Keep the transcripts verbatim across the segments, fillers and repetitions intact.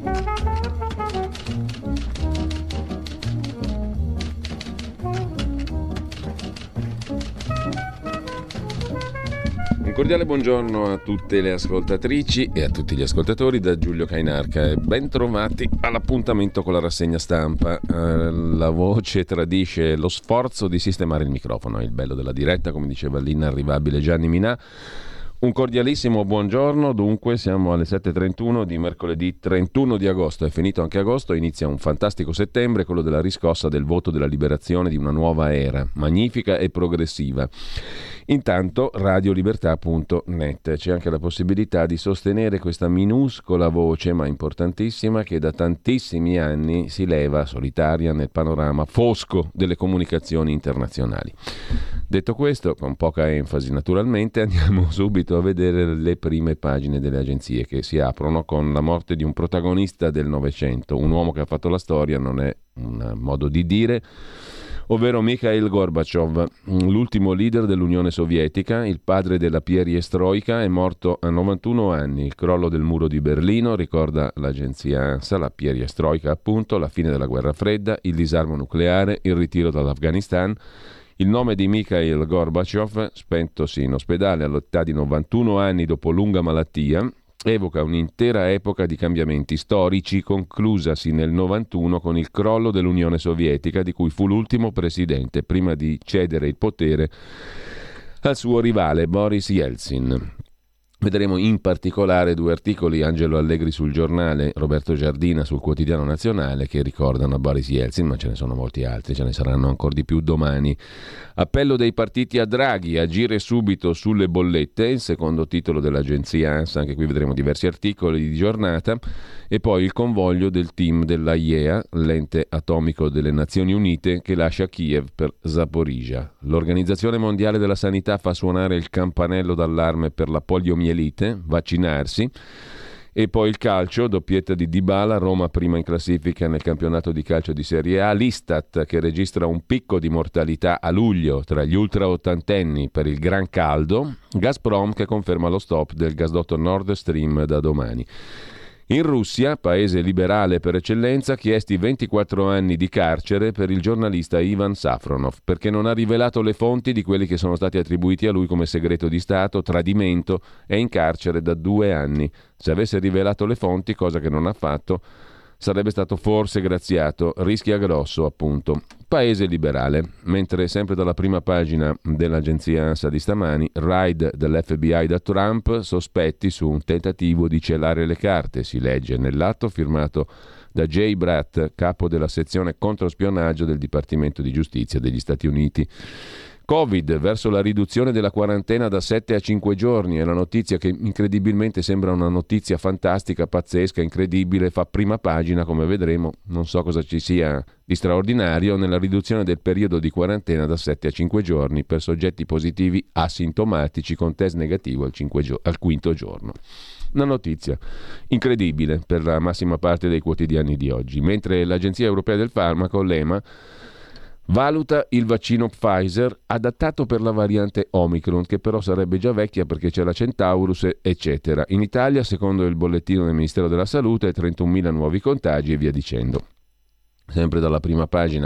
Un cordiale buongiorno a tutte le ascoltatrici e a tutti gli ascoltatori da Giulio Cainarca e ben trovati all'appuntamento con la rassegna stampa. Eh, la voce tradisce lo sforzo di sistemare il microfono, è il bello della diretta, come diceva l'inarrivabile Gianni Minà. Un cordialissimo buongiorno, dunque siamo alle sette e trentuno di mercoledì trentuno di agosto, è finito anche agosto, inizia un fantastico settembre, quello della riscossa del voto della liberazione di una nuova era, magnifica e progressiva. Intanto radiolibertà punto net, c'è anche la possibilità di sostenere questa minuscola voce ma importantissima che da tantissimi anni si leva solitaria nel panorama fosco delle comunicazioni internazionali. Detto questo, con poca enfasi naturalmente, andiamo subito a vedere le prime pagine delle agenzie che si aprono con la morte di un protagonista del Novecento, un uomo che ha fatto la storia, non è un modo di dire, ovvero Mikhail Gorbaciov, l'ultimo leader dell'Unione Sovietica, il padre della perestroika, è morto a novantuno anni. Il crollo del muro di Berlino, ricorda l'agenzia ANSA, la perestroika appunto, la fine della guerra fredda, il disarmo nucleare, il ritiro dall'Afghanistan. Il nome di Mikhail Gorbaciov, spentosi in ospedale all'età di novantuno anni dopo lunga malattia, evoca un'intera epoca di cambiamenti storici conclusasi nel novantuno con il crollo dell'Unione Sovietica, di cui fu l'ultimo presidente prima di cedere il potere al suo rivale Boris Yeltsin. Vedremo in particolare due articoli, Angelo Allegri sul Giornale, Roberto Giardina sul Quotidiano Nazionale, che ricordano a Boris Yeltsin, ma ce ne sono molti altri, ce ne saranno ancora di più domani. Appello dei partiti a Draghi, agire subito sulle bollette, il secondo titolo dell'agenzia ANSA, anche qui vedremo diversi articoli di giornata, e poi il convoglio del team dell'A I E A, l'ente atomico delle Nazioni Unite, che lascia Kiev per Zaporizhzhia. L'Organizzazione Mondiale della Sanità fa suonare il campanello d'allarme per la poliomielite, vaccinarsi. E poi il calcio, doppietta di Dybala, Roma prima in classifica nel campionato di calcio di Serie A, l'Istat che registra un picco di mortalità a luglio tra gli ultra ottantenni per il gran caldo, Gazprom che conferma lo stop del gasdotto Nord Stream da domani. In Russia, paese liberale per eccellenza, chiesti ventiquattro anni di carcere per il giornalista Ivan Safronov, perché non ha rivelato le fonti di quelli che sono stati attribuiti a lui come segreto di Stato, tradimento, è in carcere da due anni. Se avesse rivelato le fonti, cosa che non ha fatto, sarebbe stato forse graziato, rischia grosso appunto. Paese liberale, mentre sempre dalla prima pagina dell'agenzia ANSA di stamani, raid dell'F B I da Trump, sospetti su un tentativo di celare le carte, si legge nell'atto firmato da Jay Bratt, capo della sezione controspionaggio del Dipartimento di Giustizia degli Stati Uniti. Covid, verso la riduzione della quarantena da sette a cinque giorni, è la notizia che incredibilmente sembra una notizia fantastica, pazzesca, incredibile, fa prima pagina come vedremo, non so cosa ci sia di straordinario nella riduzione del periodo di quarantena da sette a cinque giorni per soggetti positivi asintomatici con test negativo al, cinque gio- al quinto giorno. Una notizia incredibile per la massima parte dei quotidiani di oggi, mentre l'Agenzia Europea del Farmaco, l'E M A, valuta il vaccino Pfizer adattato per la variante Omicron, che però sarebbe già vecchia perché c'è la Centaurus, eccetera. In Italia, secondo il bollettino del Ministero della Salute, trentunomila nuovi contagi e via dicendo. Sempre dalla prima pagina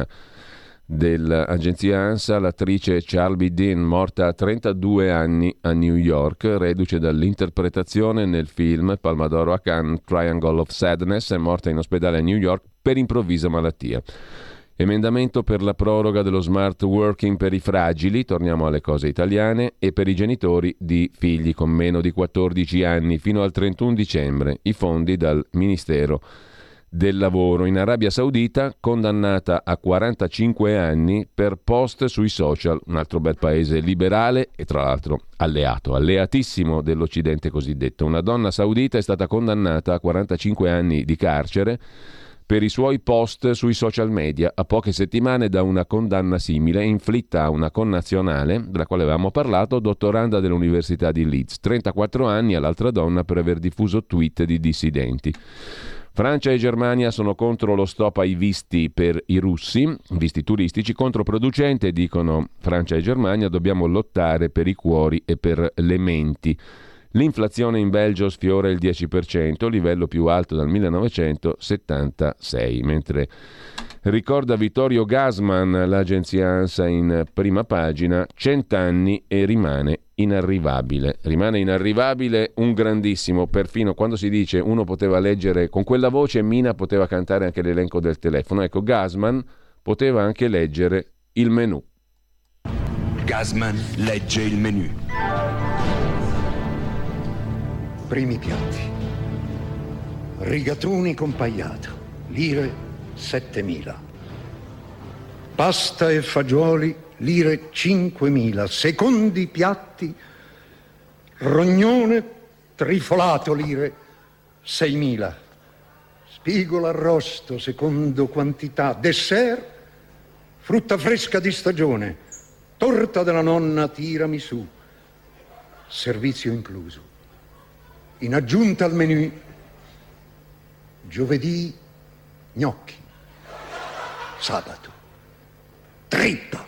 dell'agenzia ANSA, l'attrice Charlie Dean, morta a trentadue anni a New York, reduce dall'interpretazione nel film Palma d'Oro a Cannes Triangle of Sadness, è morta in ospedale a New York per improvvisa malattia. Emendamento per la proroga dello smart working per i fragili, torniamo alle cose italiane, e per i genitori di figli con meno di quattordici anni fino al trentuno dicembre, i fondi dal Ministero del Lavoro. In Arabia Saudita, condannata a quarantacinque anni per post sui social, un altro bel paese liberale e tra l'altro alleato, alleatissimo dell'Occidente cosiddetto. Una donna saudita è stata condannata a quarantacinque anni di carcere per i suoi post sui social media, a poche settimane da una condanna simile inflitta a una connazionale, della quale avevamo parlato, dottoranda dell'Università di Leeds, trentaquattro anni, all'altra donna per aver diffuso tweet di dissidenti. Francia e Germania sono contro lo stop ai visti per i russi, visti turistici, controproducente, dicono Francia e Germania, dobbiamo lottare per i cuori e per le menti. L'inflazione in Belgio sfiora il dieci per cento, livello più alto dal millenovecentosettantasei, mentre ricorda Vittorio Gassman, l'agenzia ANSA in prima pagina, cent'anni e rimane inarrivabile. Rimane inarrivabile un grandissimo, perfino quando si dice uno poteva leggere, con quella voce Mina poteva cantare anche l'elenco del telefono. Ecco, Gassman poteva anche leggere il menù. Gassman legge il menù. Primi piatti. Rigatoni con pagliato, lire settemila. Pasta e fagioli, lire cinquemila. Secondi piatti, rognone trifolato, lire seimila. Spigola arrosto, secondo quantità. Dessert, frutta fresca di stagione. Torta della nonna tiramisù. Servizio incluso. In aggiunta al menù, giovedì gnocchi, sabato trippa.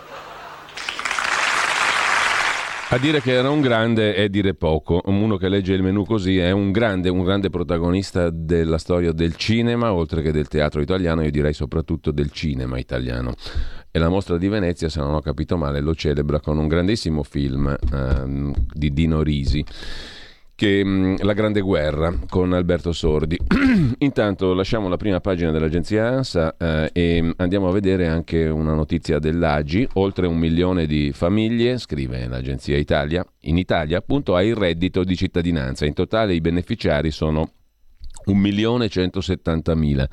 A dire che era un grande è dire poco. Uno che legge il menù così è un grande, un grande protagonista della storia del cinema, oltre che del teatro italiano, io direi soprattutto del cinema italiano. E la Mostra di Venezia, se non ho capito male, lo celebra con un grandissimo film ehm, di Dino Risi, che mh, La Grande Guerra, con Alberto Sordi. Intanto lasciamo la prima pagina dell'agenzia ANSA eh, e andiamo a vedere anche una notizia dell'A G I. Oltre un milione di famiglie, scrive l'agenzia Italia, in Italia appunto ha il reddito di cittadinanza. In totale i beneficiari sono un milione centosettantamila.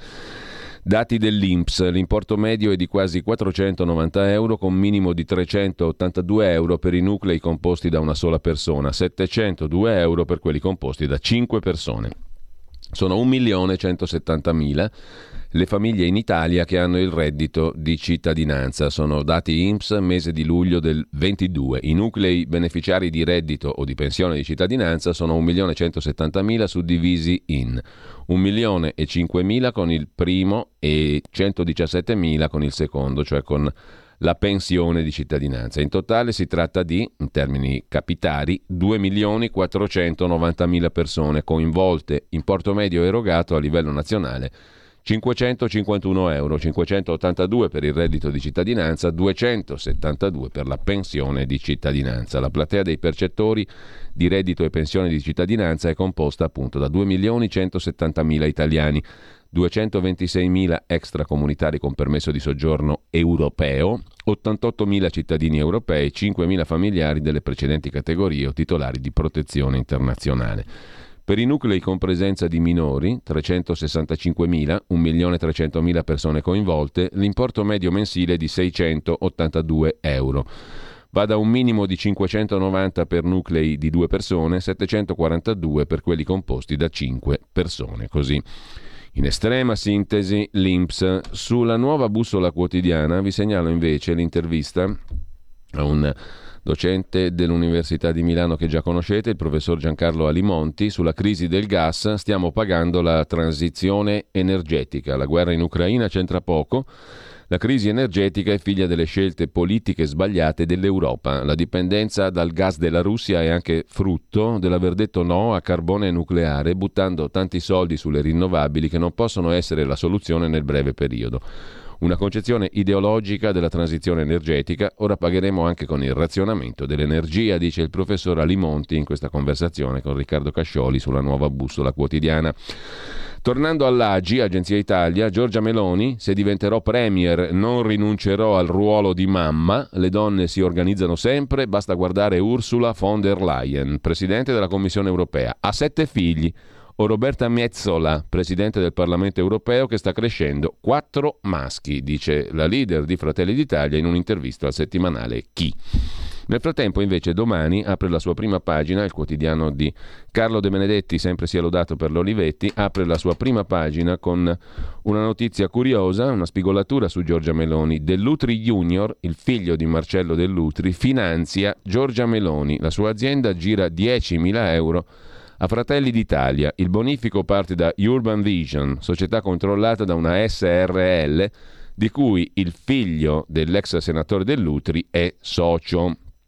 Dati dell'I N P S, l'importo medio è di quasi quattrocentonovanta euro con minimo di trecentottantadue euro per i nuclei composti da una sola persona, settecentodue euro per quelli composti da cinque persone. Sono un milione centosettantamila le famiglie in Italia che hanno il reddito di cittadinanza. Sono dati I N P S mese di luglio del ventidue. I nuclei beneficiari di reddito o di pensione di cittadinanza sono un milione centosettantamila suddivisi in un milione e cinquemila con il primo e centodiciassettemila con il secondo, cioè con la pensione di cittadinanza. In totale si tratta di, in termini capitali, due milioni quattrocentonovantamila persone coinvolte, importo medio erogato a livello nazionale cinquecentocinquantuno euro, cinquecentottantadue per il reddito di cittadinanza, duecentosettantadue per la pensione di cittadinanza. La platea dei percettori di reddito e pensione di cittadinanza è composta appunto da due milioni centosettantamila italiani, duecentoventiseimila extracomunitari con permesso di soggiorno europeo, ottantottomila cittadini europei, cinquemila familiari delle precedenti categorie o titolari di protezione internazionale. Per i nuclei con presenza di minori, trecentosessantacinquemila, un milione trecentomila persone coinvolte, l'importo medio mensile è di seicentottantadue euro. Va da un minimo di cinquecentonovanta per nuclei di due persone, settecentoquarantadue per quelli composti da cinque persone. Così, in estrema sintesi, l'I N P S. Sulla Nuova Bussola Quotidiana vi segnalo invece l'intervista a un docente dell'Università di Milano che già conoscete, il professor Giancarlo Alimonti. Sulla crisi del gas stiamo pagando la transizione energetica. La guerra in Ucraina c'entra poco. La crisi energetica è figlia delle scelte politiche sbagliate dell'Europa. La dipendenza dal gas della Russia è anche frutto dell'aver detto no a carbone nucleare, buttando tanti soldi sulle rinnovabili che non possono essere la soluzione nel breve periodo. Una concezione ideologica della transizione energetica. Ora pagheremo anche con il razionamento dell'energia, dice il professor Alimonti in questa conversazione con Riccardo Cascioli sulla Nuova Bussola Quotidiana. Tornando all'A G I, Agenzia Italia, Giorgia Meloni: se diventerò premier non rinuncerò al ruolo di mamma, le donne si organizzano sempre, basta guardare Ursula von der Leyen, presidente della Commissione europea, ha sette figli, o Roberta Metsola, presidente del Parlamento europeo, che sta crescendo, quattro maschi, dice la leader di Fratelli d'Italia in un'intervista al settimanale Chi. Nel frattempo, invece, Domani apre la sua prima pagina, il quotidiano di Carlo De Benedetti, sempre sia lodato per l'Olivetti, apre la sua prima pagina con una notizia curiosa, una spigolatura su Giorgia Meloni. Dell'Utri Junior, il figlio di Marcello Dell'Utri, finanzia Giorgia Meloni. La sua azienda gira diecimila euro a Fratelli d'Italia. Il bonifico parte da Urban Vision, società controllata da una S R L, di cui il figlio dell'ex senatore Dell'Utri è socio.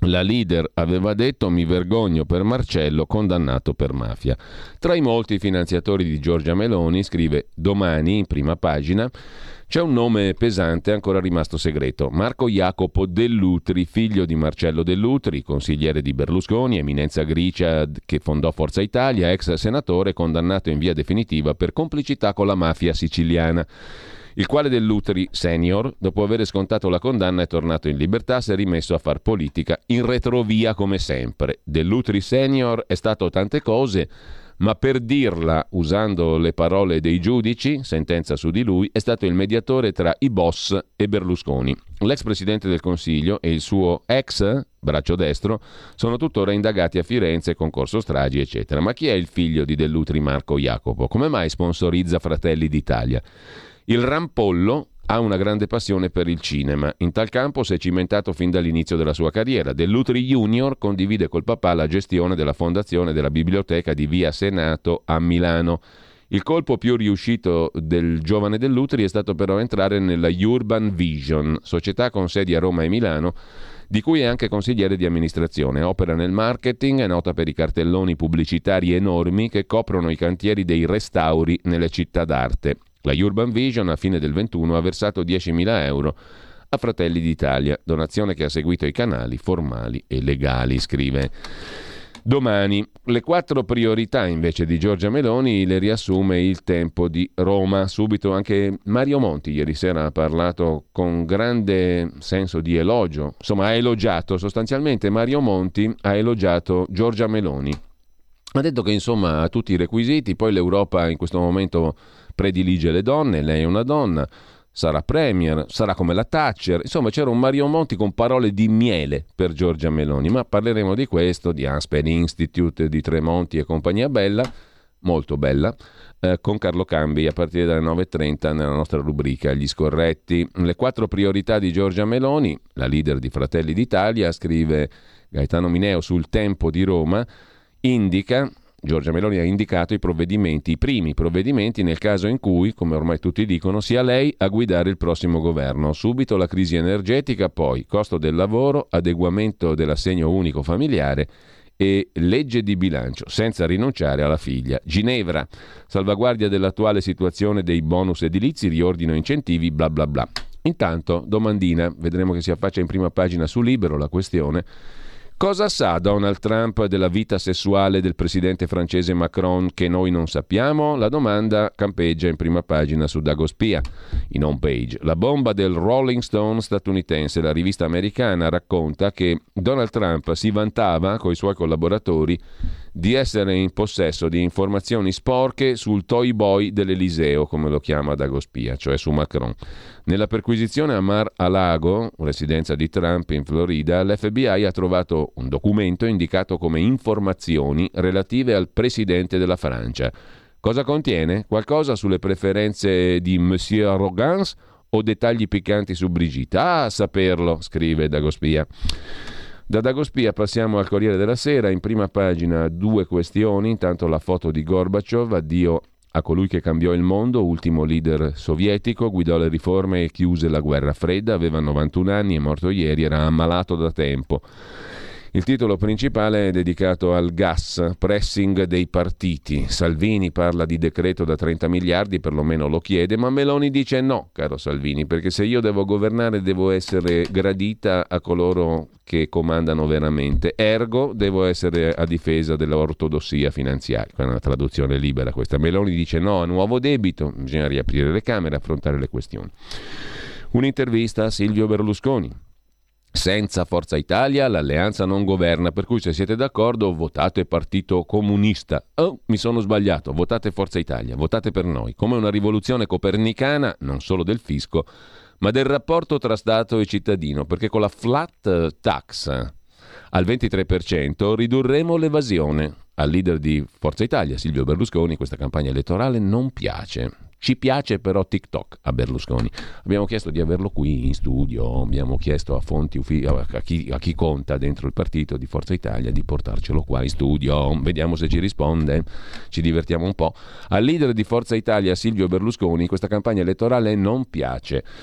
La leader aveva detto: mi vergogno per Marcello, condannato per mafia. Tra i molti finanziatori di Giorgia Meloni, scrive Domani in prima pagina, c'è un nome pesante ancora rimasto segreto: Marco Jacopo Dell'Utri, figlio di Marcello Dell'Utri, consigliere di Berlusconi, eminenza grigia che fondò Forza Italia, ex senatore condannato in via definitiva per complicità con la mafia siciliana, il quale Dell'Utri senior, dopo aver scontato la condanna, è tornato in libertà, si è rimesso a far politica in retrovia come sempre. Dell'Utri senior è stato tante cose, ma per dirla usando le parole dei giudici, sentenza su di lui, è stato il mediatore tra i boss e Berlusconi. L'ex presidente del Consiglio e il suo ex braccio destro sono tuttora indagati a Firenze, concorso stragi, eccetera. Ma chi è il figlio di Dell'Utri, Marco Jacopo? Come mai sponsorizza Fratelli d'Italia? Il rampollo ha una grande passione per il cinema. In tal campo si è cimentato fin dall'inizio della sua carriera. Dell'Utri Junior condivide col papà la gestione della fondazione della biblioteca di Via Senato a Milano. Il colpo più riuscito del giovane Dell'Utri è stato però entrare nella Urban Vision, società con sedi a Roma e Milano, di cui è anche consigliere di amministrazione. Opera nel marketing, è nota per i cartelloni pubblicitari enormi che coprono i cantieri dei restauri nelle città d'arte. La Urban Vision a fine del ventuno ha versato diecimila euro a Fratelli d'Italia, donazione che ha seguito i canali formali e legali, scrive Domani. Le quattro priorità invece di Giorgia Meloni le riassume Il Tempo di Roma. Subito anche Mario Monti ieri sera ha parlato con grande senso di elogio, insomma ha elogiato, sostanzialmente Mario Monti ha elogiato Giorgia Meloni. Ha detto che insomma ha tutti i requisiti, poi l'Europa in questo momento predilige le donne, lei è una donna, sarà premier, sarà come la Thatcher, insomma c'era un Mario Monti con parole di miele per Giorgia Meloni, ma parleremo di questo, di Aspen Institute, di Tremonti e compagnia bella, molto bella, eh, con Carlo Cambi a partire dalle nove e trenta nella nostra rubrica Gli Scorretti. Le quattro priorità di Giorgia Meloni, la leader di Fratelli d'Italia, scrive Gaetano Mineo sul Tempo di Roma, indica... Giorgia Meloni ha indicato i provvedimenti, i primi provvedimenti nel caso in cui, come ormai tutti dicono, sia lei a guidare il prossimo governo. Subito la crisi energetica, poi costo del lavoro, adeguamento dell'assegno unico familiare e legge di bilancio, senza rinunciare alla figlia. Ginevra, salvaguardia dell'attuale situazione dei bonus edilizi, riordino incentivi, bla bla bla. Intanto, domandina, vedremo che si affaccia in prima pagina su Libero la questione. Cosa sa Donald Trump della vita sessuale del presidente francese Macron che noi non sappiamo? La domanda campeggia in prima pagina su Dagospia, in home page. La bomba del Rolling Stone statunitense, la rivista americana, racconta che Donald Trump si vantava coi suoi collaboratori di essere in possesso di informazioni sporche sul toy boy dell'Eliseo, come lo chiama Dagospia, cioè su Macron. Nella perquisizione a Mar-a-Lago, residenza di Trump in Florida, l'F B I ha trovato un documento indicato come informazioni relative al presidente della Francia. Cosa contiene? Qualcosa sulle preferenze di Monsieur Arrogance o dettagli piccanti su Brigitte? Ah, a saperlo, scrive Dagospia. Da Dagospia passiamo al Corriere della Sera, in prima pagina due questioni, intanto la foto di Gorbaciov, addio a colui che cambiò il mondo, ultimo leader sovietico, guidò le riforme e chiuse la guerra fredda, aveva novantuno anni, è morto ieri, era ammalato da tempo. Il titolo principale è dedicato al gas, pressing dei partiti. Salvini parla di decreto da trenta miliardi, perlomeno lo chiede, ma Meloni dice no, caro Salvini, perché se io devo governare devo essere gradita a coloro che comandano veramente, ergo devo essere a difesa dell'ortodossia finanziaria. È una traduzione libera questa. Meloni dice no a nuovo debito, bisogna riaprire le Camere e affrontare le questioni. Un'intervista a Silvio Berlusconi. Senza Forza Italia l'alleanza non governa, per cui se siete d'accordo votate Partito Comunista. Oh, mi sono sbagliato, votate Forza Italia, votate per noi, come una rivoluzione copernicana, non solo del fisco, ma del rapporto tra Stato e cittadino, perché con la flat tax al ventitré per cento ridurremo l'evasione. Al leader di Forza Italia, Silvio Berlusconi, questa campagna elettorale non piace. Ci piace però TikTok a Berlusconi. Abbiamo chiesto di averlo qui in studio, abbiamo chiesto a fonti uffi- a chi, a chi conta dentro il partito di Forza Italia di portarcelo qua in studio. Vediamo se ci risponde, ci divertiamo un po'. Al leader di Forza Italia, Silvio Berlusconi, questa campagna elettorale non piace.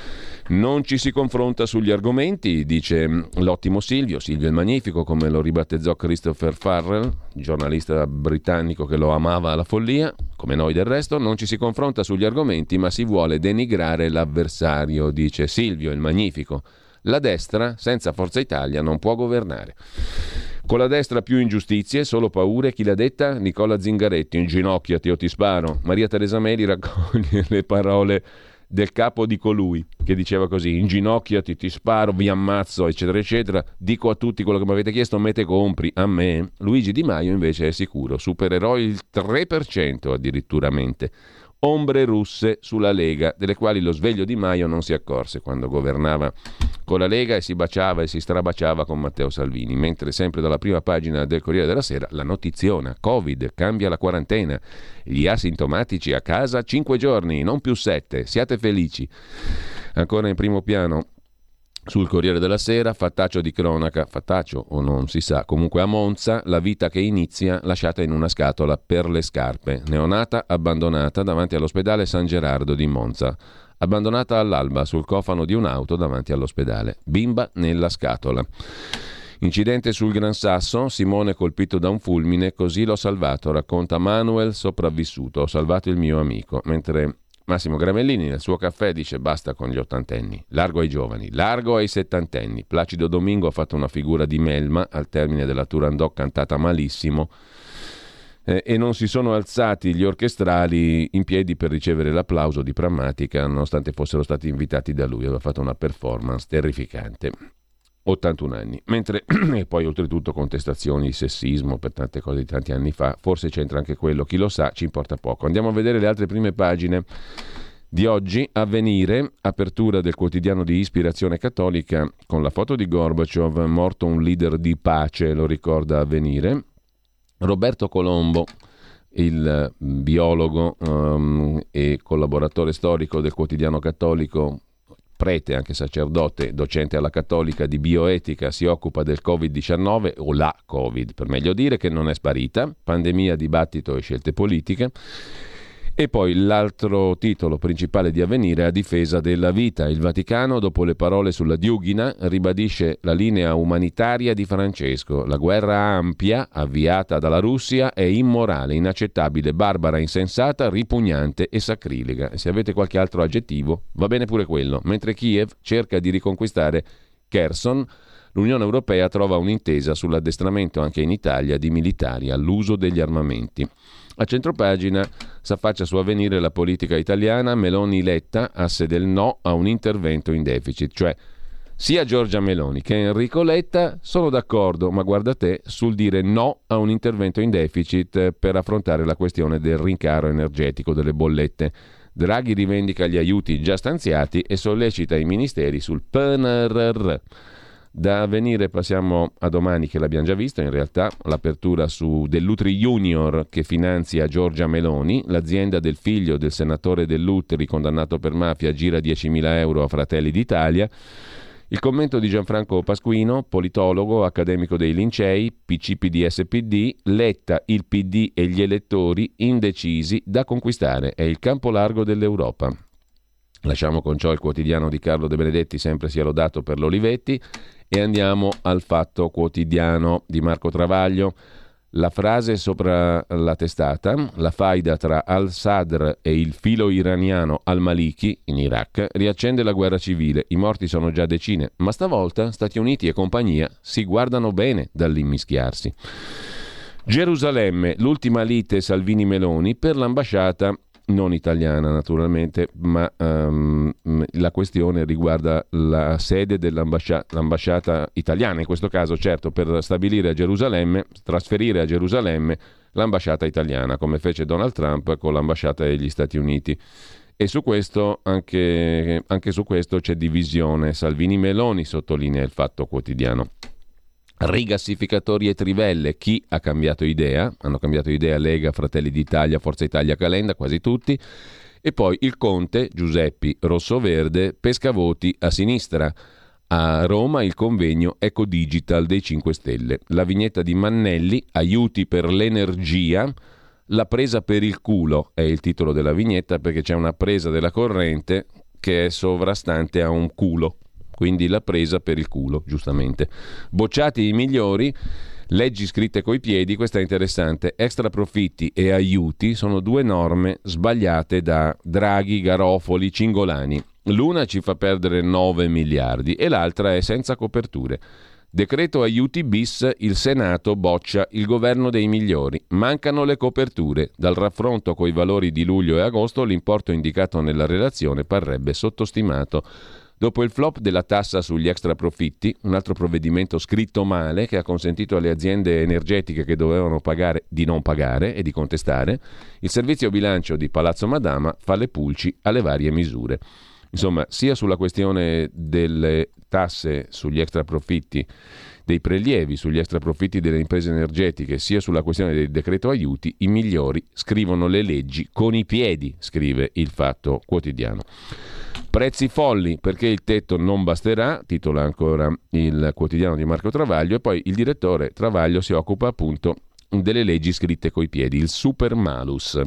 Non ci si confronta sugli argomenti, dice l'ottimo Silvio, Silvio il Magnifico, come lo ribattezzò Christopher Farrell, giornalista britannico che lo amava alla follia, come noi del resto. Non ci si confronta sugli argomenti, ma si vuole denigrare l'avversario, dice Silvio il Magnifico. La destra senza Forza Italia non può governare. Con la destra più ingiustizie, solo paure. Chi l'ha detta? Nicola Zingaretti. Inginocchiati o ti sparo. Maria Teresa Meli raccoglie le parole del capo di colui che diceva così: inginocchiati, ti sparo, vi ammazzo, eccetera eccetera. Dico a tutti quello che mi avete chiesto, mette compri a me. Luigi Di Maio invece è sicuro, supererò il tre per cento addirittura mente. Ombre russe sulla Lega, delle quali lo sveglio Di Maio non si accorse quando governava con la Lega e si baciava e si strabaciava con Matteo Salvini, mentre sempre dalla prima pagina del Corriere della Sera la notiziona: Covid, cambia la quarantena, gli asintomatici a casa cinque giorni, non più sette, siate felici. Ancora in primo piano sul Corriere della Sera, fattaccio di cronaca, fattaccio o non si sa, comunque a Monza, la vita che inizia lasciata in una scatola per le scarpe. Neonata abbandonata davanti all'ospedale San Gerardo di Monza. Abbandonata all'alba sul cofano di un'auto davanti all'ospedale. Bimba nella scatola. Incidente sul Gran Sasso, Simone colpito da un fulmine, così l'ho salvato, racconta Manuel sopravvissuto, ho salvato il mio amico, mentre Massimo Gramellini nel suo caffè dice basta con gli ottantenni, largo ai giovani, largo ai settantenni. Placido Domingo ha fatto una figura di melma al termine della Turandot cantata malissimo eh, e non si sono alzati gli orchestrali in piedi per ricevere l'applauso di Prammatica nonostante fossero stati invitati da lui, aveva fatto una performance terrificante. ottantuno anni, mentre e poi oltretutto contestazioni di sessismo per tante cose di tanti anni fa, forse c'entra anche quello, chi lo sa, ci importa poco. Andiamo a vedere le altre prime pagine di oggi. Avvenire, apertura del quotidiano di ispirazione cattolica con la foto di Gorbaciov, morto un leader di pace, lo ricorda Avvenire. Roberto Colombo, il biologo um, e collaboratore storico del quotidiano cattolico, prete, anche sacerdote, docente alla Cattolica di bioetica, si occupa del covid diciannove, o la Covid per meglio dire, che non è sparita, pandemia, dibattito e scelte politiche. E poi l'altro titolo principale di Avvenire, a difesa della vita. Il Vaticano, dopo le parole sulla Diughina, ribadisce la linea umanitaria di Francesco. La guerra ampia, avviata dalla Russia, è immorale, inaccettabile, barbara, insensata, ripugnante e sacrilega. E se avete qualche altro aggettivo, va bene pure quello. Mentre Kiev cerca di riconquistare Kherson, l'Unione Europea trova un'intesa sull'addestramento anche in Italia di militari all'uso degli armamenti. A centropagina s'affaccia su Avvenire la politica italiana, Meloni-Letta, asse del no a un intervento in deficit, cioè sia Giorgia Meloni che Enrico Letta sono d'accordo, ma guarda te, sul dire no a un intervento in deficit per affrontare la questione del rincaro energetico delle bollette. Draghi rivendica gli aiuti già stanziati e sollecita i ministeri sul P N R R. Da Avvenire passiamo a Domani, che l'abbiamo già visto, in realtà l'apertura su Dell'Utri Junior che finanzia Giorgia Meloni, l'azienda del figlio del senatore Dell'Utri condannato per mafia gira diecimila euro a Fratelli d'Italia. Il commento di Gianfranco Pasquino, politologo, accademico dei Lincei, P C P D S P D, Letta, il P D e gli elettori indecisi da conquistare, è il campo largo dell'Europa. Lasciamo con ciò il quotidiano di Carlo De Benedetti, sempre sia lodato per l'Olivetti, e andiamo al Fatto Quotidiano di Marco Travaglio. La frase sopra la testata, la faida tra al-Sadr e il filo iraniano al-Maliki in Iraq riaccende la guerra civile, i morti sono già decine, ma stavolta Stati Uniti e compagnia si guardano bene dall'immischiarsi. Gerusalemme, l'ultima lite Salvini-Meloni per l'ambasciata non italiana naturalmente, ma um, la questione riguarda la sede dell'ambasciata l'ambasciata italiana, in questo caso certo per stabilire a Gerusalemme, trasferire a Gerusalemme l'ambasciata italiana, come fece Donald Trump con l'ambasciata degli Stati Uniti. E su questo, anche, anche su questo c'è divisione. Salvini-Meloni, sottolinea il Fatto Quotidiano. Rigassificatori e trivelle, chi ha cambiato idea? Hanno cambiato idea Lega, Fratelli d'Italia, Forza Italia, Calenda, quasi tutti. E poi il Conte, Giuseppi, rosso-verde, pesca voti a sinistra. A Roma il convegno Ecodigital dei cinque Stelle. La vignetta di Mannelli, aiuti per l'energia, la presa per il culo è il titolo della vignetta, perché c'è una presa della corrente che è sovrastante a un culo, quindi la presa per il culo, giustamente. Bocciati i migliori, leggi scritte coi piedi, questa è interessante, extra profitti e aiuti sono due norme sbagliate da Draghi, Garofoli, Cingolani. L'una ci fa perdere nove miliardi e l'altra è senza coperture. Decreto aiuti bis, il Senato boccia il governo dei migliori. Mancano le coperture. Dal raffronto coi valori di luglio e agosto l'importo indicato nella relazione parrebbe sottostimato. Dopo il flop della tassa sugli extraprofitti, un altro provvedimento scritto male che ha consentito alle aziende energetiche che dovevano pagare di non pagare e di contestare, il servizio bilancio di Palazzo Madama fa le pulci alle varie misure. Insomma, sia sulla questione delle tasse sugli extraprofitti, dei prelievi sugli extraprofitti delle imprese energetiche, sia sulla questione del decreto aiuti, i migliori scrivono le leggi con i piedi, scrive il Fatto Quotidiano. Prezzi folli perché il tetto non basterà, titola ancora il quotidiano di Marco Travaglio, e poi il direttore Travaglio si occupa appunto delle leggi scritte coi piedi, il super malus.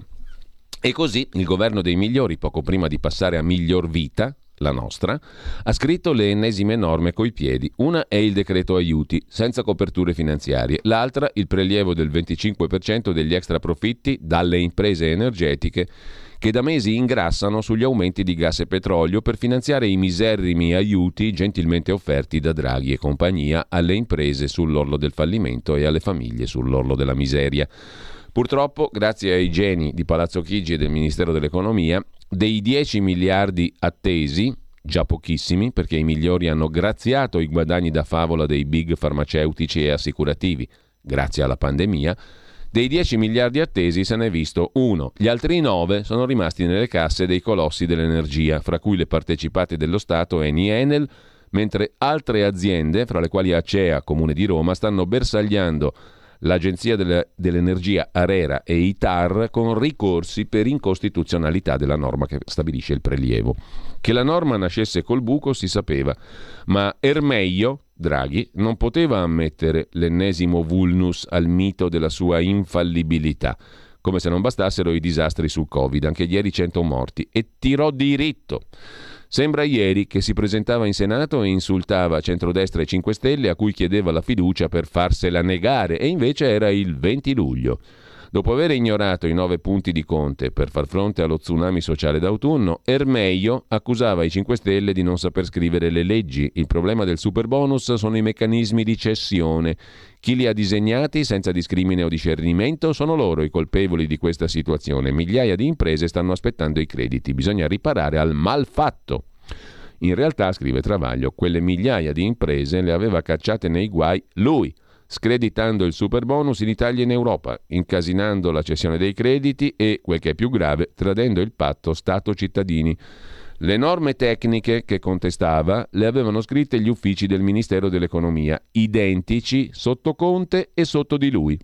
E così il governo dei migliori, poco prima di passare a miglior vita, la nostra, ha scritto le ennesime norme coi piedi. Una è il decreto aiuti, senza coperture finanziarie. L'altra, il prelievo del venticinque per cento degli extraprofitti dalle imprese energetiche che da mesi ingrassano sugli aumenti di gas e petrolio per finanziare i miserrimi aiuti gentilmente offerti da Draghi e compagnia alle imprese sull'orlo del fallimento e alle famiglie sull'orlo della miseria. Purtroppo, grazie ai geni di Palazzo Chigi e del Ministero dell'Economia, dei dieci miliardi attesi, già pochissimi perché i migliori hanno graziato i guadagni da favola dei big farmaceutici e assicurativi, grazie alla pandemia, dei dieci miliardi attesi se n'è visto uno. Gli altri nove sono rimasti nelle casse dei colossi dell'energia, fra cui le partecipate dello Stato Eni e Enel, mentre altre aziende, fra le quali Acea, Comune di Roma, stanno bersagliando l'Agenzia delle, dell'Energia ARERA e I T A R con ricorsi per incostituzionalità della norma che stabilisce il prelievo. Che la norma nascesse col buco si sapeva, ma Ermeio, Draghi, non poteva ammettere l'ennesimo vulnus al mito della sua infallibilità, come se non bastassero i disastri sul Covid, anche ieri cento morti, e tirò diritto. Sembra ieri che si presentava in Senato e insultava centrodestra e cinque Stelle a cui chiedeva la fiducia per farsela negare, e invece era il venti luglio. Dopo aver ignorato i nove punti di Conte per far fronte allo tsunami sociale d'autunno, Ermeio accusava i cinque Stelle di non saper scrivere le leggi. Il problema del superbonus sono i meccanismi di cessione. Chi li ha disegnati senza discrimine o discernimento sono loro i colpevoli di questa situazione. Migliaia di imprese stanno aspettando i crediti. Bisogna riparare al malfatto. In realtà, scrive Travaglio, quelle migliaia di imprese le aveva cacciate nei guai lui, screditando il superbonus in Italia e in Europa, incasinando la cessione dei crediti e, quel che è più grave, tradendo il patto Stato-cittadini. Le norme tecniche che contestava le avevano scritte gli uffici del Ministero dell'Economia, identici sotto Conte e sotto di lui.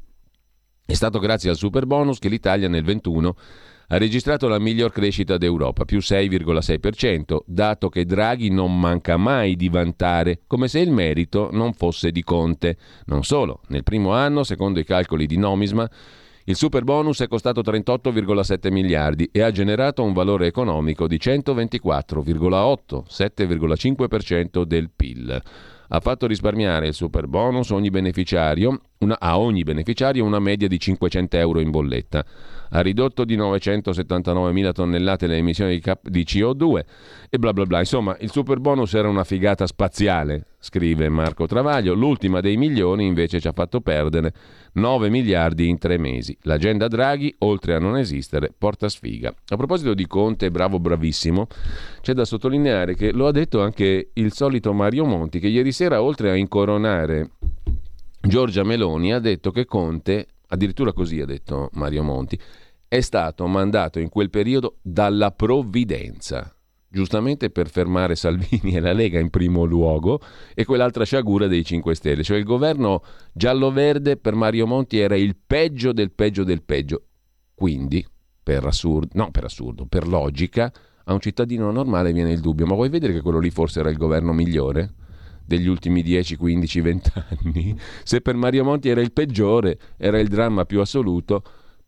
È stato grazie al superbonus che l'Italia nel ventuno ha registrato la miglior crescita d'Europa, più sei virgola sei per cento, dato che Draghi non manca mai di vantare, come se il merito non fosse di Conte. Non solo, nel primo anno, secondo i calcoli di Nomisma, il superbonus è costato trentotto virgola sette miliardi e ha generato un valore economico di centoventiquattro virgola otto, sette virgola cinque per cento del P I L. Ha fatto risparmiare il superbonus ogni beneficiario, una, a ogni beneficiario una media di cinquecento euro in bolletta. Ha ridotto di novecentosettantanovemila tonnellate le emissioni di, cap- di C O due e bla bla bla. Insomma, il superbonus era una figata spaziale, scrive Marco Travaglio. L'ultima dei milioni invece ci ha fatto perdere nove miliardi in tre mesi. L'agenda Draghi, oltre a non esistere, porta sfiga. A proposito di Conte, bravo bravissimo, c'è da sottolineare che lo ha detto anche il solito Mario Monti, che ieri sera, oltre a incoronare Giorgia Meloni, ha detto che Conte, addirittura così ha detto Mario Monti, è stato mandato in quel periodo dalla provvidenza, giustamente per fermare Salvini e la Lega in primo luogo, e quell'altra sciagura dei cinque Stelle. Cioè il governo giallo-verde per Mario Monti era il peggio del peggio del peggio. Quindi, per assurdo, no per assurdo, per logica, a un cittadino normale viene il dubbio: ma vuoi vedere che quello lì forse era il governo migliore degli ultimi dieci, quindici, venti anni? Se per Mario Monti era il peggiore, era il dramma più assoluto,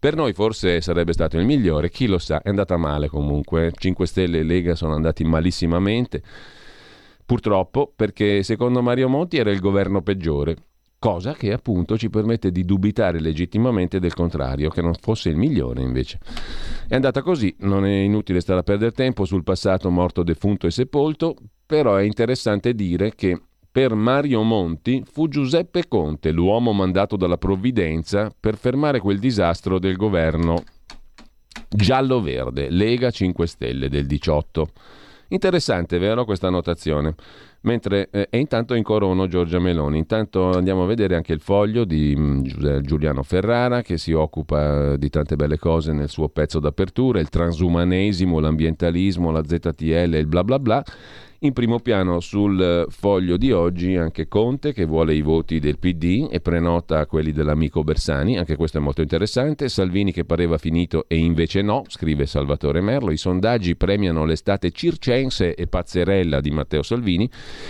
Per noi forse sarebbe stato il migliore, chi lo sa, è andata male comunque. cinque Stelle e Lega sono andati malissimamente, purtroppo, perché secondo Mario Monti era il governo peggiore. Cosa che appunto ci permette di dubitare legittimamente del contrario, che non fosse il migliore invece. È andata così, non è inutile stare a perdere tempo sul passato morto, defunto e sepolto, però è interessante dire che per Mario Monti fu Giuseppe Conte l'uomo mandato dalla provvidenza per fermare quel disastro del governo giallo-verde, Lega cinque Stelle del diciotto. Interessante, vero, questa notazione? Mentre eh, e intanto incorono Giorgia Meloni. Intanto andiamo a vedere anche il Foglio di mh, Giuliano Ferrara, che si occupa di tante belle cose nel suo pezzo d'apertura: il transumanesimo, l'ambientalismo, la Z T L, il bla bla bla. In primo piano sul Foglio di oggi anche Conte, che vuole i voti del P D e prenota quelli dell'amico Bersani, anche questo è molto interessante. Salvini che pareva finito e invece no, scrive Salvatore Merlo. I sondaggi premiano l'estate circense e pazzerella di Matteo Salvini.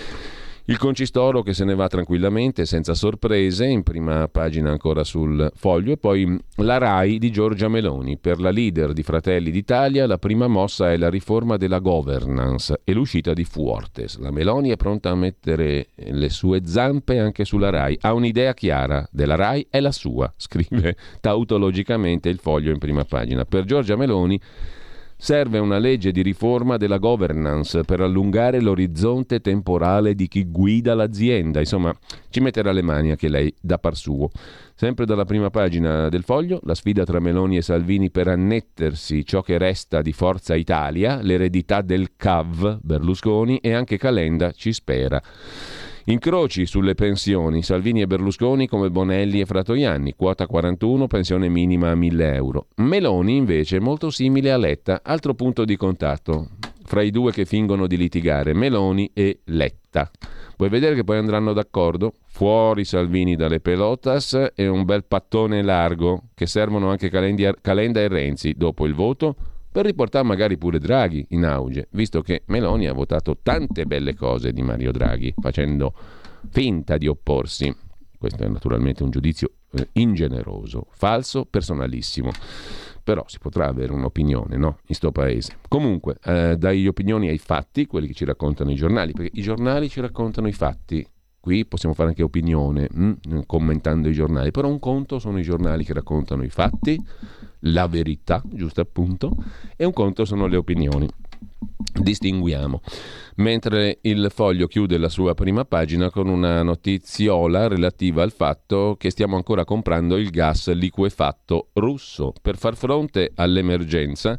Il concistoro che se ne va tranquillamente, senza sorprese, in prima pagina ancora sul Foglio. E poi la RAI di Giorgia Meloni. Per la leader di Fratelli d'Italia la prima mossa è la riforma della governance e l'uscita di Fuortes. La Meloni è pronta a mettere le sue zampe anche sulla RAI. Ha un'idea chiara della RAI, è la sua, scrive tautologicamente il Foglio in prima pagina. Per Giorgia Meloni serve una legge di riforma della governance per allungare l'orizzonte temporale di chi guida l'azienda. Insomma, ci metterà le mani anche lei da par suo. Sempre dalla prima pagina del Foglio, la sfida tra Meloni e Salvini per annettersi ciò che resta di Forza Italia, l'eredità del C A V Berlusconi, e anche Calenda ci spera. Incroci sulle pensioni, Salvini e Berlusconi come Bonelli e Fratoianni, quota quarantuno, pensione minima a mille euro. Meloni invece molto simile a Letta, altro punto di contatto fra i due che fingono di litigare, Meloni e Letta. Puoi vedere che poi andranno d'accordo? Fuori Salvini dalle pelotas e un bel pattone largo che servono anche Calenda e Renzi dopo il voto, per riportare magari pure Draghi in auge, visto che Meloni ha votato tante belle cose di Mario Draghi, facendo finta di opporsi. Questo è naturalmente un giudizio eh, ingeneroso, falso, personalissimo. Però si potrà avere un'opinione, no? In sto paese. Comunque, eh, dagli opinioni ai fatti, quelli che ci raccontano i giornali, perché i giornali ci raccontano i fatti. Qui possiamo fare anche opinione, mh, commentando i giornali, però un conto sono i giornali che raccontano i fatti, la verità, giusto appunto, e un conto sono le opinioni. Distinguiamo. Mentre il Foglio chiude la sua prima pagina con una notiziola relativa al fatto che stiamo ancora comprando il gas liquefatto russo per far fronte all'emergenza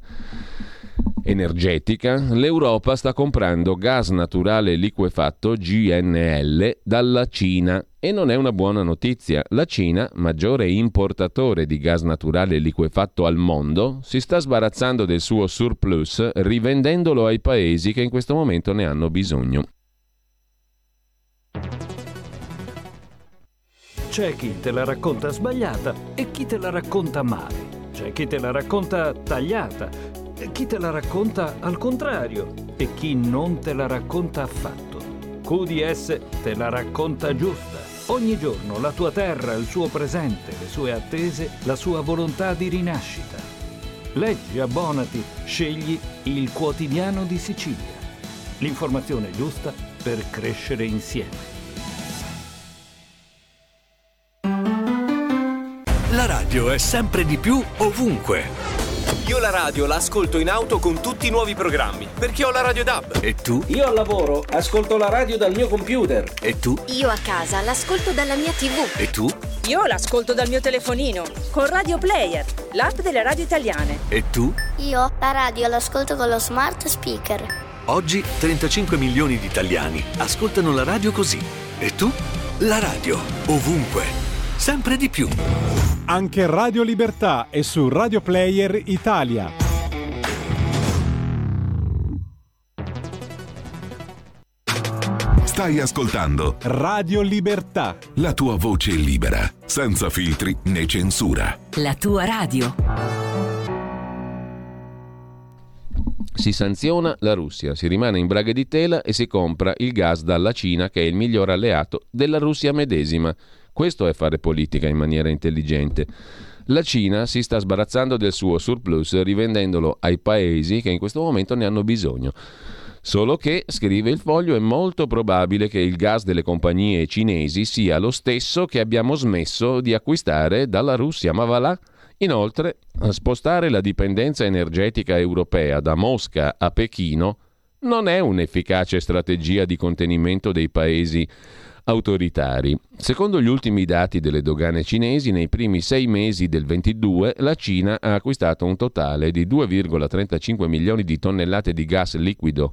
energetica. L'Europa sta comprando gas naturale liquefatto G N L dalla Cina e non è una buona notizia. La Cina, maggiore importatore di gas naturale liquefatto al mondo, si sta sbarazzando del suo surplus rivendendolo ai paesi che in questo momento ne hanno bisogno. C'è chi te la racconta sbagliata e chi te la racconta male. C'è chi te la racconta tagliata, chi te la racconta al contrario e chi non te la racconta affatto. Q D S te la racconta giusta. Ogni giorno la tua terra, il suo presente, le sue attese, la sua volontà di rinascita. Leggi, abbonati, scegli il Quotidiano di Sicilia. L'informazione giusta per crescere insieme. La radio è sempre di più ovunque. Io la radio la ascolto in auto con tutti i nuovi programmi, perché ho la Radio D A B. E tu? Io al lavoro ascolto la radio dal mio computer. E tu? Io a casa l'ascolto dalla mia tivù. E tu? Io l'ascolto dal mio telefonino, con Radio Player, l'app delle radio italiane. E tu? Io la radio l'ascolto con lo smart speaker. Oggi trentacinque milioni di italiani ascoltano la radio così. E tu? La radio, ovunque, sempre di più. Anche Radio Libertà è su Radio Player Italia. Stai ascoltando Radio Libertà, la tua voce libera, senza filtri né censura. La tua radio. Si sanziona la Russia, si rimane in braghe di tela e si compra il gas dalla Cina, che è il miglior alleato della Russia medesima. Questo è fare politica in maniera intelligente. La Cina si sta sbarazzando del suo surplus rivendendolo ai paesi che in questo momento ne hanno bisogno. Solo che, scrive il Foglio, è molto probabile che il gas delle compagnie cinesi sia lo stesso che abbiamo smesso di acquistare dalla Russia, ma va là. Inoltre, spostare la dipendenza energetica europea da Mosca a Pechino non è un'efficace strategia di contenimento dei paesi autoritari. Secondo gli ultimi dati delle dogane cinesi, nei primi sei mesi del ventidue la Cina ha acquistato un totale di due virgola trentacinque milioni di tonnellate di gas liquido,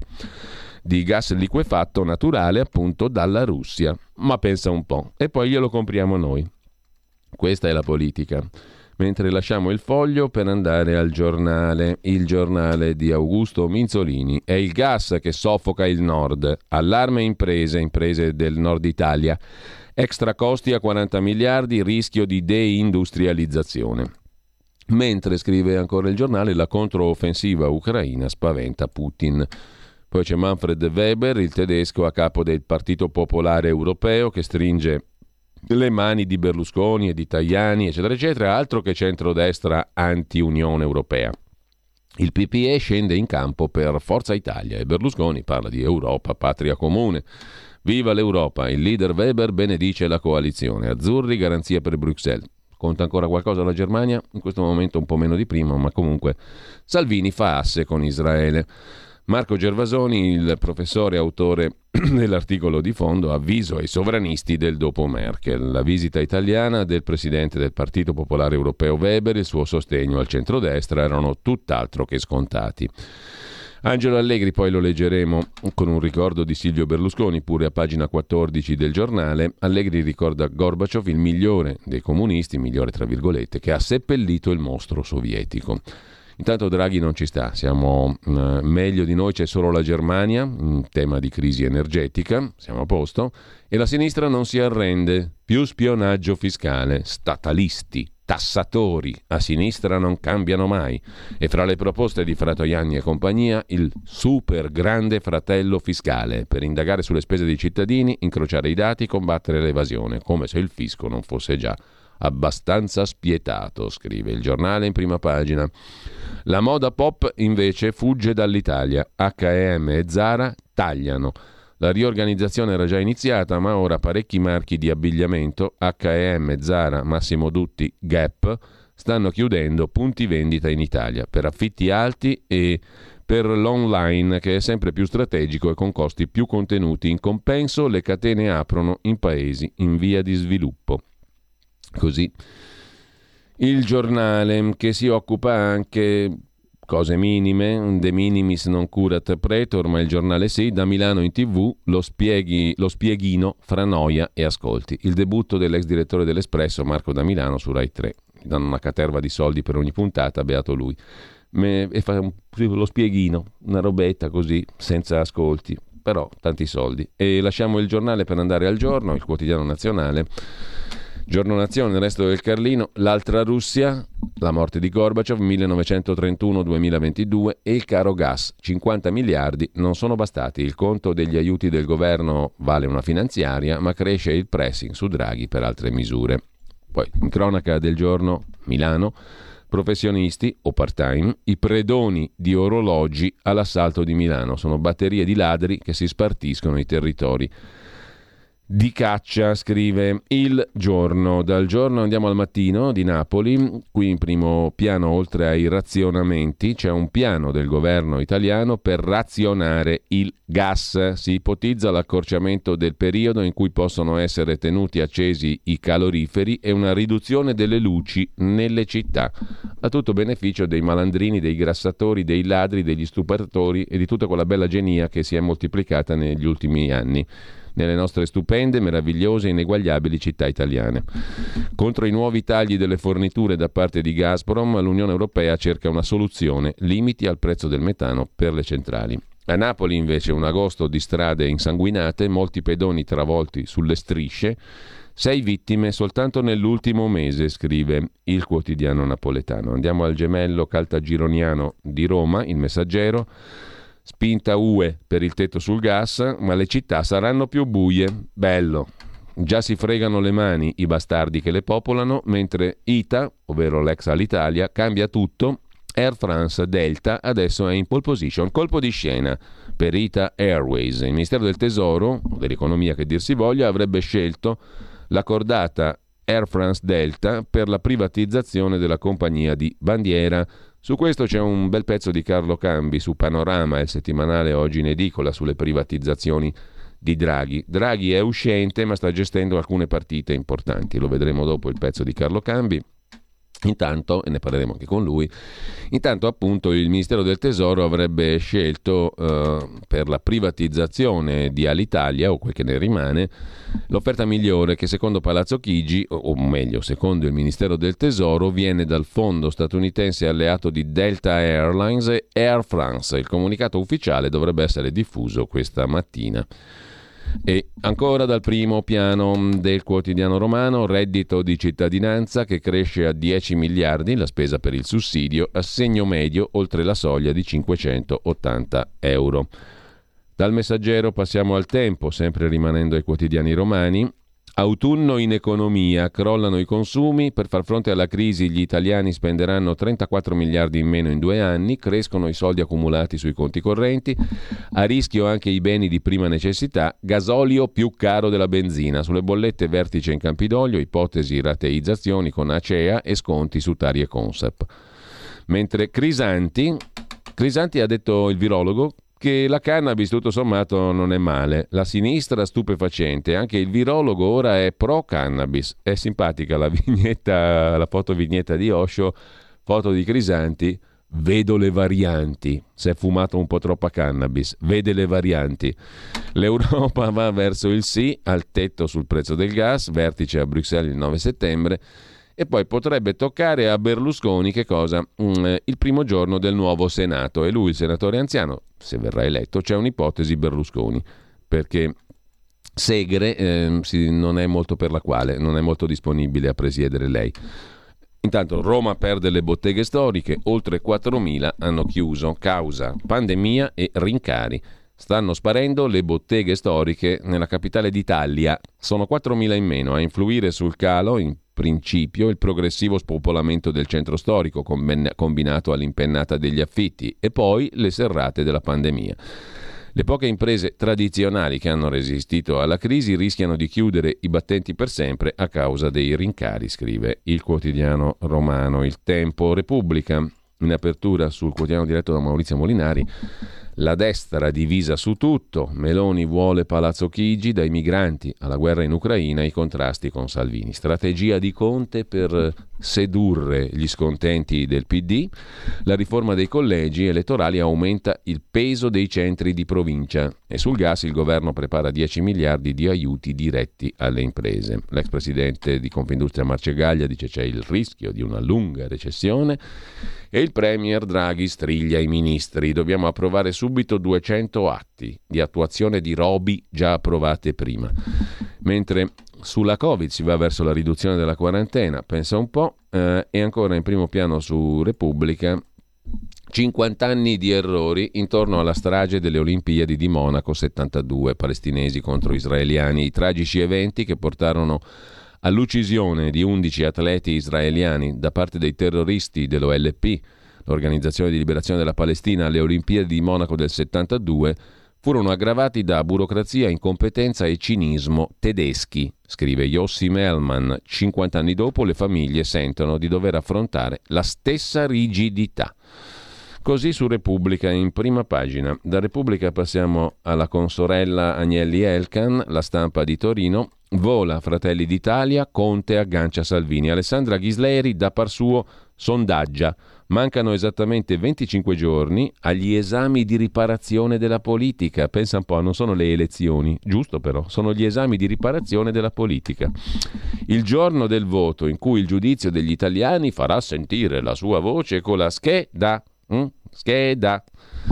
di gas liquefatto naturale appunto dalla Russia. Ma pensa un po', e poi glielo compriamo noi. Questa è la politica. Mentre lasciamo il Foglio per andare al Giornale, il giornale di Augusto Minzolini. È il gas che soffoca il nord. Allarme imprese, imprese del nord Italia. Extra costi a quaranta miliardi, rischio di deindustrializzazione. Mentre, scrive ancora il giornale, la controoffensiva ucraina spaventa Putin. Poi c'è Manfred Weber, il tedesco a capo del Partito Popolare Europeo, che stringe le mani di Berlusconi e di Tajani, eccetera, eccetera, altro che centrodestra anti-Unione Europea. Il P P E scende in campo per Forza Italia e Berlusconi parla di Europa, patria comune. Viva l'Europa! Il leader Weber benedice la coalizione. Azzurri, garanzia per Bruxelles. Conta ancora qualcosa la Germania? In questo momento un po' meno di prima, ma comunque Salvini fa asse con Israele. Marco Gervasoni, il professore autore dell'articolo di fondo, avviso ai sovranisti del dopo Merkel. La visita italiana del presidente del Partito Popolare Europeo Weber e il suo sostegno al centrodestra erano tutt'altro che scontati. Angelo Allegri, poi lo leggeremo con un ricordo di Silvio Berlusconi, pure a pagina quattordici del giornale. Allegri ricorda Gorbaciov, il migliore dei comunisti, migliore tra virgolette, che ha seppellito il mostro sovietico. Intanto Draghi non ci sta, siamo uh, meglio di noi, c'è solo la Germania, in tema di crisi energetica, siamo a posto, e la sinistra non si arrende, più spionaggio fiscale, statalisti, tassatori, a sinistra non cambiano mai. E fra le proposte di Fratoianni e compagnia, il super grande fratello fiscale, per indagare sulle spese dei cittadini, incrociare i dati, combattere l'evasione, come se il fisco non fosse già abbastanza spietato, scrive il giornale in prima pagina. La moda pop invece fugge dall'Italia. acca e emme e Zara tagliano. La riorganizzazione era già iniziata, ma ora parecchi marchi di abbigliamento, acca e emme, Zara, Massimo Dutti, Gap, stanno chiudendo punti vendita in Italia per affitti alti e per l'online, che è sempre più strategico e con costi più contenuti. In compenso le catene aprono in paesi in via di sviluppo. Così il giornale, che si occupa anche cose minime, de minimis non curat pretor, ma il giornale sì, da Milano in tv lo, spieghi, lo spieghino fra noia e ascolti. Il debutto dell'ex direttore dell'Espresso Marco da Milano su Rai tre. Gli danno una caterva di soldi per ogni puntata, beato lui. Me, e fa un, lo spieghino, una robetta così, senza ascolti, però tanti soldi. E lasciamo il giornale per andare al Giorno, il quotidiano nazionale. Giorno Nazione, il resto del Carlino, l'altra Russia, la morte di Gorbaciov, millenovecentotrentuno duemilaventidue, e il caro gas, cinquanta miliardi non sono bastati. Il conto degli aiuti del governo vale una finanziaria, ma cresce il pressing su Draghi per altre misure. Poi, in cronaca del giorno, Milano, professionisti o part-time, i predoni di orologi all'assalto di Milano. Sono batterie di ladri che si spartiscono i territori di caccia, scrive il Giorno. Dal Giorno andiamo al Mattino di Napoli. Qui in primo piano, oltre ai razionamenti, c'è un piano del governo italiano per razionare il gas. Si ipotizza l'accorciamento del periodo in cui possono essere tenuti accesi i caloriferi e una riduzione delle luci nelle città, a tutto beneficio dei malandrini, dei grassatori, dei ladri, degli stupratori e di tutta quella bella genia che si è moltiplicata negli ultimi anni nelle nostre stupende, meravigliose e ineguagliabili città italiane. Contro i nuovi tagli delle forniture da parte di Gazprom, l'Unione Europea cerca una soluzione, limiti al prezzo del metano per le centrali. A Napoli invece un agosto di strade insanguinate, molti pedoni travolti sulle strisce, sei vittime soltanto nell'ultimo mese, scrive il quotidiano napoletano. Andiamo al gemello caltagironiano di Roma, Il Messaggero. Spinta U E per il tetto sul gas, ma le città saranno più buie. Bello. Già si fregano le mani i bastardi che le popolano, mentre I T A, ovvero l'ex Alitalia, cambia tutto. Air France Delta adesso è in pole position. Colpo di scena per I T A Airways. Il Ministero del Tesoro, o dell'Economia che dir si voglia, avrebbe scelto la cordata Air France Delta per la privatizzazione della compagnia di bandiera. Su questo c'è un bel pezzo di Carlo Cambi su Panorama, il settimanale oggi in edicola, sulle privatizzazioni di Draghi. Draghi è uscente ma sta gestendo alcune partite importanti, lo vedremo dopo il pezzo di Carlo Cambi. Intanto, e ne parleremo anche con lui, intanto appunto il Ministero del Tesoro avrebbe scelto eh, per la privatizzazione di Alitalia, o quel che ne rimane, l'offerta migliore che secondo Palazzo Chigi, o, o meglio secondo il Ministero del Tesoro, viene dal fondo statunitense alleato di Delta Airlines e Air France. Il comunicato ufficiale dovrebbe essere diffuso questa mattina. E ancora dal primo piano del quotidiano romano, reddito di cittadinanza che cresce a dieci miliardi, la spesa per il sussidio, assegno medio oltre la soglia di cinquecentottanta euro. Dal Messaggero passiamo al Tempo, sempre rimanendo ai quotidiani romani. Autunno in economia, crollano i consumi, per far fronte alla crisi gli italiani spenderanno trentaquattro miliardi in meno in due anni, crescono i soldi accumulati sui conti correnti, a rischio anche i beni di prima necessità, gasolio più caro della benzina, sulle bollette vertice in Campidoglio, ipotesi rateizzazioni con Acea e sconti su Tari e Consap. Mentre Crisanti, Crisanti ha detto il virologo, che la cannabis tutto sommato non è male, la sinistra stupefacente, anche il virologo ora è pro cannabis. È simpatica la vignetta, la foto vignetta di Osho, foto di Crisanti, vedo le varianti, si è fumato un po' troppa cannabis, vede le varianti. L'Europa va verso il sì al tetto sul prezzo del gas, vertice a Bruxelles il nove settembre. E poi potrebbe toccare a Berlusconi che cosa? Mm, il primo giorno del nuovo Senato. E lui, il senatore anziano, se verrà eletto, c'è un'ipotesi Berlusconi, perché Segre eh, sì, non è molto per la quale, non è molto disponibile a presiedere lei. Intanto Roma perde le botteghe storiche, oltre quattromila hanno chiuso, causa pandemia e rincari. Stanno sparendo le botteghe storiche nella capitale d'Italia, sono quattromila in meno, a influire sul calo in principio il progressivo spopolamento del centro storico combinato all'impennata degli affitti e poi le serrate della pandemia. Le poche imprese tradizionali che hanno resistito alla crisi rischiano di chiudere i battenti per sempre a causa dei rincari, scrive il quotidiano romano Il Tempo. Repubblica, in apertura sul quotidiano diretto da Maurizio Molinari, la destra divisa su tutto, Meloni vuole Palazzo Chigi, dai migranti alla guerra in Ucraina, i contrasti con Salvini. Strategia di Conte per sedurre gli scontenti del P D, la riforma dei collegi elettorali aumenta il peso dei centri di provincia e sul gas il governo prepara dieci miliardi di aiuti diretti alle imprese. L'ex presidente di Confindustria Marcegaglia dice c'è il rischio di una lunga recessione e il premier Draghi striglia i ministri, dobbiamo approvare subito duecento atti di attuazione di robi già approvate prima. Mentre sulla Covid si va verso la riduzione della quarantena, pensa un po', eh, e ancora in primo piano su Repubblica, cinquanta anni di errori intorno alla strage delle Olimpiadi di Monaco settantadue, palestinesi contro israeliani, i tragici eventi che portarono all'uccisione di undici atleti israeliani da parte dei terroristi dell'O L P, l'Organizzazione di Liberazione della Palestina, alle Olimpiadi di Monaco del settantadue, furono aggravati da burocrazia, incompetenza e cinismo tedeschi, scrive Yossi Melman. cinquanta anni dopo le famiglie sentono di dover affrontare la stessa rigidità. Così su Repubblica in prima pagina. Da Repubblica passiamo alla consorella Agnelli Elkann, La Stampa di Torino. Vola Fratelli d'Italia, Conte aggancia Salvini. Alessandra Ghisleri da par suo sondaggia. Mancano esattamente venticinque giorni agli esami di riparazione della politica. Pensa un po', non sono le elezioni, giusto però, sono gli esami di riparazione della politica. Il giorno del voto in cui il giudizio degli italiani farà sentire la sua voce con la scheda. Mm? Scheda.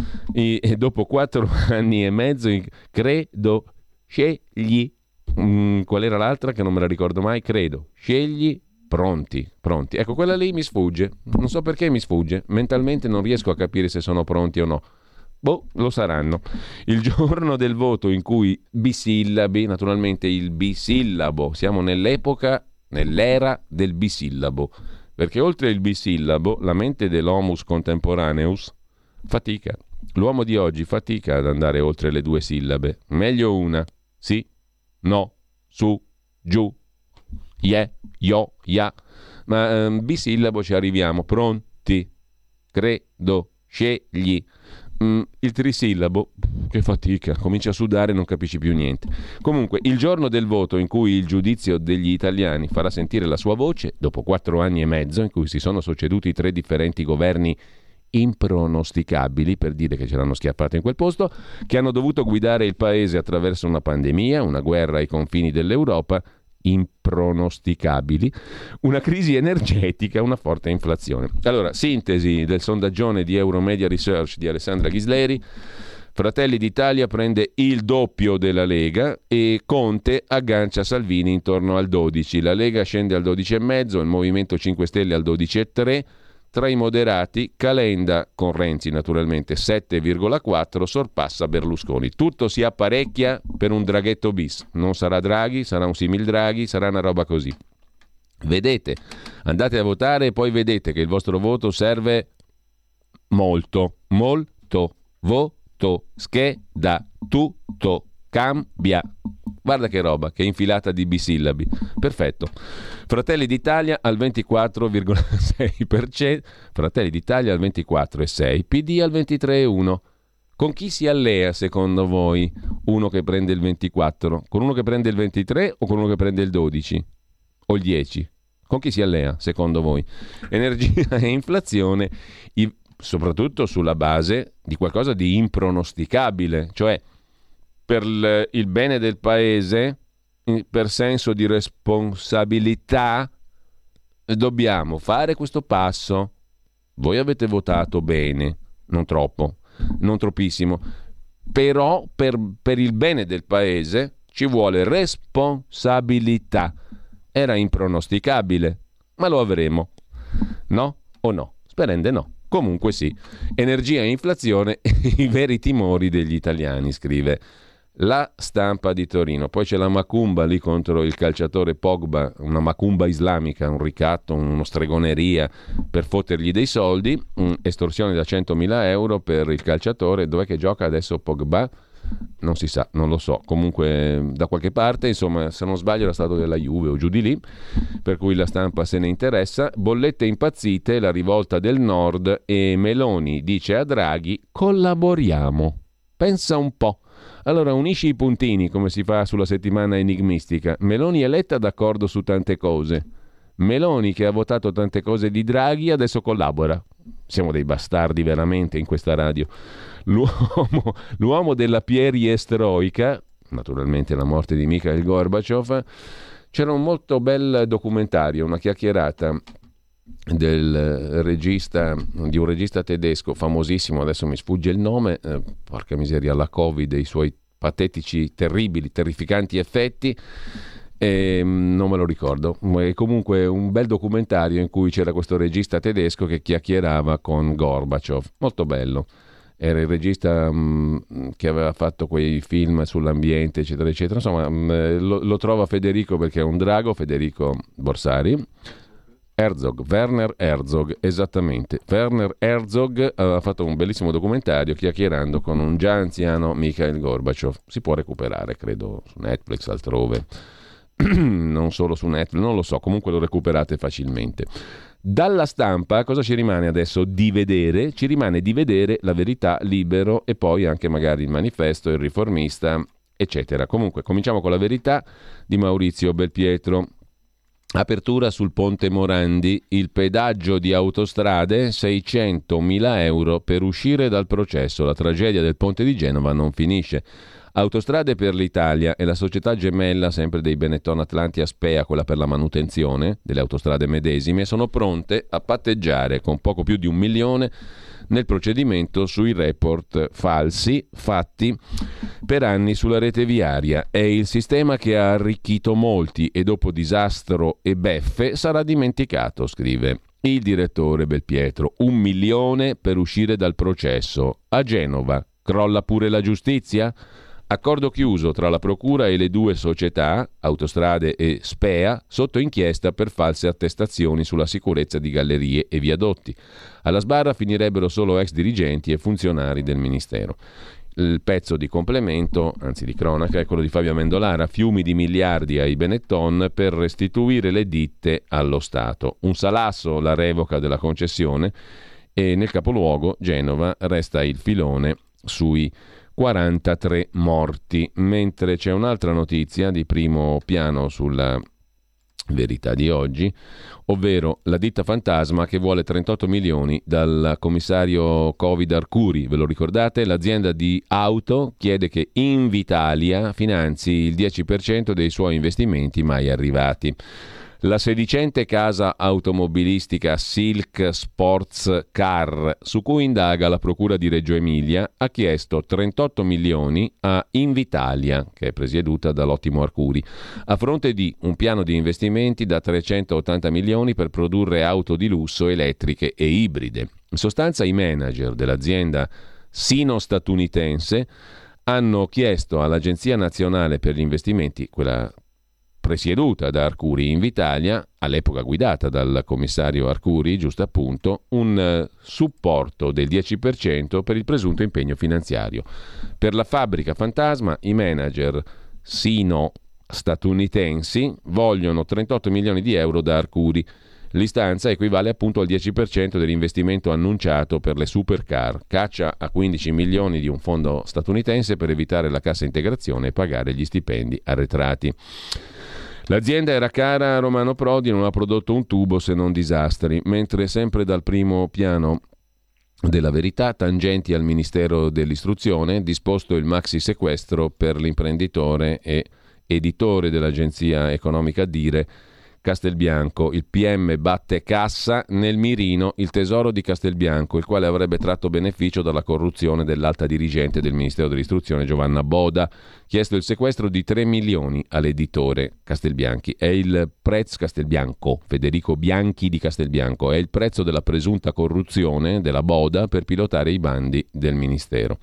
E, e dopo quattro anni e mezzo, credo, scegli. Mm, qual era l'altra che non me la ricordo mai? Credo, scegli. Pronti, pronti. Ecco, quella lì mi sfugge. Non so perché mi sfugge. Mentalmente non riesco a capire se sono pronti o no. Boh, lo saranno. Il giorno del voto in cui bisillabi, naturalmente il bisillabo, siamo nell'epoca, nell'era del bisillabo, perché oltre il bisillabo la mente dell'homus contemporaneus fatica. L'uomo di oggi fatica ad andare oltre le due sillabe. Meglio una, sì, no, su, giù, ye, yo, ya. Ma um, bisillabo ci arriviamo, pronti, credo, scegli. Mm, il trisillabo, che fatica, comincia a sudare e non capisci più niente. Comunque, il giorno del voto in cui il giudizio degli italiani farà sentire la sua voce, dopo quattro anni e mezzo in cui si sono succeduti tre differenti governi impronosticabili, per dire che ce l'hanno schiappato in quel posto, che hanno dovuto guidare il paese attraverso una pandemia, una guerra ai confini dell'Europa, impronosticabili, una crisi energetica, una forte inflazione. Allora, sintesi del sondaggione di Euromedia Research di Alessandra Ghisleri: Fratelli d'Italia prende il doppio della Lega e Conte aggancia Salvini intorno al dodici. La Lega scende al dodici virgola cinque, il Movimento cinque Stelle al dodici virgola tre. Tra i moderati, Calenda, con Renzi naturalmente, sette virgola quattro, sorpassa Berlusconi. Tutto si apparecchia per un draghetto bis. Non sarà Draghi, sarà un simil Draghi, sarà una roba così. Vedete, andate a votare e poi vedete che il vostro voto serve molto, molto. Voto, scheda, tutto, cambia. Guarda che roba, che infilata di bisillabi. Perfetto. Fratelli d'Italia al ventiquattro virgola sei per cento, Fratelli d'Italia al ventiquattro virgola sei per cento, P D al ventitré virgola uno per cento. Con chi si allea secondo voi uno che prende il ventiquattro? Con uno che prende il ventitré o con uno che prende il dodici? O il dieci? Con chi si allea secondo voi? Energia e inflazione, i, soprattutto sulla base di qualcosa di impronosticabile, cioè per il bene del paese, per senso di responsabilità, dobbiamo fare questo passo. Voi avete votato bene, non troppo, non troppissimo, però per, per il bene del paese ci vuole responsabilità. Era impronosticabile, ma lo avremo. No o no? Sperende no. Comunque sì. Energia e inflazione, i veri timori degli italiani, scrive La Stampa di Torino. Poi c'è la macumba lì contro il calciatore Pogba, una macumba islamica, un ricatto, uno stregoneria per fottergli dei soldi, estorsione da centomila euro per il calciatore. Dov'è che gioca adesso Pogba? Non si sa, non lo so. Comunque da qualche parte, insomma, se non sbaglio era stato della Juve o giù di lì, per cui la Stampa se ne interessa. Bollette impazzite, la rivolta del Nord, e Meloni dice a Draghi: collaboriamo. Pensa un po'. Allora unisci i puntini come si fa sulla settimana enigmistica. Meloni eletta d'accordo su tante cose. Meloni, che ha votato tante cose di Draghi, adesso collabora. Siamo dei bastardi veramente in questa radio. L'uomo, l'uomo della pierjestroica, naturalmente la morte di Mikhail Gorbaciov. C'era un molto bel documentario, una chiacchierata del regista, di un regista tedesco famosissimo, adesso mi sfugge il nome, eh, porca miseria, la Covid e i suoi patetici, terribili, terrificanti effetti, e non me lo ricordo. È comunque un bel documentario in cui c'era questo regista tedesco che chiacchierava con Gorbaciov, molto bello. Era il regista mh, che aveva fatto quei film sull'ambiente, eccetera eccetera. Insomma, mh, lo, lo trova Federico, perché è un drago, Federico Borsari. Herzog, Werner Herzog, esattamente. Werner Herzog aveva fatto un bellissimo documentario chiacchierando con un già anziano Mikhail Gorbaciov. Si può recuperare, credo, su Netflix, altrove. Non solo su Netflix, non lo so, comunque lo recuperate facilmente. Dalla Stampa cosa ci rimane adesso di vedere? Ci rimane di vedere La Verità, Libero e poi anche magari il Manifesto, il Riformista, eccetera. Comunque cominciamo con La Verità di Maurizio Belpietro. Apertura sul Ponte Morandi, il pedaggio di autostrade, seicentomila euro per uscire dal processo. La tragedia del ponte di Genova non finisce. Autostrade per l'Italia e la società gemella sempre dei Benetton Atlantia Spea, quella per la manutenzione delle autostrade medesime, sono pronte a patteggiare con poco più di un milione nel procedimento sui report falsi fatti per anni sulla rete viaria. È il sistema che ha arricchito molti e dopo disastro e beffe sarà dimenticato, scrive il direttore Belpietro. Un milione per uscire dal processo. A Genova crolla pure la giustizia? Accordo chiuso tra la procura e le due società, Autostrade e Spea, sotto inchiesta per false attestazioni sulla sicurezza di gallerie e viadotti. Alla sbarra finirebbero solo ex dirigenti e funzionari del Ministero. Il pezzo di complemento, anzi di cronaca, è quello di Fabio Amendolara: fiumi di miliardi ai Benetton per restituire le ditte allo Stato. Un salasso la revoca della concessione e nel capoluogo, Genova, resta il filone sui quarantatré morti, mentre c'è un'altra notizia di primo piano sulla Verità di oggi, ovvero la ditta fantasma che vuole trentotto milioni dal commissario Covid Arcuri. Ve lo ricordate? L'azienda di auto chiede che Invitalia finanzi il dieci per cento dei suoi investimenti mai arrivati. La sedicente casa automobilistica Silk Sports Car, su cui indaga la procura di Reggio Emilia, ha chiesto trentotto milioni a Invitalia, che è presieduta dall'ottimo Arcuri, a fronte di un piano di investimenti da trecentottanta milioni per produrre auto di lusso elettriche e ibride. In sostanza, i manager dell'azienda sino-statunitense hanno chiesto all'Agenzia Nazionale per gli Investimenti, quella presieduta da Arcuri Invitalia, all'epoca guidata dal commissario Arcuri, giusto appunto, un uh, supporto del dieci per cento per il presunto impegno finanziario. Per la fabbrica fantasma i manager sino-statunitensi vogliono trentotto milioni di euro da Arcuri. L'istanza equivale appunto al dieci per cento dell'investimento annunciato per le supercar, caccia a quindici milioni di un fondo statunitense per evitare la cassa integrazione e pagare gli stipendi arretrati. L'azienda era cara a Romano Prodi e non ha prodotto un tubo se non disastri, mentre sempre dal primo piano della Verità, tangenti al Ministero dell'Istruzione, disposto il maxi sequestro per l'imprenditore e editore dell'agenzia economica Dire Castelbianco. Il P M batte cassa, nel mirino il tesoro di Castelbianco, il quale avrebbe tratto beneficio dalla corruzione dell'alta dirigente del Ministero dell'Istruzione Giovanna Boda. Chiesto il sequestro di tre milioni all'editore Castelbianchi. È il prezzo Castelbianco, Federico Bianchi di Castelbianco, è il prezzo della presunta corruzione della Boda per pilotare i bandi del Ministero.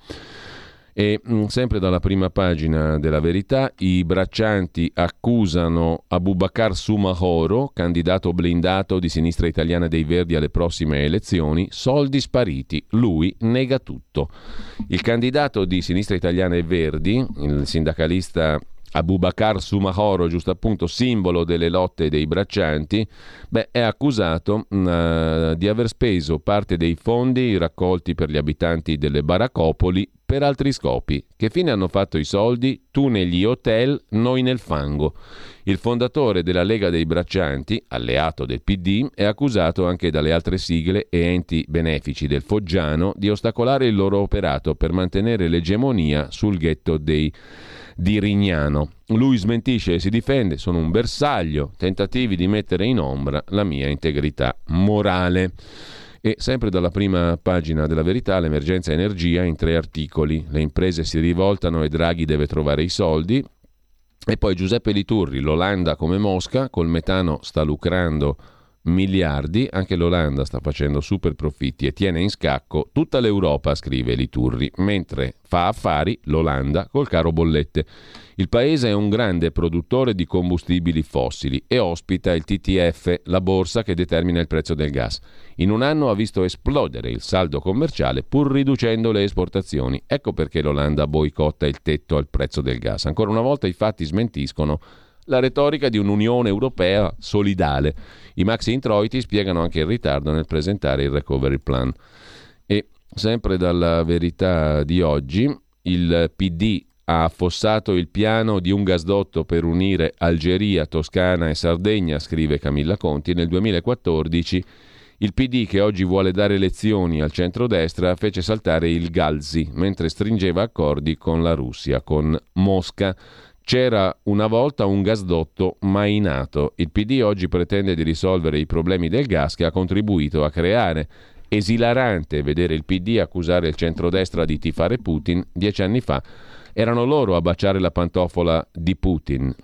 E mh, sempre dalla prima pagina della Verità, i braccianti accusano Abubakar Soumahoro, candidato blindato di Sinistra Italiana dei Verdi alle prossime elezioni, soldi spariti, lui nega tutto. Il candidato di Sinistra Italiana e Verdi, il sindacalista Abubakar Soumahoro, giusto appunto simbolo delle lotte dei braccianti, beh, è accusato uh, di aver speso parte dei fondi raccolti per gli abitanti delle baraccopoli per altri scopi. Che fine hanno fatto i soldi? Tu negli hotel, noi nel fango. Il fondatore della Lega dei Braccianti, alleato del P D, è accusato anche dalle altre sigle e enti benefici del Foggiano di ostacolare il loro operato per mantenere l'egemonia sul ghetto dei di Rignano. Lui smentisce e si difende: sono un bersaglio, tentativi di mettere in ombra la mia integrità morale. E sempre dalla prima pagina della Verità, l'emergenza energia in tre articoli. Le imprese si rivoltano e Draghi deve trovare i soldi. E poi Giuseppe Liturri, l'Olanda come Mosca, col metano sta lucrando miliardi, anche l'Olanda sta facendo super profitti e tiene in scacco tutta l'Europa, scrive Liturri, mentre fa affari l'Olanda col caro bollette. Il paese è un grande produttore di combustibili fossili e ospita il T T F, la borsa che determina il prezzo del gas. In un anno ha visto esplodere il saldo commerciale pur riducendo le esportazioni. Ecco perché l'Olanda boicotta il tetto al prezzo del gas. Ancora una volta i fatti smentiscono la retorica di un'Unione Europea solidale. I maxi introiti spiegano anche il ritardo nel presentare il recovery plan. E sempre dalla Verità di oggi, il P D ha affossato il piano di un gasdotto per unire Algeria, Toscana e Sardegna, scrive Camilla Conti. Nel duemilaquattordici il P D, che oggi vuole dare lezioni al centrodestra, fece saltare il Galzi mentre stringeva accordi con la Russia, con Mosca. C'era una volta un gasdotto mai nato. Il P D oggi pretende di risolvere i problemi del gas che ha contribuito a creare. Esilarante vedere il P D accusare il centrodestra di tifare Putin. Dieci anni fa erano loro a baciare la pantofola di Putin.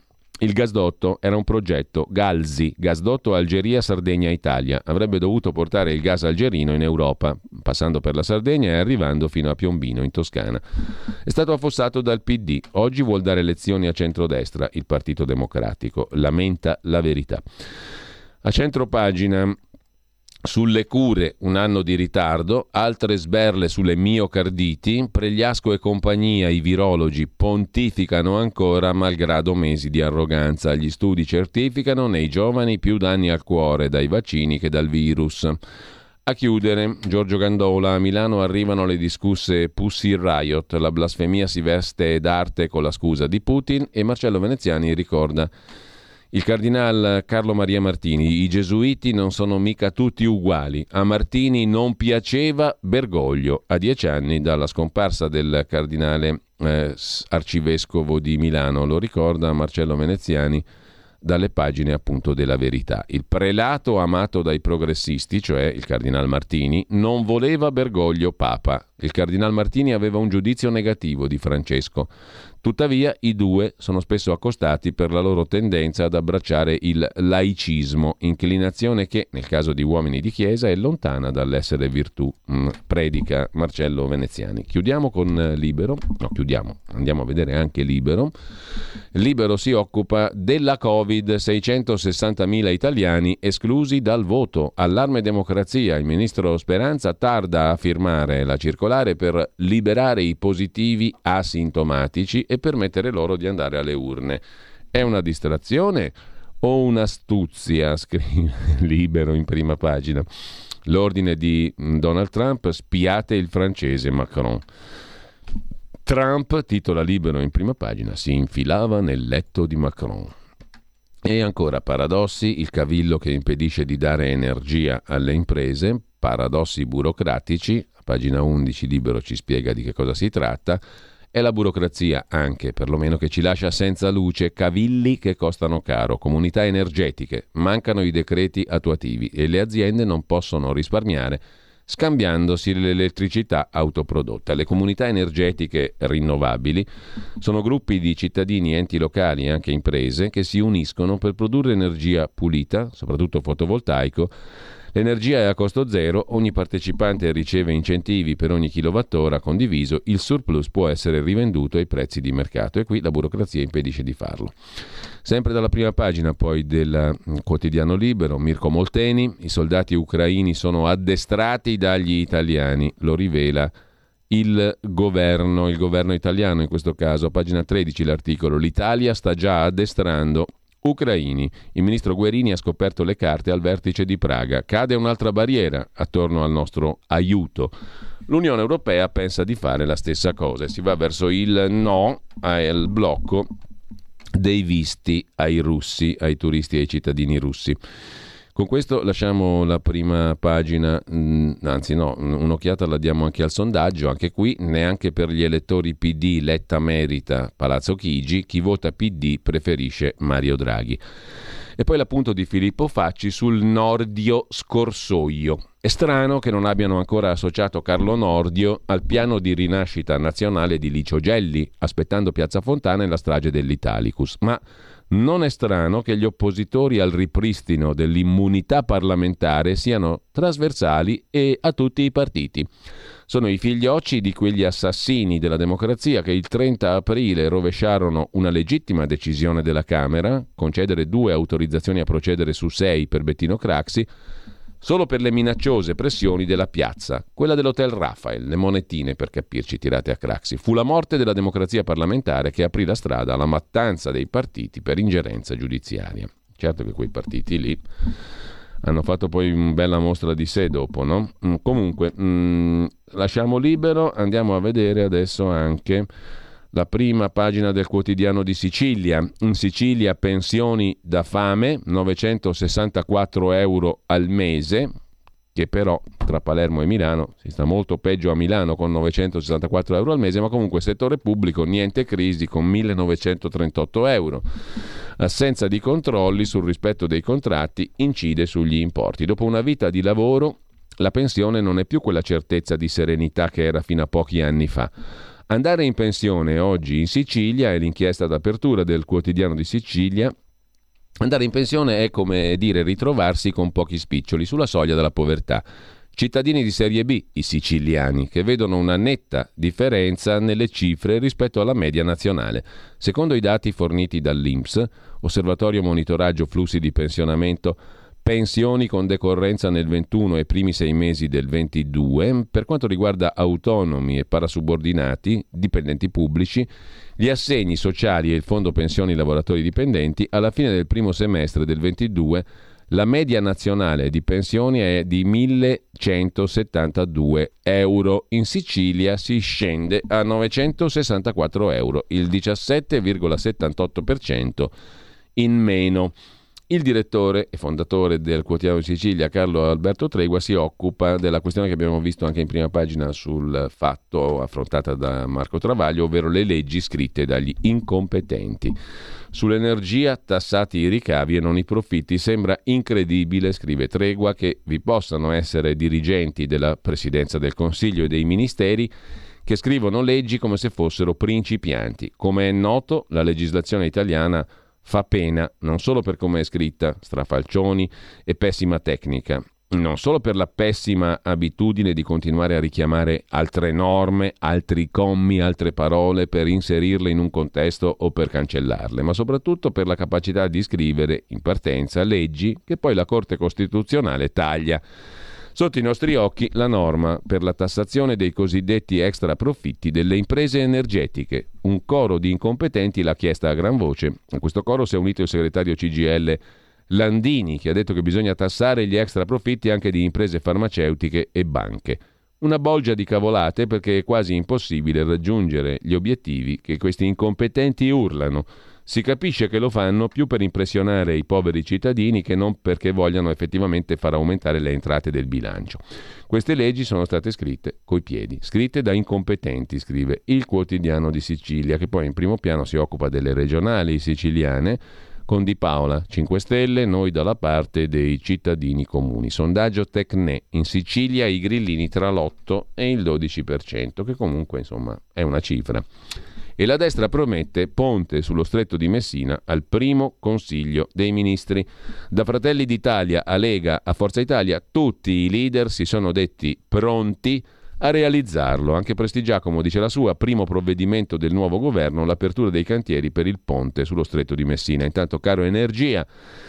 Il gasdotto era un progetto Galzi, gasdotto Algeria-Sardegna-Italia. Avrebbe dovuto portare il gas algerino in Europa, passando per la Sardegna e arrivando fino a Piombino, in Toscana. È stato affossato dal P D. Oggi vuol dare lezioni a centrodestra, il Partito Democratico. Lamenta La Verità. A centropagina, sulle cure un anno di ritardo, altre sberle sulle miocarditi, Pregliasco e compagnia, i virologi pontificano ancora malgrado mesi di arroganza. Gli studi certificano nei giovani più danni al cuore dai vaccini che dal virus. A chiudere, Giorgio Gandola, a Milano arrivano le discusse Pussy Riot, la blasfemia si veste d'arte con la scusa di Putin, e Marcello Veneziani ricorda il cardinal Carlo Maria Martini: i gesuiti non sono mica tutti uguali. A Martini non piaceva Bergoglio, a dieci anni dalla scomparsa del cardinale eh, arcivescovo di Milano. Lo ricorda Marcello Veneziani dalle pagine appunto della Verità. Il prelato amato dai progressisti, cioè il cardinal Martini, non voleva Bergoglio papa. Il cardinal Martini aveva un giudizio negativo di Francesco. Tuttavia i due sono spesso accostati per la loro tendenza ad abbracciare il laicismo, inclinazione che, nel caso di uomini di chiesa, è lontana dall'essere virtù, mm, predica Marcello Veneziani. Chiudiamo con Libero, no chiudiamo, andiamo a vedere anche Libero. Libero si occupa della Covid, seicentosessantamila italiani esclusi dal voto. Allarme democrazia, il ministro Speranza tarda a firmare la circolare per liberare i positivi asintomatici e permettere loro di andare alle urne. È una distrazione o un'astuzia? Scrive Libero in prima pagina. L'ordine di Donald Trump: spiate il francese Macron. Trump, titola Libero in prima pagina, si infilava nel letto di Macron. E ancora paradossi, il cavillo che impedisce di dare energia alle imprese, paradossi burocratici, a pagina undici Libero ci spiega di che cosa si tratta. È la burocrazia anche, perlomeno, che ci lascia senza luce, cavilli che costano caro, comunità energetiche, mancano i decreti attuativi e le aziende non possono risparmiare scambiandosi l'elettricità autoprodotta. Le comunità energetiche rinnovabili sono gruppi di cittadini, enti locali e anche imprese che si uniscono per produrre energia pulita, soprattutto fotovoltaico. L'energia è a costo zero, ogni partecipante riceve incentivi per ogni kilowattora condiviso, il surplus può essere rivenduto ai prezzi di mercato e qui la burocrazia impedisce di farlo. Sempre dalla prima pagina poi del quotidiano Libero, Mirko Molteni: i soldati ucraini sono addestrati dagli italiani, lo rivela il governo, il governo italiano in questo caso, a pagina tredici l'articolo, l'Italia sta già addestrando ucraini. Il ministro Guerini ha scoperto le carte al vertice di Praga. Cade un'altra barriera attorno al nostro aiuto. L'Unione Europea pensa di fare la stessa cosa e si va verso il no al blocco dei visti ai russi, ai turisti e ai cittadini russi. Con questo lasciamo la prima pagina, anzi no, un'occhiata la diamo anche al sondaggio. Anche qui neanche per gli elettori P D Letta merita Palazzo Chigi, chi vota P D preferisce Mario Draghi. E poi l'appunto di Filippo Facci sul Nordio scorsoio. È strano che non abbiano ancora associato Carlo Nordio al piano di rinascita nazionale di Licio Gelli, aspettando Piazza Fontana e la strage dell'Italicus, ma non è strano che gli oppositori al ripristino dell'immunità parlamentare siano trasversali e a tutti i partiti. Sono i figliocci di quegli assassini della democrazia che il trenta aprile rovesciarono una legittima decisione della Camera, concedere due autorizzazioni a procedere su sei per Bettino Craxi, solo per le minacciose pressioni della piazza, quella dell'Hotel Rafael, le monetine per capirci tirate a Craxi. Fu la morte della democrazia parlamentare che aprì la strada alla mattanza dei partiti per ingerenza giudiziaria. Certo che quei partiti lì hanno fatto poi una bella mostra di sé dopo, no? Mm, comunque, mm, lasciamo Libero, andiamo a vedere adesso anche la prima pagina del quotidiano di Sicilia. In Sicilia pensioni da fame, novecentosessantaquattro euro al mese, che però tra Palermo e Milano si sta molto peggio a Milano con novecentosessantaquattro euro al mese, ma comunque settore pubblico niente crisi con millenovecentotrentotto euro. Assenza di controlli sul rispetto dei contratti incide sugli importi. Dopo una vita di lavoro la pensione non è più quella certezza di serenità che era fino a pochi anni fa. Andare in pensione oggi in Sicilia, è l'inchiesta d'apertura del Quotidiano di Sicilia, andare in pensione è come dire ritrovarsi con pochi spiccioli sulla soglia della povertà. Cittadini di serie B, i siciliani, che vedono una netta differenza nelle cifre rispetto alla media nazionale. Secondo i dati forniti dall'I N P S, Osservatorio Monitoraggio Flussi di Pensionamento, pensioni con decorrenza nel ventuno e primi sei mesi del ventidue, per quanto riguarda autonomi e parasubordinati, dipendenti pubblici, gli assegni sociali e il fondo pensioni lavoratori dipendenti, alla fine del primo semestre del ventidue la media nazionale di pensioni è di millecentosettantadue euro. In Sicilia si scende a novecentosessantaquattro euro, il diciassette virgola settantotto per cento in meno. Il direttore e fondatore del Quotidiano di Sicilia, Carlo Alberto Tregua, si occupa della questione che abbiamo visto anche in prima pagina sul Fatto, affrontata da Marco Travaglio, ovvero le leggi scritte dagli incompetenti. Sull'energia, tassati i ricavi e non i profitti. Sembra incredibile, scrive Tregua, che vi possano essere dirigenti della Presidenza del Consiglio e dei ministeri che scrivono leggi come se fossero principianti. Come è noto, la legislazione italiana fa pena non solo per come è scritta, strafalcioni e pessima tecnica, non solo per la pessima abitudine di continuare a richiamare altre norme, altri commi, altre parole per inserirle in un contesto o per cancellarle, ma soprattutto per la capacità di scrivere in partenza leggi che poi la Corte Costituzionale taglia. Sotto i nostri occhi la norma per la tassazione dei cosiddetti extra profitti delle imprese energetiche. Un coro di incompetenti l'ha chiesta a gran voce. A questo coro si è unito il segretario C G I L Landini, che ha detto che bisogna tassare gli extra profitti anche di imprese farmaceutiche e banche. Una bolgia di cavolate, perché è quasi impossibile raggiungere gli obiettivi che questi incompetenti urlano. Si capisce che lo fanno più per impressionare i poveri cittadini che non perché vogliano effettivamente far aumentare le entrate del bilancio. Queste leggi sono state scritte coi piedi, scritte da incompetenti, scrive il Quotidiano di Sicilia, che poi in primo piano si occupa delle regionali siciliane, con Di Paola, cinque Stelle, noi dalla parte dei cittadini comuni. Sondaggio Tecne, in Sicilia i grillini tra l'otto e il dodici per cento, che comunque insomma è una cifra. E la destra promette ponte sullo Stretto di Messina al primo Consiglio dei Ministri. Da Fratelli d'Italia a Lega a Forza Italia, tutti i leader si sono detti pronti a realizzarlo. Anche Prestigiacomo dice la sua, primo provvedimento del nuovo governo, l'apertura dei cantieri per il ponte sullo Stretto di Messina. Intanto caro energia,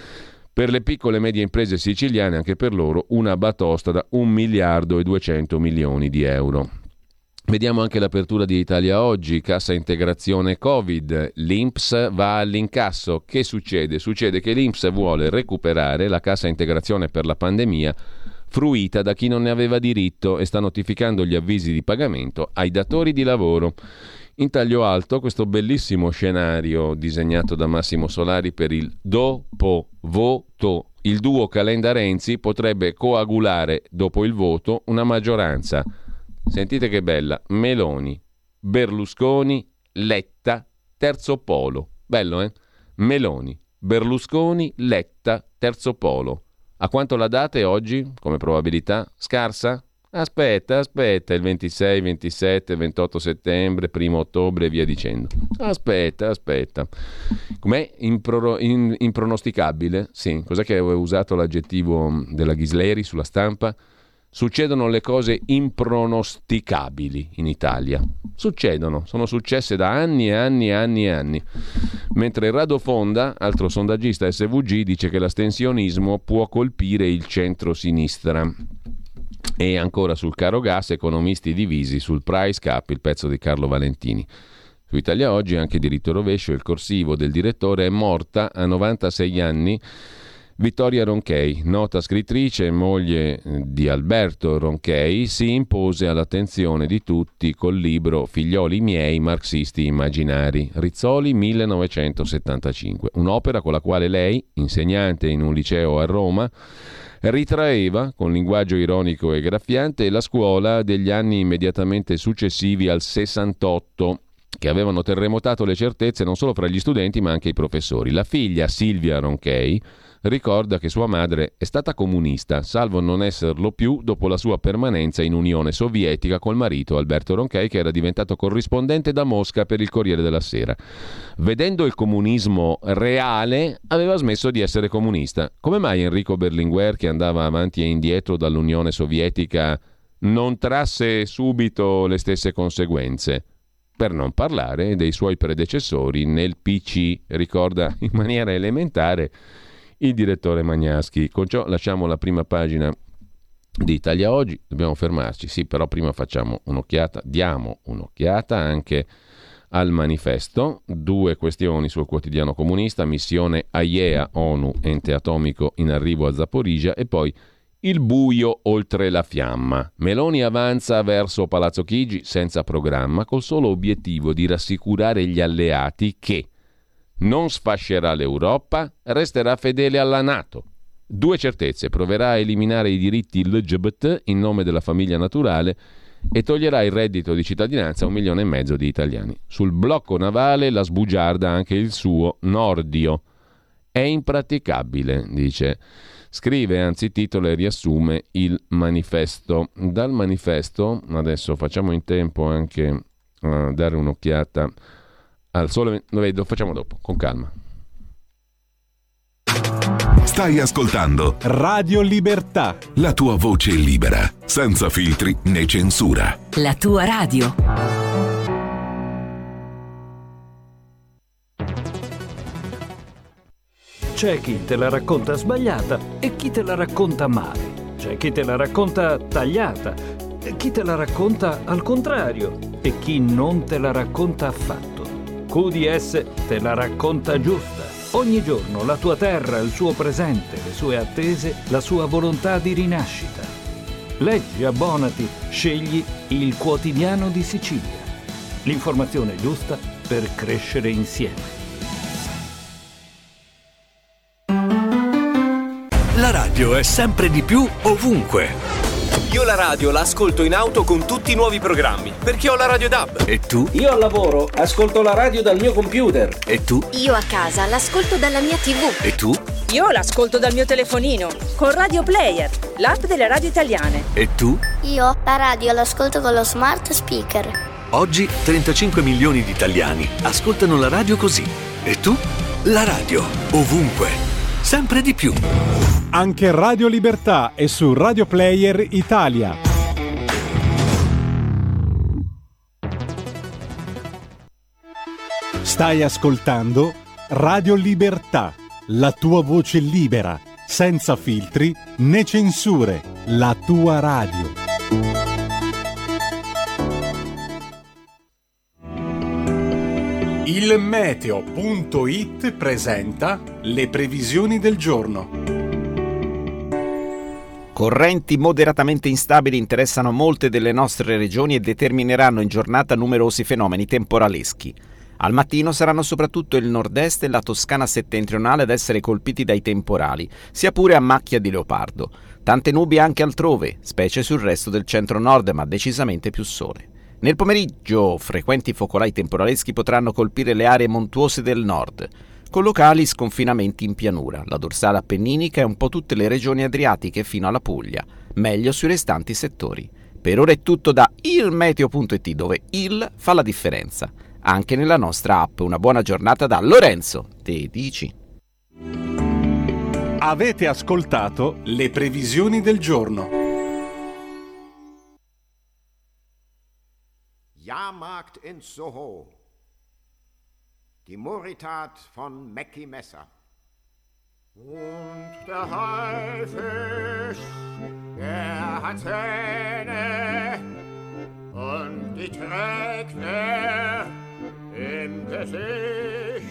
per le piccole e medie imprese siciliane, anche per loro, una batosta da un miliardo e duecento milioni di euro. Vediamo anche l'apertura di Italia Oggi, cassa integrazione Covid, l'I N P S va all'incasso. Che succede? Succede che l'I N P S vuole recuperare la cassa integrazione per la pandemia fruita da chi non ne aveva diritto e sta notificando gli avvisi di pagamento ai datori di lavoro. In taglio alto questo bellissimo scenario disegnato da Massimo Solari per il dopo voto. Il duo Calenda-Renzi potrebbe coagulare dopo il voto una maggioranza. Sentite che bella, Meloni, Berlusconi, Letta, terzo polo. Bello, eh? Meloni, Berlusconi, Letta, terzo polo. A quanto la date oggi, come probabilità? Scarsa? Aspetta, aspetta, il ventisei, ventisette, ventotto settembre, primo ottobre e via dicendo. Aspetta, aspetta. Com'è? Impro- in- impronosticabile? Sì, cos'è che avevo usato l'aggettivo della Ghisleri sulla stampa? Succedono le cose impronosticabili in Italia. Succedono, sono successe da anni e anni e anni e anni. Mentre Rado Fonda, altro sondaggista S V G, dice che l'astensionismo può colpire il centro-sinistra. E ancora sul caro gas, economisti divisi sul price cap, il pezzo di Carlo Valentini. Su Italia Oggi anche diritto rovescio, il corsivo del direttore, è morta a novantasei anni Vittoria Ronchey, nota scrittrice e moglie di Alberto Ronchey, si impose all'attenzione di tutti col libro Figlioli miei, marxisti immaginari, Rizzoli millenovecentosettantacinque, un'opera con la quale lei, insegnante in un liceo a Roma, ritraeva, con linguaggio ironico e graffiante, la scuola degli anni immediatamente successivi al sessantotto, che avevano terremotato le certezze non solo fra gli studenti ma anche i professori. La figlia Silvia Ronchey ricorda che sua madre è stata comunista, salvo non esserlo più dopo la sua permanenza in Unione Sovietica col marito Alberto Ronchey, che era diventato corrispondente da Mosca per il Corriere della Sera. Vedendo il comunismo reale, aveva smesso di essere comunista. Come mai Enrico Berlinguer, che andava avanti e indietro dall'Unione Sovietica, non trasse subito le stesse conseguenze? Per non parlare dei suoi predecessori nel P C, ricorda in maniera elementare il direttore Magnaschi. Con ciò lasciamo la prima pagina di Italia Oggi, dobbiamo fermarci, sì, però prima facciamo un'occhiata, diamo un'occhiata anche al manifesto. Due questioni sul quotidiano comunista: missione A I E A, ONU, ente atomico in arrivo a Zaporizia, e poi il buio oltre la fiamma. Meloni avanza verso Palazzo Chigi senza programma, col solo obiettivo di rassicurare gli alleati che non sfascerà l'Europa, resterà fedele alla NATO. Due certezze: proverà a eliminare i diritti L G B T in nome della famiglia naturale e toglierà il reddito di cittadinanza a un milione e mezzo di italiani. Sul blocco navale la sbugiarda anche il suo Nordio. È impraticabile, dice. Scrive, anzi titola e riassume il manifesto. Dal manifesto adesso facciamo in tempo anche a dare un'occhiata al Sole, lo facciamo dopo, con calma. Stai ascoltando Radio Libertà, la tua voce libera, senza filtri né censura. La tua radio. C'è chi te la racconta sbagliata e chi te la racconta male. C'è chi te la racconta tagliata e chi te la racconta al contrario e chi non te la racconta affatto. Q D S te la racconta giusta. Ogni giorno la tua terra, il suo presente, le sue attese, la sua volontà di rinascita. Leggi, abbonati, scegli il Quotidiano di Sicilia. L'informazione giusta per crescere insieme. La radio è sempre di più ovunque. Io la radio la ascolto in auto con tutti i nuovi programmi, perché ho la Radio D A B. E tu? Io al lavoro ascolto la radio dal mio computer. E tu? Io a casa l'ascolto dalla mia tivù. E tu? Io l'ascolto dal mio telefonino, con Radio Player, l'app delle radio italiane. E tu? Io la radio l'ascolto con lo smart speaker. Oggi trentacinque milioni di italiani ascoltano la radio così. E tu? La radio, ovunque, sempre di più. Anche Radio Libertà è su Radio Player Italia. Stai ascoltando Radio Libertà, la tua voce libera, senza filtri né censure, la tua radio. Il meteo punto it presenta le previsioni del giorno. Correnti moderatamente instabili interessano molte delle nostre regioni e determineranno in giornata numerosi fenomeni temporaleschi. Al mattino saranno soprattutto il nord-est e la Toscana settentrionale ad essere colpiti dai temporali, sia pure a macchia di leopardo. Tante nubi anche altrove, specie sul resto del centro-nord, ma decisamente più sole. Nel pomeriggio frequenti focolai temporaleschi potranno colpire le aree montuose del nord, con locali sconfinamenti in pianura, la dorsale appenninica e un po' tutte le regioni adriatiche fino alla Puglia, meglio sui restanti settori. Per ora è tutto da il meteo punto it, dove il fa la differenza. Anche nella nostra app. Una buona giornata da Lorenzo, te dici. Avete ascoltato le previsioni del giorno. Jahrmarkt in Soho. Die Moritat von Mackie Messer. Und der Haifisch, der hat Zähne und die trägt er im Gesicht.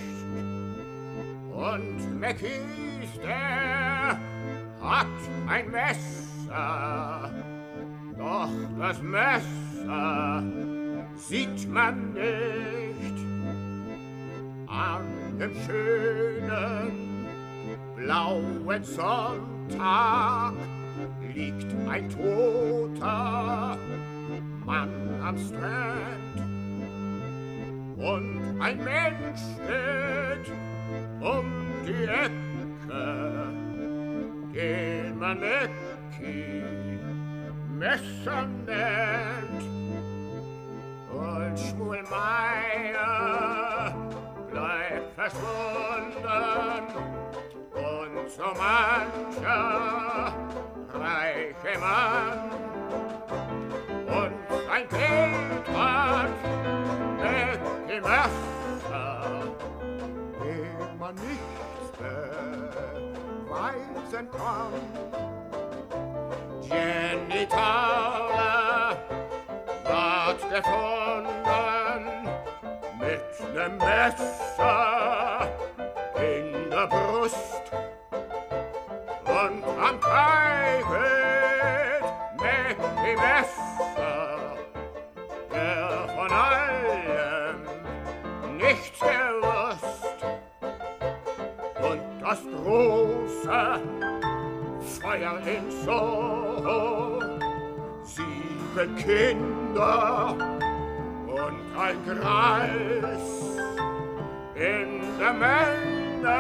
Und Mackies, der hat ein Messer, doch das Messer sieht man nicht. An dem schönen blauen Sonntag liegt ein toter Mann am Strand und ein Mensch steht um die Ecke, den man Ecki Messer nennt. Und Schmuelmeier bleibt verschwunden und so mancher reiche Mann und sein Geld hat Ecki Messer, dem man nichts beweisen kann. Jenny Tauler ward gefunden mit nem Messer in der Brust und am Private Ecki Messer, der von allem nichts gewusst. Und das große Feuer in Soho, sieben Kinder und ein Greis in der Menge,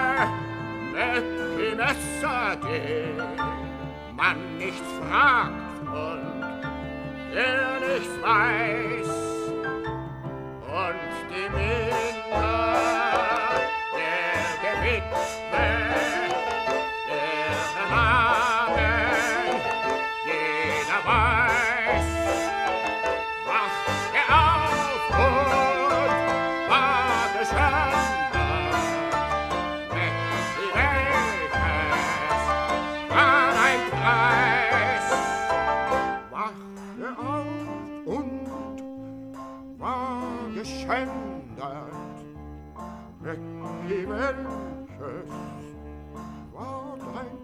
Ecki Messer, den man nichts fragt und der nichts weiß. Und die Minder der Gewitwe, der Namen, jeder weiß. Wach er auf und war geschandert, Ecki welches war ein Preis. Wach er auf und war geschändert, Ecki welches war dein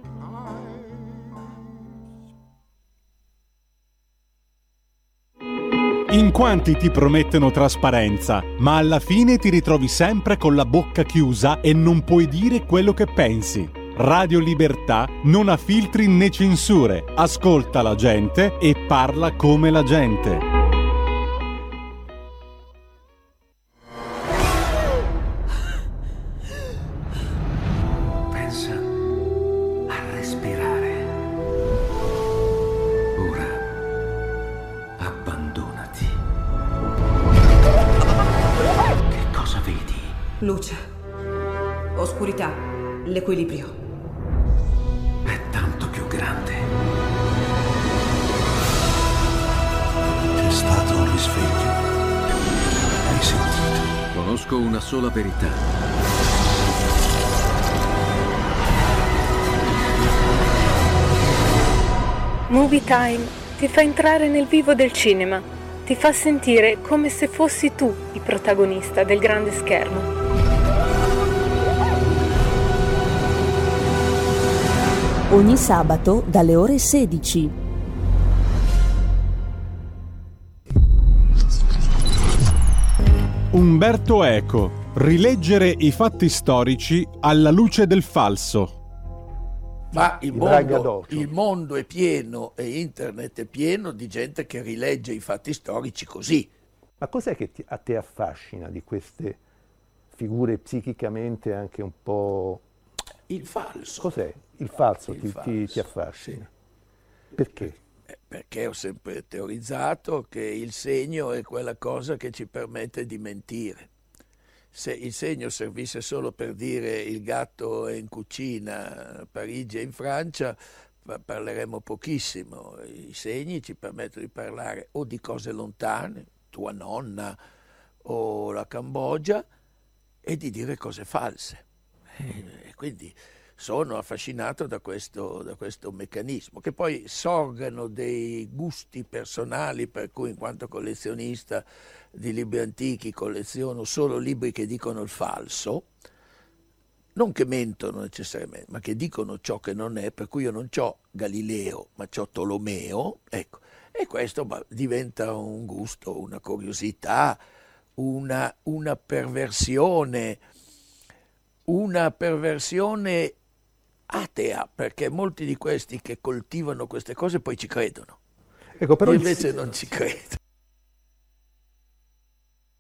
Preis. In quanti ti promettono trasparenza, ma alla fine ti ritrovi sempre con la bocca chiusa e non puoi dire quello che pensi. Radio Libertà non ha filtri né censure, ascolta la gente e parla come la gente. Pensa a respirare. Ora abbandonati. Che cosa vedi? Luce, oscurità, l'equilibrio. È tanto più grande. C'è stato un risveglio. Hai sentito? Conosco una sola verità. Movie Time ti fa entrare nel vivo del cinema, ti fa sentire come se fossi tu il protagonista del grande schermo. Ogni sabato dalle ore sedici. Umberto Eco. Rileggere i fatti storici alla luce del falso. Ma il mondo, il mondo è pieno e internet è pieno di gente che rilegge i fatti storici così. Ma cos'è che ti, a te affascina di queste figure psichicamente anche un po'... Il falso. Cos'è? Il falso, il ti, falso ti, ti affascina. Sì. Perché? Perché ho sempre teorizzato che il segno è quella cosa che ci permette di mentire. Se il segno servisse solo per dire il gatto è in cucina a Parigi e in Francia, parleremmo pochissimo. I segni ci permettono di parlare o di cose lontane, tua nonna o la Cambogia, e di dire cose false. E quindi sono affascinato da questo, da questo meccanismo, che poi sorgano dei gusti personali, per cui in quanto collezionista di libri antichi colleziono solo libri che dicono il falso, non che mentono necessariamente, ma che dicono ciò che non è, per cui io non c'ho Galileo, ma c'ho Tolomeo, ecco, e questo diventa un gusto, una curiosità, una, una perversione, una perversione atea, perché molti di questi che coltivano queste cose poi ci credono. Ecco, però io invece il... non ci credo.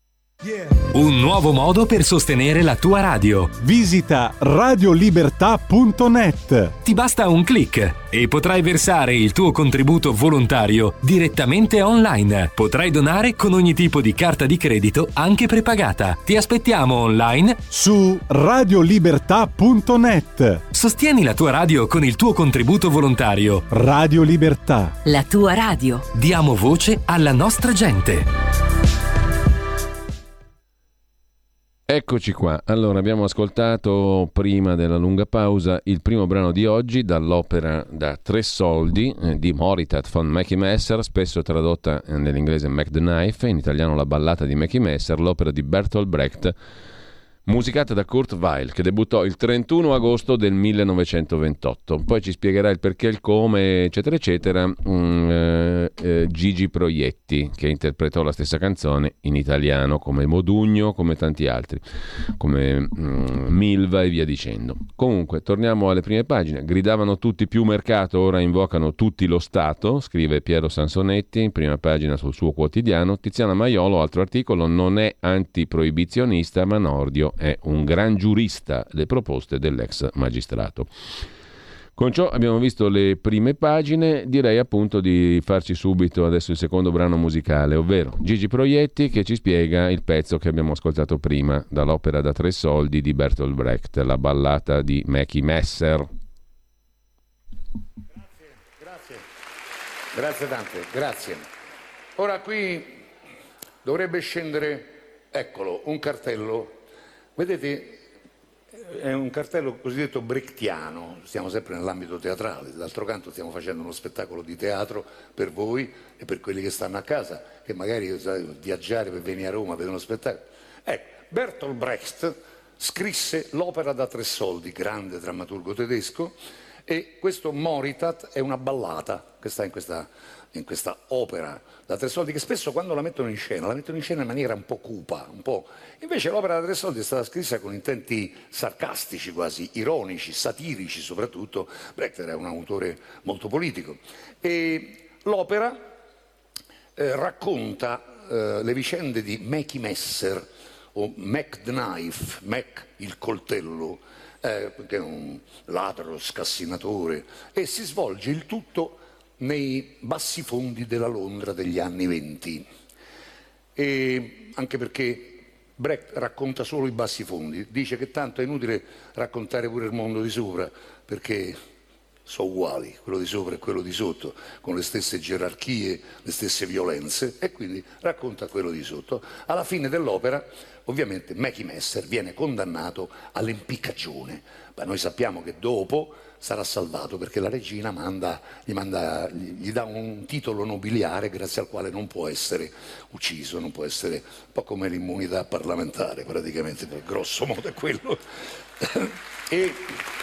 Un nuovo modo per sostenere la tua radio. Visita radiolibertà punto net. Ti basta un click e potrai versare il tuo contributo volontario direttamente online. Potrai donare con ogni tipo di carta di credito, anche prepagata. Ti aspettiamo online su radiolibertà punto net. Sostieni la tua radio con il tuo contributo volontario. Radio Libertà. La tua radio. Diamo voce alla nostra gente. Eccoci qua, allora abbiamo ascoltato prima della lunga pausa il primo brano di oggi dall'opera Da tre soldi eh, di Moritat von Mackie Messer, spesso tradotta nell'inglese Mac the Knife, in italiano La ballata di Mackie Messer, l'opera di Bertolt Brecht, musicata da Kurt Weill, che debuttò il trentuno agosto del millenovecentoventotto. Poi ci spiegherà il perché, il come, eccetera eccetera, um, eh, eh, Gigi Proietti, che interpretò la stessa canzone in italiano, come Modugno, come tanti altri, come um, Milva e via dicendo. Comunque, torniamo alle prime pagine. Gridavano tutti più mercato, ora invocano tutti lo Stato, scrive Piero Sansonetti, in prima pagina sul suo quotidiano. Tiziana Maiolo, altro articolo, non è antiproibizionista, ma Nordio è un gran giurista, le proposte dell'ex magistrato. Con ciò abbiamo visto le prime pagine, direi appunto di farci subito adesso il secondo brano musicale, ovvero Gigi Proietti, che ci spiega il pezzo che abbiamo ascoltato prima dall'opera Da tre soldi di Bertolt Brecht, La ballata di Mackie Messer. Grazie, grazie, grazie tante, grazie. Ora qui dovrebbe scendere, eccolo, un cartello. Vedete, è un cartello cosiddetto brechtiano, stiamo sempre nell'ambito teatrale, d'altro canto stiamo facendo uno spettacolo di teatro per voi e per quelli che stanno a casa, che magari sai, viaggiare per venire a Roma per uno spettacolo. Ecco, Bertolt Brecht scrisse l'opera Da tre soldi, grande drammaturgo tedesco, e questo Moritat è una ballata che sta in questa, in questa opera Da tre soldi, che spesso quando la mettono in scena, la mettono in scena in maniera un po' cupa, un po'. Invece l'opera Da tre soldi è stata scritta con intenti sarcastici, quasi ironici, satirici soprattutto. Brecht era un autore molto politico. E l'opera eh, racconta eh, le vicende di Mackie Messer, o Mac the Knife, Mac il coltello, eh, che è un ladro, scassinatore, e si svolge il tutto nei bassi fondi della Londra degli anni venti. E anche perché Brecht racconta solo i bassi fondi, dice che tanto è inutile raccontare pure il mondo di sopra, perché sono uguali, quello di sopra e quello di sotto, con le stesse gerarchie, le stesse violenze, e quindi racconta quello di sotto. Alla fine dell'opera, ovviamente, Mackie Messer viene condannato all'impiccagione, ma noi sappiamo che dopo sarà salvato perché la regina manda, gli, manda, gli dà un titolo nobiliare grazie al quale non può essere ucciso, non può essere, un po' come l'immunità parlamentare praticamente, per grosso modo è quello. e,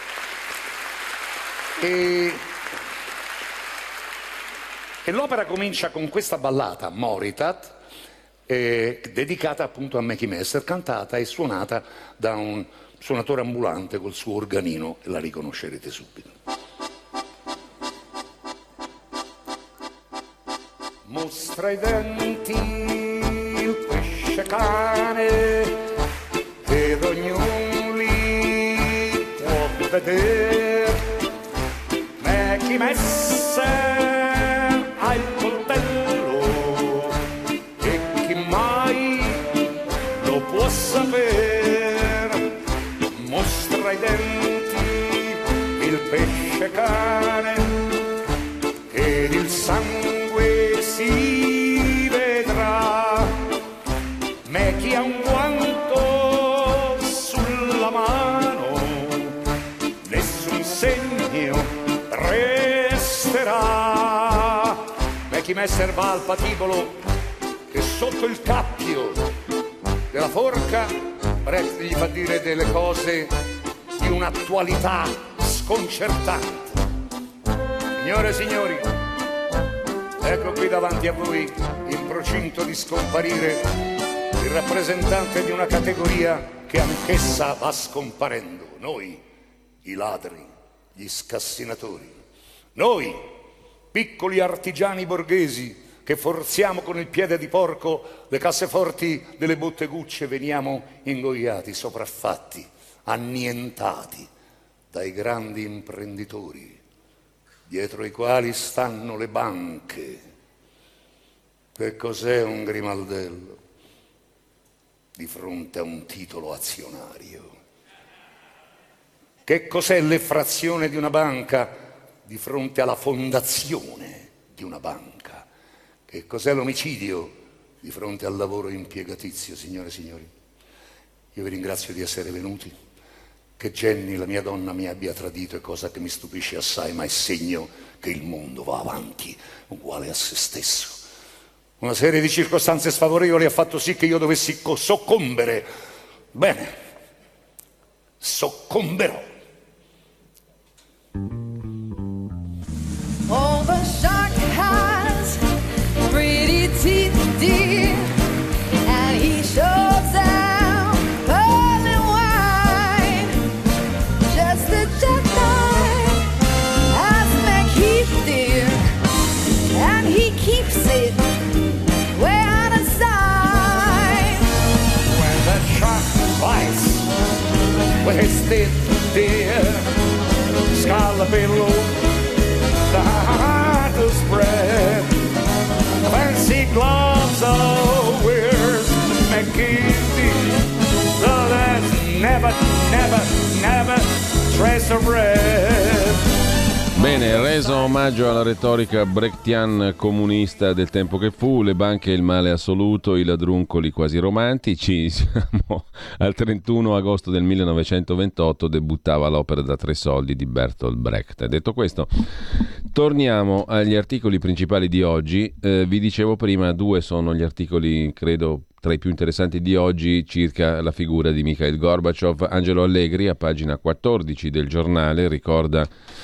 e, e l'opera comincia con questa ballata, Moritat, eh, dedicata appunto a Mackie Messer, cantata e suonata da un suonatore ambulante col suo organino, e la riconoscerete subito. Mostra i denti, il pesce cane, ed ognuno li può vedere. Mackie Messer ha il coltello e chi mai lo può sapere. Mostra i denti, il pesce cane, ed il sangue si vedrà. Mackie ha un guanto sulla mano, nessun segno resterà. Mackie Messer va al patibolo e sotto il cappio della forca Brecht gli fa dire delle cose di un'attualità sconcertante. Signore e signori, ecco qui davanti a voi, in procinto di scomparire, il rappresentante di una categoria che anch'essa va scomparendo. Noi, i ladri, gli scassinatori. Noi, piccoli artigiani borghesi, che forziamo con il piede di porco le casseforti delle bottegucce, veniamo ingoiati, sopraffatti, annientati dai grandi imprenditori, dietro i quali stanno le banche. Che cos'è un grimaldello di fronte a un titolo azionario? Che cos'è l'effrazione di una banca di fronte alla fondazione di una banca? Che cos'è l'omicidio di fronte al lavoro impiegatizio, signore e signori? Io vi ringrazio di essere venuti. Che Jenny, la mia donna, mi abbia tradito è cosa che mi stupisce assai, ma è segno che il mondo va avanti uguale a se stesso. Una serie di circostanze sfavorevoli ha fatto sì che io dovessi co- soccombere. Bene, soccomberò. Oh, the shark has pretty teeth, dear, and he shows them pearly white. Just the jackknife has McKeith, dear, and he keeps it way out of sight. When the shark bites with his teeth, dear, scalloping the heart to spread. Fancy gloves, oh, wears McKeithy. So there's never, never, never trace of red. Bene, reso omaggio alla retorica brechtian comunista del tempo che fu, le banche e il male assoluto, i ladruncoli quasi romantici, siamo al trentuno agosto del millenovecentoventotto, debuttava l'opera da tre soldi di Bertolt Brecht. Detto questo, torniamo agli articoli principali di oggi. Eh, vi dicevo prima, due sono gli articoli, credo, tra i più interessanti di oggi circa la figura di Mikhail Gorbaciov. Angelo Allegri, a pagina quattordici del giornale, ricorda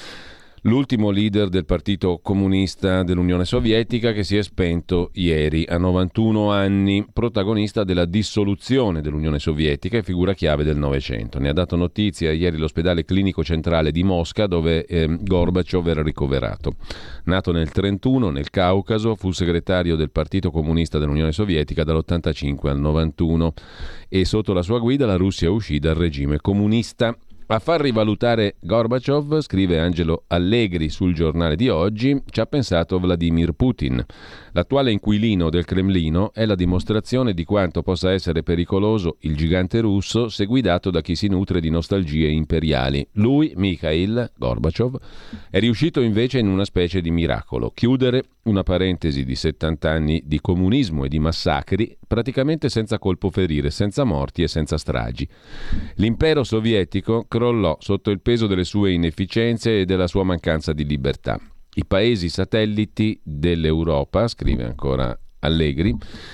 l'ultimo leader del Partito Comunista dell'Unione Sovietica che si è spento ieri a novantuno anni, protagonista della dissoluzione dell'Unione Sovietica e figura chiave del Novecento. Ne ha dato notizia ieri l'ospedale clinico centrale di Mosca, dove eh, Gorbaciov era ricoverato. Nato nel trentuno nel Caucaso, fu segretario del Partito Comunista dell'Unione Sovietica dall'ottantacinque al novantuno e sotto la sua guida la Russia uscì dal regime comunista. A far rivalutare Gorbaciov, scrive Angelo Allegri sul giornale di oggi, ci ha pensato Vladimir Putin. L'attuale inquilino del Cremlino è la dimostrazione di quanto possa essere pericoloso il gigante russo se guidato da chi si nutre di nostalgie imperiali. Lui, Mikhail Gorbaciov, è riuscito invece in una specie di miracolo: chiudere una parentesi di settanta anni di comunismo e di massacri praticamente senza colpo ferire, senza morti e senza stragi. L'impero sovietico crollò sotto il peso delle sue inefficienze e della sua mancanza di libertà. I paesi satelliti dell'Europa, scrive ancora Allegri,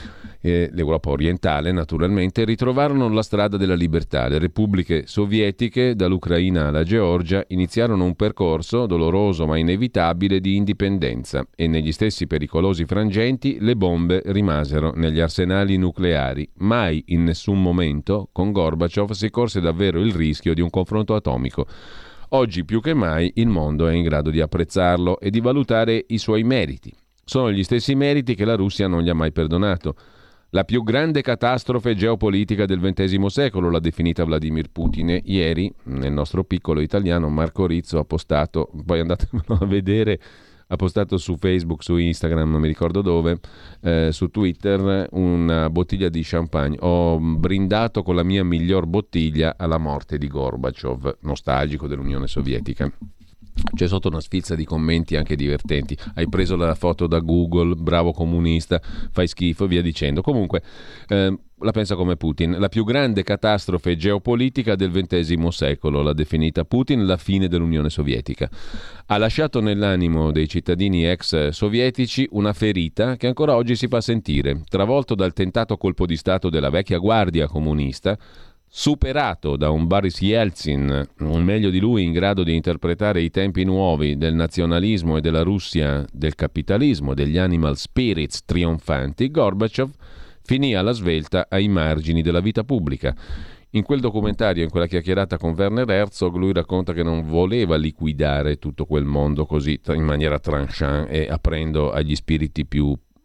eh, l'Europa orientale naturalmente, ritrovarono la strada della libertà. Le repubbliche sovietiche, dall'Ucraina alla Georgia, iniziarono un percorso doloroso ma inevitabile di indipendenza e negli stessi pericolosi frangenti le bombe rimasero negli arsenali nucleari. Mai in nessun momento con Gorbaciov si corse davvero il rischio di un confronto atomico. Oggi più che mai il mondo è in grado di apprezzarlo e di valutare i suoi meriti. Sono gli stessi meriti che la Russia non gli ha mai perdonato. La più grande catastrofe geopolitica del ventesimo secolo l'ha definita Vladimir Putin. E ieri, nel nostro piccolo italiano, Marco Rizzo ha postato, poi andatevelo a vedere, ha postato su Facebook, su Instagram, non mi ricordo dove, eh, su Twitter, una bottiglia di champagne. Ho brindato con la mia miglior bottiglia alla morte di Gorbaciov, nostalgico dell'Unione Sovietica. C'è sotto una sfilza di commenti anche divertenti. Hai preso la foto da Google, bravo comunista, fai schifo, via dicendo. Comunque eh, la pensa come Putin. La più grande catastrofe geopolitica del ventesimo secolo, l'ha definita Putin, la fine dell'Unione Sovietica. Ha lasciato nell'animo dei cittadini ex sovietici una ferita che ancora oggi si fa sentire. Travolto dal tentato colpo di stato della vecchia guardia comunista, superato da un Boris Yeltsin, un meglio di lui in grado di interpretare i tempi nuovi del nazionalismo e della Russia del capitalismo, degli animal spirits trionfanti, Gorbaciov finì alla svelta ai margini della vita pubblica. In quel documentario, in quella chiacchierata con Werner Herzog, lui racconta che non voleva liquidare tutto quel mondo così in maniera tranchant e aprendo agli spiriti più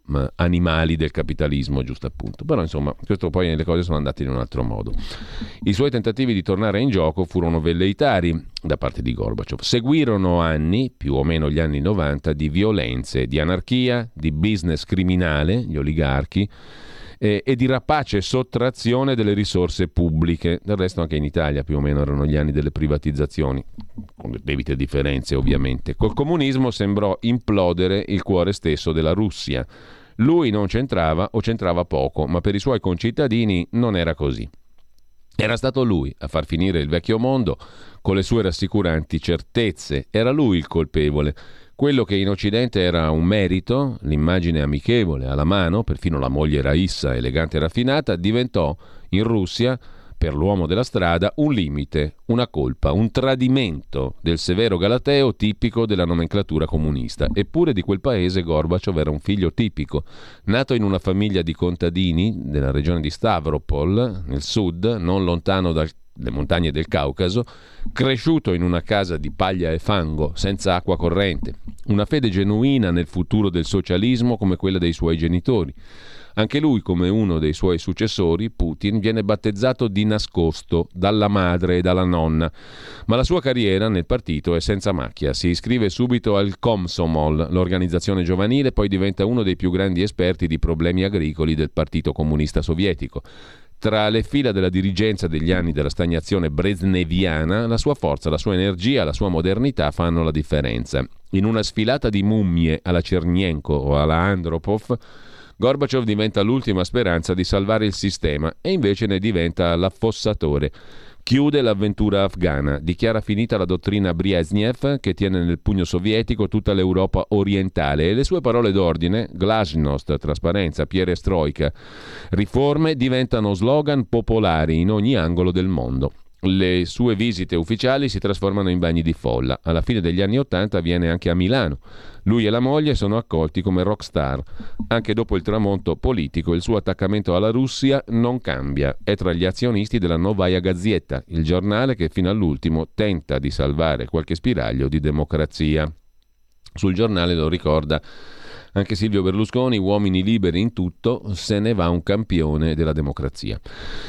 ma animali del capitalismo, giusto appunto. Però insomma, questo poi le cose sono andate in un altro modo. I suoi tentativi di tornare in gioco furono velleitari da parte di Gorbaciov. Seguirono anni, più o meno gli anni novanta, di violenze, di anarchia, di business criminale, gli oligarchi, eh, e di rapace sottrazione delle risorse pubbliche. Del resto anche in Italia più o meno erano gli anni delle privatizzazioni, con debite differenze ovviamente. Col comunismo sembrò implodere il cuore stesso della Russia. Lui non c'entrava o c'entrava poco, ma per i suoi concittadini non era così. Era stato lui a far finire il vecchio mondo con le sue rassicuranti certezze. Era lui il colpevole. Quello che in Occidente era un merito, l'immagine amichevole, alla mano, perfino la moglie Raissa, elegante e raffinata, diventò in Russia, per l'uomo della strada, un limite, una colpa, un tradimento del severo galateo tipico della nomenclatura comunista. Eppure di quel paese Gorbaciov era un figlio tipico, nato in una famiglia di contadini della regione di Stavropol, nel sud, non lontano dalle montagne del Caucaso, cresciuto in una casa di paglia e fango, senza acqua corrente. Una fede genuina nel futuro del socialismo come quella dei suoi genitori. Anche lui, come uno dei suoi successori, Putin, viene battezzato di nascosto dalla madre e dalla nonna, ma la sua carriera nel partito è senza macchia. Si iscrive subito al Komsomol, l'organizzazione giovanile, poi diventa uno dei più grandi esperti di problemi agricoli del Partito Comunista Sovietico. Tra le fila della dirigenza degli anni della stagnazione brezhneviana, la sua forza, la sua energia, la sua modernità fanno la differenza. In una sfilata di mummie alla Chernenko o alla Andropov, Gorbaciov diventa l'ultima speranza di salvare il sistema e invece ne diventa l'affossatore. Chiude l'avventura afghana, dichiara finita la dottrina Brezhnev che tiene nel pugno sovietico tutta l'Europa orientale e le sue parole d'ordine, glasnost, trasparenza, perestroika, riforme, diventano slogan popolari in ogni angolo del mondo. Le sue visite ufficiali si trasformano in bagni di folla. Alla fine degli anni Ottanta viene anche a Milano. Lui e la moglie sono accolti come rockstar. Anche dopo il tramonto politico, il suo attaccamento alla Russia non cambia. È tra gli azionisti della Novaya Gazeta, il giornale che fino all'ultimo tenta di salvare qualche spiraglio di democrazia. Sul giornale, lo ricorda anche Silvio Berlusconi, uomini liberi in tutto, se ne va un campione della democrazia.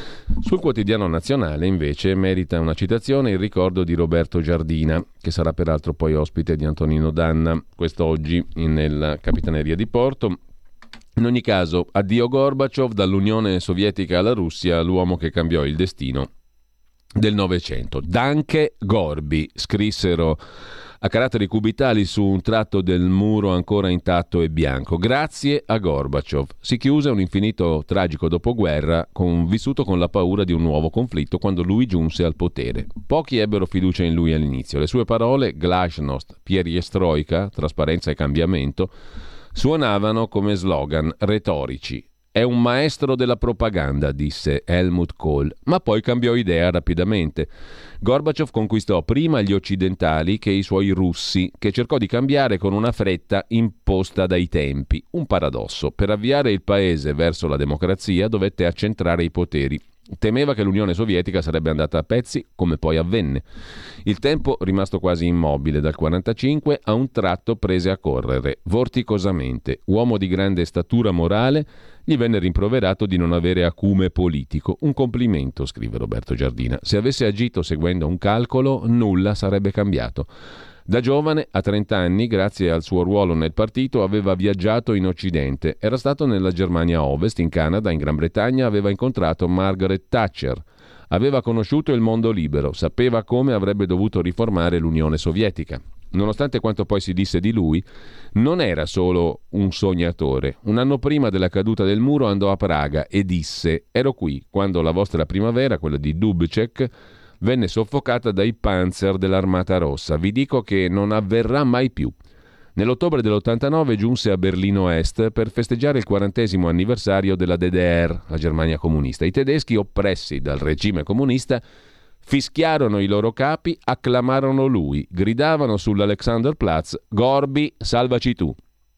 Sul quotidiano nazionale, invece, merita una citazione il ricordo di Roberto Giardina, che sarà peraltro poi ospite di Antonino Danna quest'oggi nella Capitaneria di Porto. In ogni caso, addio Gorbaciov, dall'Unione Sovietica alla Russia, l'uomo che cambiò il destino del Novecento. Danke Gorbi, scrissero a caratteri cubitali su un tratto del muro ancora intatto e bianco. Grazie a Gorbaciov. Si chiuse un infinito tragico dopoguerra con, vissuto con la paura di un nuovo conflitto quando lui giunse al potere. Pochi ebbero fiducia in lui all'inizio. Le sue parole, glasnost, perestroika, trasparenza e cambiamento, suonavano come slogan retorici. È un maestro della propaganda, disse Helmut Kohl, ma poi cambiò idea rapidamente. Gorbaciov conquistò prima gli occidentali che i suoi russi, che cercò di cambiare con una fretta imposta dai tempi. Un paradosso. Per avviare il paese verso la democrazia dovette accentrare i poteri. Temeva che l'Unione Sovietica sarebbe andata a pezzi, come poi avvenne. Il tempo, rimasto quasi immobile dal quarantacinque, a un tratto prese a correre, vorticosamente. Uomo di grande statura morale, gli venne rimproverato di non avere acume politico. Un complimento, scrive Roberto Giardina. Se avesse agito seguendo un calcolo, nulla sarebbe cambiato. Da giovane, a trenta anni, grazie al suo ruolo nel partito, aveva viaggiato in Occidente. Era stato nella Germania Ovest, in Canada, in Gran Bretagna, aveva incontrato Margaret Thatcher. Aveva conosciuto il mondo libero, sapeva come avrebbe dovuto riformare l'Unione Sovietica. Nonostante quanto poi si disse di lui, non era solo un sognatore. Un anno prima della caduta del muro andò a Praga e disse: «Ero qui quando la vostra primavera, quella di Dubček, venne soffocata dai Panzer dell'Armata Rossa. Vi dico che non avverrà mai più». Nell'ottobre dell'ottantanove giunse a Berlino Est per festeggiare il quarantesimo anniversario della D D R, la Germania comunista. I tedeschi, oppressi dal regime comunista, fischiarono i loro capi, acclamarono lui, gridavano sull'Alexanderplatz: «Gorbi, salvaci tu».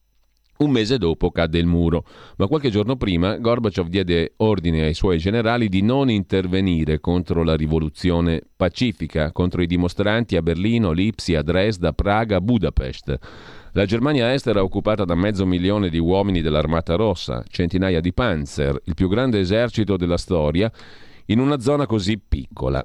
Un mese dopo cadde il muro, ma qualche giorno prima Gorbaciov diede ordine ai suoi generali di non intervenire contro la rivoluzione pacifica, contro i dimostranti a Berlino, Lipsia, Dresda, Praga, Budapest. La Germania Est era occupata da mezzo milione di uomini dell'Armata Rossa, centinaia di Panzer, il più grande esercito della storia, in una zona così piccola.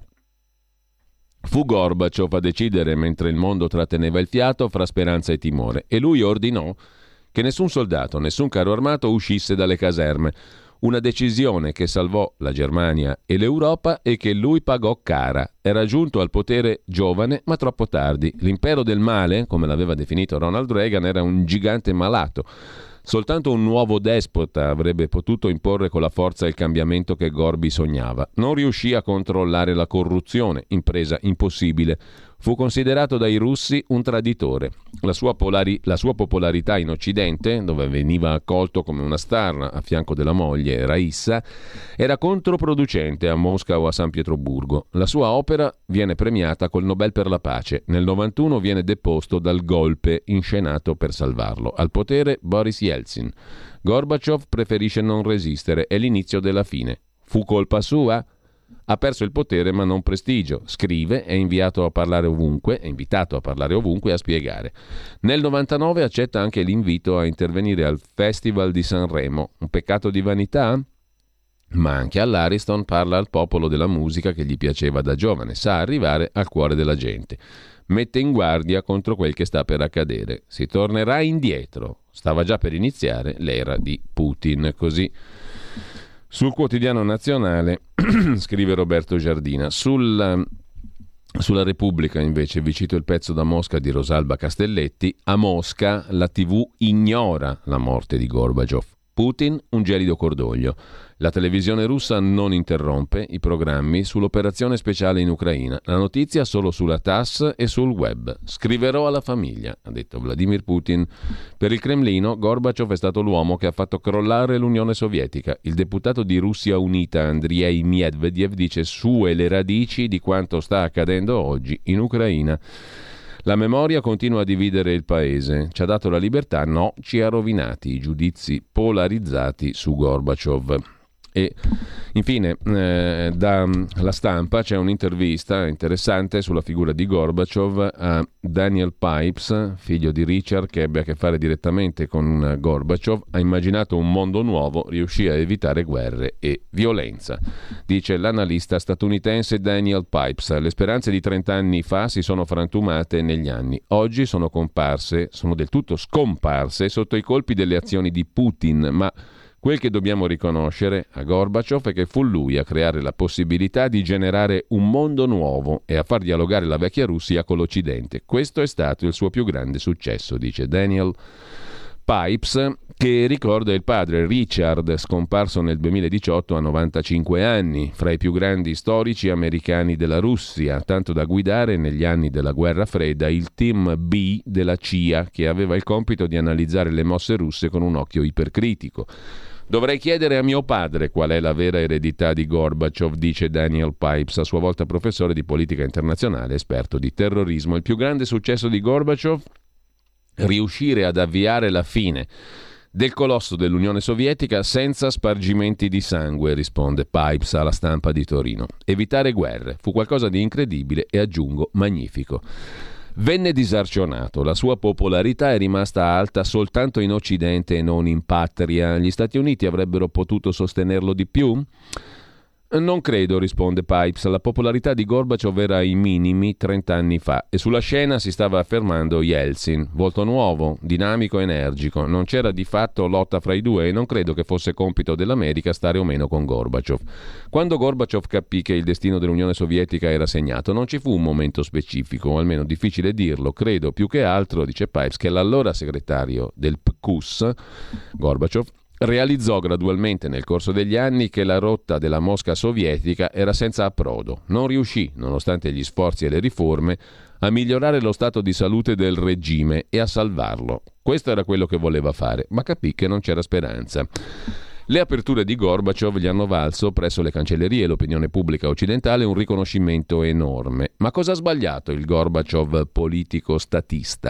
Fu Gorbaciov a decidere mentre il mondo tratteneva il fiato fra speranza e timore, e lui ordinò che nessun soldato, nessun carro armato uscisse dalle caserme. Una decisione che salvò la Germania e l'Europa e che lui pagò cara. Era giunto al potere giovane ma troppo tardi. L'impero del male, come l'aveva definito Ronald Reagan, era un gigante malato. Soltanto un nuovo despota avrebbe potuto imporre con la forza il cambiamento che Gorby sognava. Non riuscì a controllare la corruzione, impresa impossibile. Fu considerato dai russi un traditore. La sua, polari- la sua popolarità in Occidente, dove veniva accolto come una star a fianco della moglie Raissa, era controproducente a Mosca o a San Pietroburgo. La sua opera viene premiata col Nobel per la pace. Nel novantuno viene deposto dal golpe inscenato per salvarlo. Al potere Boris Yeltsin. Gorbaciov preferisce non resistere. È l'inizio della fine. Fu colpa sua? Ha perso il potere ma non prestigio. Scrive, è inviato a parlare ovunque, è invitato a parlare ovunque e a spiegare. Nel novantanove accetta anche l'invito a intervenire al Festival di Sanremo. Un peccato di vanità? Ma anche all'Ariston parla al popolo della musica che gli piaceva da giovane. Sa arrivare al cuore della gente. Mette in guardia contro quel che sta per accadere. Si tornerà indietro. Stava già per iniziare l'era di Putin. Così sul Quotidiano Nazionale scrive Roberto Giardina. Sul, sulla Repubblica invece vi cito il pezzo da Mosca di Rosalba Castelletti. A Mosca la tivù ignora la morte di Gorbaciov. Putin un gelido cordoglio. La televisione russa non interrompe i programmi sull'operazione speciale in Ucraina. La notizia solo sulla T A S S e sul web. Scriverò alla famiglia, ha detto Vladimir Putin. Per il Cremlino, Gorbaciov è stato l'uomo che ha fatto crollare l'Unione Sovietica. Il deputato di Russia Unita, Andriy Medvedev, dice sue le radici di quanto sta accadendo oggi in Ucraina. La memoria continua a dividere il paese. Ci ha dato la libertà? No, ci ha rovinati. I giudizi polarizzati su Gorbaciov. E infine eh, dalla Stampa c'è un'intervista interessante sulla figura di Gorbaciov a Daniel Pipes, figlio di Richard, che ebbe a che fare direttamente con Gorbaciov. Ha immaginato un mondo nuovo, riuscì a evitare guerre e violenza. Dice l'analista statunitense Daniel Pipes: le speranze di trent'anni fa si sono frantumate negli anni. Oggi sono comparse, sono del tutto scomparse sotto i colpi delle azioni di Putin, ma quel che dobbiamo riconoscere a Gorbaciov è che fu lui a creare la possibilità di generare un mondo nuovo e a far dialogare la vecchia Russia con l'Occidente. Questo è stato il suo più grande successo, dice Daniel Pipes, che ricorda il padre Richard, scomparso nel duemiladiciotto a novantacinque anni, fra i più grandi storici americani della Russia, tanto da guidare negli anni della guerra fredda il team B della C I A, che aveva il compito di analizzare le mosse russe con un occhio ipercritico. Dovrei chiedere a mio padre qual è la vera eredità di Gorbaciov, dice Daniel Pipes, a sua volta professore di politica internazionale, esperto di terrorismo. Il più grande successo di Gorbaciov? Riuscire ad avviare la fine del colosso dell'Unione Sovietica senza spargimenti di sangue, risponde Pipes alla Stampa di Torino. Evitare guerre fu qualcosa di incredibile e, aggiungo, magnifico. Venne disarcionato, la sua popolarità è rimasta alta soltanto in Occidente e non in patria. Gli Stati Uniti avrebbero potuto sostenerlo di più? Non credo, risponde Pipes. La popolarità di Gorbaciov era ai minimi trent'anni fa e sulla scena si stava affermando Yeltsin, volto nuovo, dinamico, energico. Non c'era di fatto lotta fra i due e non credo che fosse compito dell'America stare o meno con Gorbaciov. Quando Gorbaciov capì che il destino dell'Unione Sovietica era segnato, non ci fu un momento specifico, o almeno difficile dirlo. Credo più che altro, dice Pipes, che l'allora segretario del P C U S, Gorbaciov, realizzò gradualmente nel corso degli anni che la rotta della Mosca sovietica era senza approdo. Non riuscì, nonostante gli sforzi e le riforme, a migliorare lo stato di salute del regime e a salvarlo. Questo era quello che voleva fare, ma capì che non c'era speranza. Le aperture di Gorbaciov gli hanno valso presso le cancellerie e l'opinione pubblica occidentale un riconoscimento enorme. Ma cosa ha sbagliato il Gorbaciov politico statista?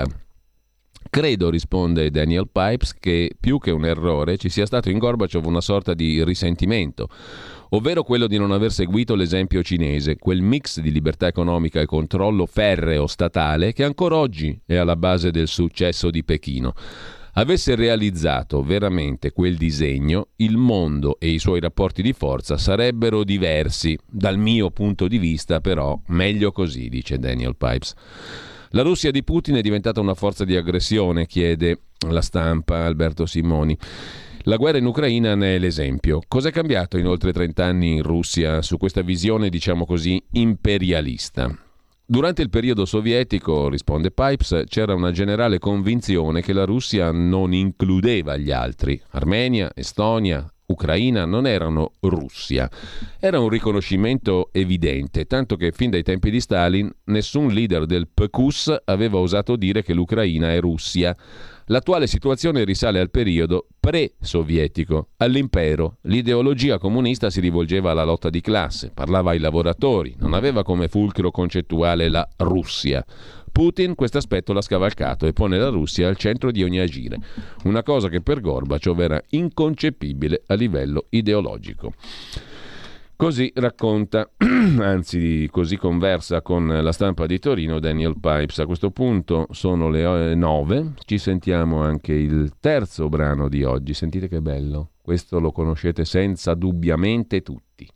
Credo, risponde Daniel Pipes, che più che un errore ci sia stato in Gorbaciov una sorta di risentimento, ovvero quello di non aver seguito l'esempio cinese, quel mix di libertà economica e controllo ferreo statale che ancora oggi è alla base del successo di Pechino. Avesse realizzato veramente quel disegno, il mondo e i suoi rapporti di forza sarebbero diversi. Dal mio punto di vista, però, meglio così, dice Daniel Pipes. La Russia di Putin è diventata una forza di aggressione, chiede La Stampa, Alberto Simoni. La guerra in Ucraina ne è l'esempio. Cos'è cambiato in oltre trent'anni in Russia su questa visione, diciamo così, imperialista? Durante il periodo sovietico, risponde Pipes, c'era una generale convinzione che la Russia non includeva gli altri. Armenia, Estonia, Ucraina non erano Russia. Era un riconoscimento evidente, tanto che fin dai tempi di Stalin nessun leader del P Q S aveva osato dire che l'Ucraina è Russia. L'attuale situazione risale al periodo pre-sovietico, all'impero. L'ideologia comunista si rivolgeva alla lotta di classe, parlava ai lavoratori, non aveva come fulcro concettuale la Russia. Putin questo aspetto l'ha scavalcato e pone la Russia al centro di ogni agire, una cosa che per Gorbaciov era inconcepibile a livello ideologico. Così racconta, anzi così conversa con La Stampa di Torino Daniel Pipes. A questo punto sono le nove, ci sentiamo anche il terzo brano di oggi. Sentite che bello, questo lo conoscete senza dubbiamente tutti.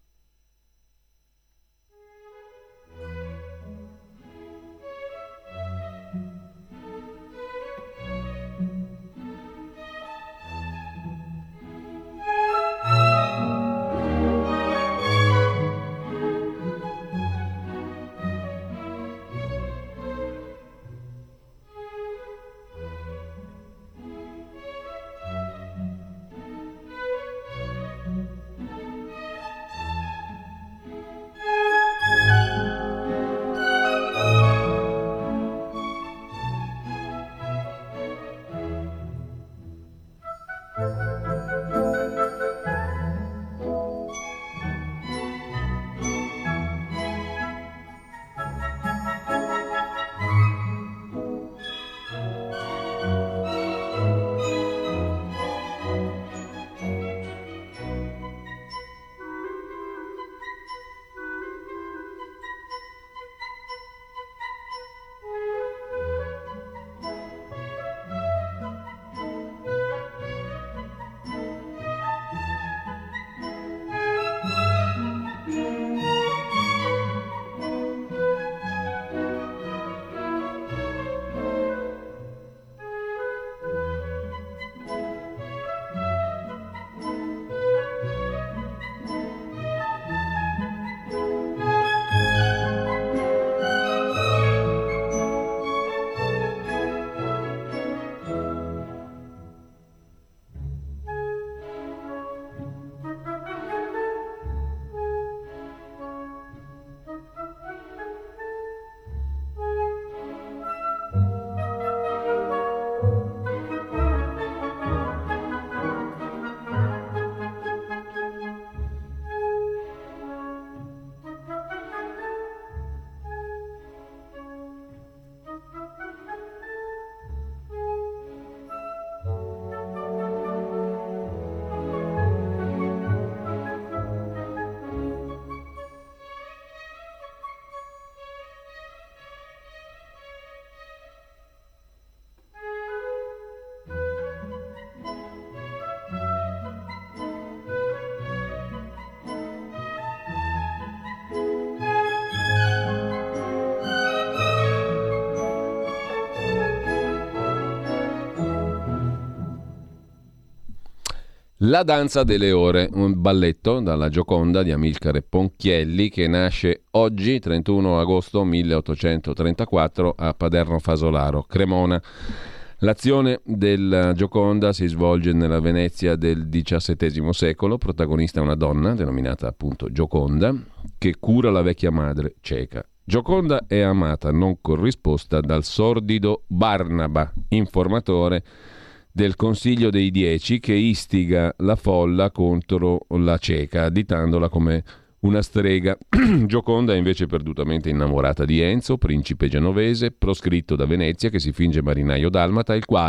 La danza delle ore, un balletto dalla Gioconda di Amilcare Ponchielli che nasce oggi, trentuno agosto milleottocentotrentaquattro, a Paderno Fasolaro, Cremona. L'azione della Gioconda si svolge nella Venezia del diciassettesimo secolo, protagonista una donna, denominata appunto Gioconda, che cura la vecchia madre cieca. Gioconda è amata, non corrisposta, dal sordido Barnaba, informatore del Consiglio dei Dieci, che istiga la folla contro la cieca, additandola come una strega. Gioconda è invece perdutamente innamorata di Enzo, principe genovese, proscritto da Venezia, che si finge marinaio dalmata, il quale,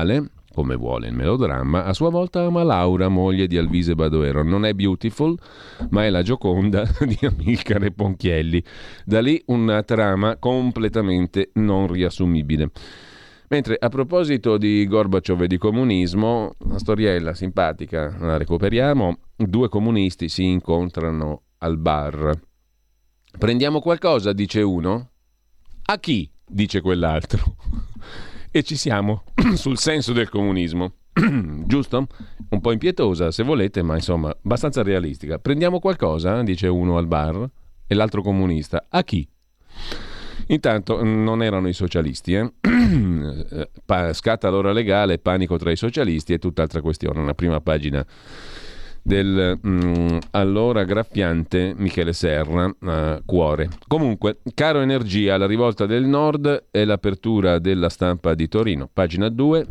come vuole il melodramma, a sua volta ama Laura, moglie di Alvise Badoero. Non è Beautiful, ma è la Gioconda di Amilcare Ponchielli. Da lì una trama completamente non riassumibile. Mentre a proposito di Gorbaciov e di comunismo, una storiella simpatica, la recuperiamo. Due comunisti si incontrano al bar. Prendiamo qualcosa, dice uno. A chi? Dice quell'altro. E ci siamo sul senso del comunismo. Giusto? Un po' impietosa se volete, ma insomma abbastanza realistica. Prendiamo qualcosa, dice uno al bar, e l'altro comunista. A chi? Intanto non erano i socialisti, eh? Scatta l'ora legale, panico tra i socialisti, è tutt'altra questione. Una prima pagina del mm, allora graffiante Michele Serra, uh, Cuore. Comunque, caro energia, la rivolta del Nord e l'apertura della Stampa di Torino. Pagina due,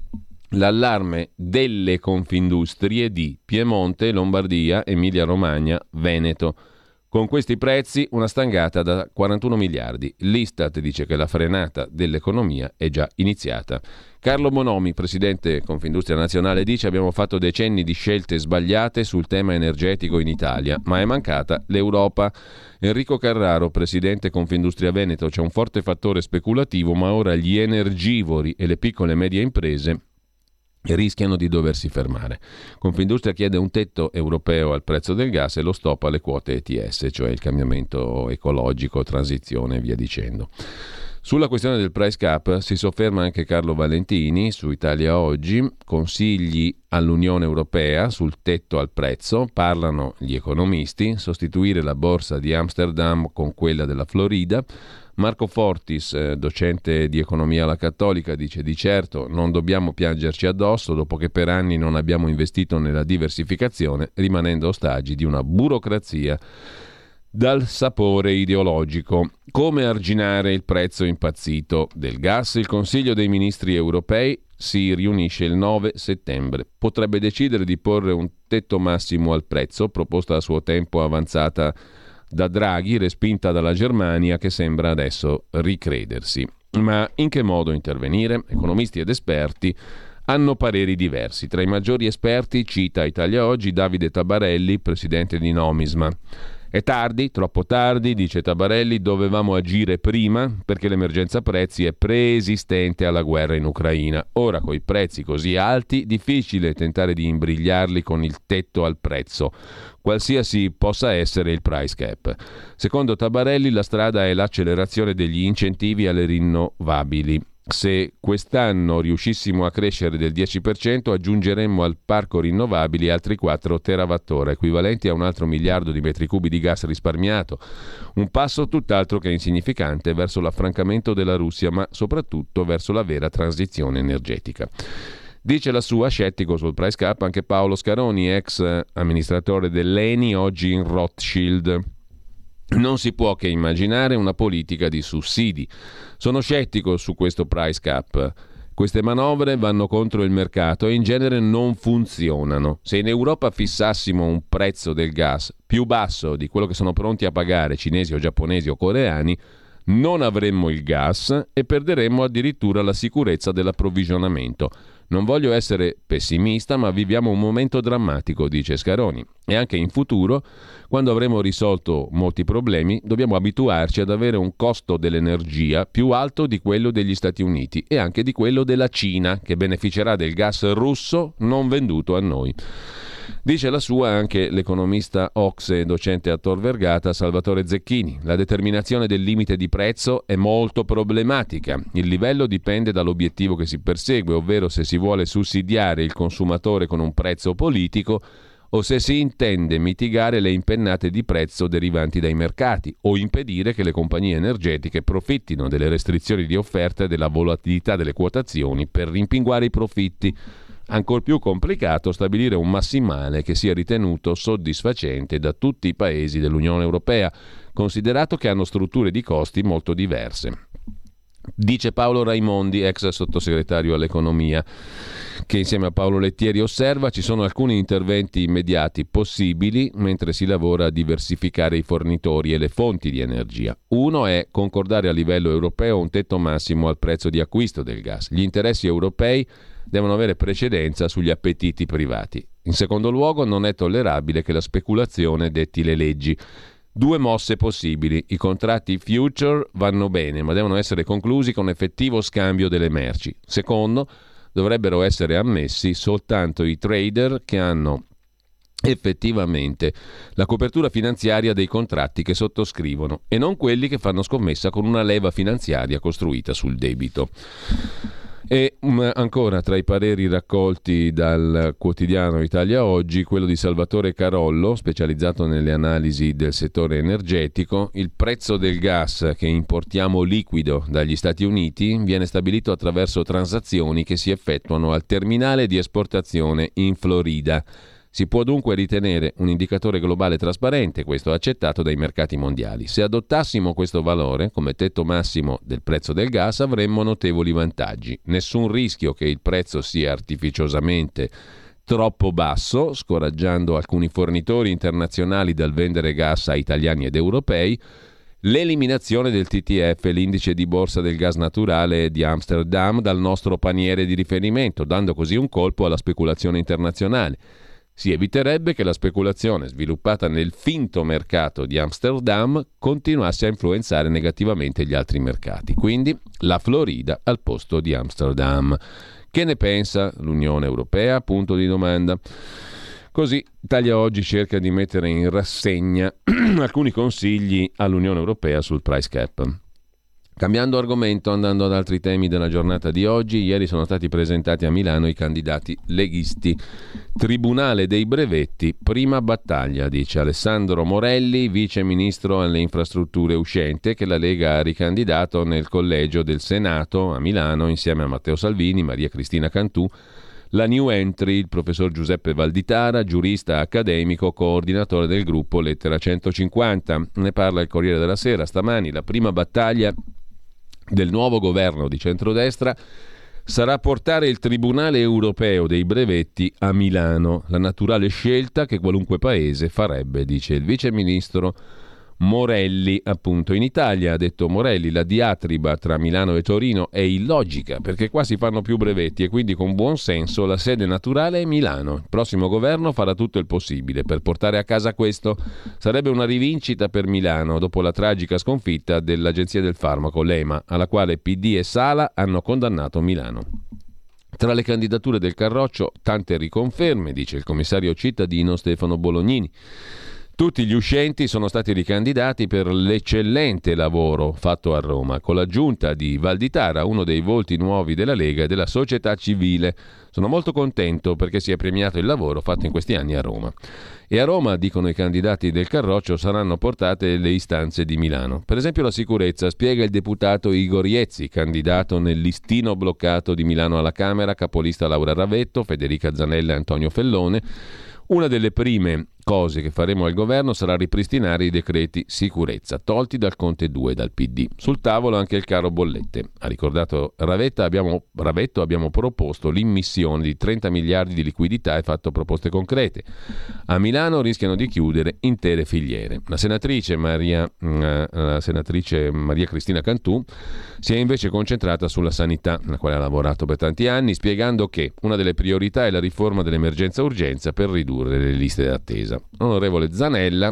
l'allarme delle Confindustrie di Piemonte, Lombardia, Emilia-Romagna, Veneto. Con questi prezzi una stangata da quarantuno miliardi. L'Istat dice che la frenata dell'economia è già iniziata. Carlo Bonomi, presidente Confindustria Nazionale, dice: abbiamo fatto decenni di scelte sbagliate sul tema energetico in Italia, ma è mancata l'Europa. Enrico Carraro, presidente Confindustria Veneto: c'è un forte fattore speculativo, ma ora gli energivori e le piccole e medie imprese rischiano di doversi fermare. Confindustria chiede un tetto europeo al prezzo del gas e lo stop alle quote E T S, cioè il cambiamento ecologico, transizione e via dicendo. Sulla questione del price cap si sofferma anche Carlo Valentini su Italia Oggi. Consigli all'Unione Europea sul tetto al prezzo, parlano gli economisti, sostituire la borsa di Amsterdam con quella della Florida. Marco Fortis, docente di economia alla Cattolica, dice: di certo non dobbiamo piangerci addosso dopo che per anni non abbiamo investito nella diversificazione, rimanendo ostaggi di una burocrazia dal sapore ideologico. Come arginare il prezzo impazzito del gas? Il Consiglio dei Ministri europei si riunisce il nove settembre. Potrebbe decidere di porre un tetto massimo al prezzo, proposta a suo tempo avanzata da Draghi, respinta dalla Germania, che sembra adesso ricredersi. Ma in che modo intervenire? Economisti ed esperti hanno pareri diversi. Tra i maggiori esperti cita Italia Oggi Davide Tabarelli, presidente di Nomisma. È tardi, troppo tardi, dice Tabarelli, dovevamo agire prima perché l'emergenza prezzi è preesistente alla guerra in Ucraina. Ora, coi prezzi così alti, difficile tentare di imbrigliarli con il tetto al prezzo, qualsiasi possa essere il price cap. Secondo Tabarelli, la strada è l'accelerazione degli incentivi alle rinnovabili. Se quest'anno riuscissimo a crescere del dieci per cento, aggiungeremmo al parco rinnovabili altri quattro terawattora, equivalenti a un altro miliardo di metri cubi di gas risparmiato. Un passo tutt'altro che insignificante verso l'affrancamento della Russia, ma soprattutto verso la vera transizione energetica. Dice la sua, scettico sul price cap, anche Paolo Scaroni, ex amministratore dell'Eni, oggi in Rothschild. Non si può che immaginare una politica di sussidi. Sono scettico su questo price cap. Queste manovre vanno contro il mercato e in genere non funzionano. Se in Europa fissassimo un prezzo del gas più basso di quello che sono pronti a pagare cinesi o giapponesi o coreani, non avremmo il gas e perderemmo addirittura la sicurezza dell'approvvigionamento. Non voglio essere pessimista, ma viviamo un momento drammatico, dice Scaroni. E anche in futuro, quando avremo risolto molti problemi, dobbiamo abituarci ad avere un costo dell'energia più alto di quello degli Stati Uniti e anche di quello della Cina, che beneficerà del gas russo non venduto a noi. Dice la sua anche l'economista Ocse, docente a Tor Vergata, Salvatore Zecchini. La determinazione del limite di prezzo è molto problematica. Il livello dipende dall'obiettivo che si persegue, ovvero se si vuole sussidiare il consumatore con un prezzo politico o se si intende mitigare le impennate di prezzo derivanti dai mercati o impedire che le compagnie energetiche profittino delle restrizioni di offerta e della volatilità delle quotazioni per rimpinguare i profitti. Ancor più complicato stabilire un massimale che sia ritenuto soddisfacente da tutti i paesi dell'Unione Europea, considerato che hanno strutture di costi molto diverse. Dice Paolo Raimondi, ex sottosegretario all'economia, che insieme a Paolo Lettieri osserva: ci sono alcuni interventi immediati possibili mentre si lavora a diversificare i fornitori e le fonti di energia. Uno è concordare a livello europeo un tetto massimo al prezzo di acquisto del gas. Gli interessi europei devono avere precedenza sugli appetiti privati. In secondo luogo, non è tollerabile che la speculazione detti le leggi. Due mosse possibili. I contratti future vanno bene, ma devono essere conclusi con effettivo scambio delle merci. Secondo, dovrebbero essere ammessi soltanto i trader che hanno effettivamente la copertura finanziaria dei contratti che sottoscrivono e non quelli che fanno scommessa con una leva finanziaria costruita sul debito. E um, ancora tra i pareri raccolti dal quotidiano Italia Oggi, quello di Salvatore Carollo, specializzato nelle analisi del settore energetico. Il prezzo del gas che importiamo liquido dagli Stati Uniti viene stabilito attraverso transazioni che si effettuano al terminale di esportazione in Florida. Si può dunque ritenere un indicatore globale trasparente, questo accettato dai mercati mondiali. Se adottassimo questo valore come tetto massimo del prezzo del gas avremmo notevoli vantaggi. Nessun rischio che il prezzo sia artificiosamente troppo basso, scoraggiando alcuni fornitori internazionali dal vendere gas a italiani ed europei. L'eliminazione del T T F, l'indice di borsa del gas naturale di Amsterdam, dal nostro paniere di riferimento, dando così un colpo alla speculazione internazionale. Si eviterebbe che la speculazione sviluppata nel finto mercato di Amsterdam continuasse a influenzare negativamente gli altri mercati. Quindi la Florida al posto di Amsterdam. Che ne pensa l'Unione Europea? Punto di domanda. Così Italia Oggi cerca di mettere in rassegna alcuni consigli all'Unione Europea sul price cap. Cambiando argomento, andando ad altri temi della giornata di oggi, ieri sono stati presentati a Milano i candidati leghisti. Tribunale dei brevetti, prima battaglia, dice Alessandro Morelli, vice ministro alle infrastrutture uscente, che la Lega ha ricandidato nel collegio del Senato a Milano insieme a Matteo Salvini, Maria Cristina Cantù, la new entry, il professor Giuseppe Valditara, giurista accademico, coordinatore del gruppo Lettera centocinquanta. Ne parla il Corriere della Sera stamani. La prima battaglia del nuovo governo di centrodestra sarà portare il Tribunale europeo dei brevetti a Milano, la naturale scelta che qualunque paese farebbe, dice il vice ministro Morelli. Appunto, in Italia, ha detto Morelli, la diatriba tra Milano e Torino è illogica perché qua si fanno più brevetti e quindi con buon senso la sede naturale è Milano. Il prossimo governo farà tutto il possibile per portare a casa questo. Sarebbe una rivincita per Milano dopo la tragica sconfitta dell'Agenzia del Farmaco, l'EMA, alla quale P D e Sala hanno condannato Milano. Tra le candidature del Carroccio tante riconferme, dice il commissario cittadino Stefano Bolognini. Tutti gli uscenti sono stati ricandidati per l'eccellente lavoro fatto a Roma, con l'aggiunta di Valditara, uno dei volti nuovi della Lega e della società civile. Sono molto contento perché si è premiato il lavoro fatto in questi anni a Roma. E a Roma, dicono i candidati del Carroccio, saranno portate le istanze di Milano. Per esempio la sicurezza, spiega il deputato Igor Iezzi, candidato nel listino bloccato di Milano alla Camera, capolista Laura Ravetto, Federica Zanella e Antonio Fellone. Una delle prime cose che faremo al governo sarà ripristinare i decreti sicurezza, tolti dal Conte due e dal P D. Sul tavolo anche il caro bollette. Ha ricordato Ravetta, abbiamo, Ravetto, abbiamo proposto l'immissione di trenta miliardi di liquidità e fatto proposte concrete. A Milano rischiano di chiudere intere filiere. La senatrice Maria, la senatrice Maria Cristina Cantù si è invece concentrata sulla sanità, nella quale ha lavorato per tanti anni, spiegando che una delle priorità è la riforma dell'emergenza-urgenza per ridurre le liste d'attesa. L'onorevole Zanella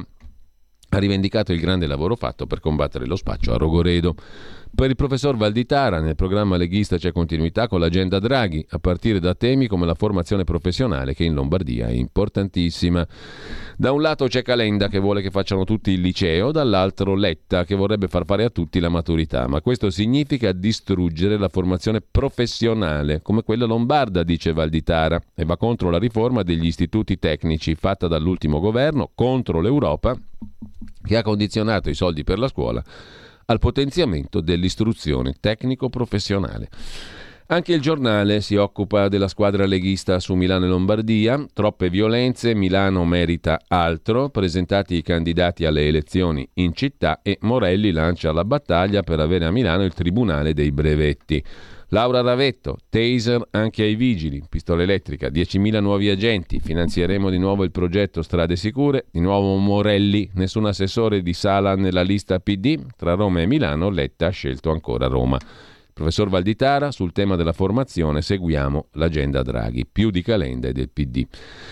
ha rivendicato il grande lavoro fatto per combattere lo spaccio a Rogoredo. Per il professor Valditara nel programma leghista c'è continuità con l'agenda Draghi, a partire da temi come la formazione professionale, che in Lombardia è importantissima. Da un lato c'è Calenda che vuole che facciano tutti il liceo, dall'altro Letta che vorrebbe far fare a tutti la maturità, ma questo significa distruggere la formazione professionale come quella lombarda, dice Valditara, e va contro la riforma degli istituti tecnici fatta dall'ultimo governo, contro l'Europa che ha condizionato i soldi per la scuola al potenziamento dell'istruzione tecnico-professionale. Anche il Giornale si occupa della squadra leghista su Milano e Lombardia. Troppe violenze, Milano merita altro. Presentati i candidati alle elezioni in città e Morelli lancia la battaglia per avere a Milano il Tribunale dei brevetti. Laura Ravetto, taser anche ai vigili, pistola elettrica, diecimila nuovi agenti, finanzieremo di nuovo il progetto Strade Sicure, di nuovo Morelli, nessun assessore di Sala nella lista P D, tra Roma e Milano Letta ha scelto ancora Roma. Professor Valditara, sul tema della formazione seguiamo l'agenda Draghi, più di Calenda e del P D.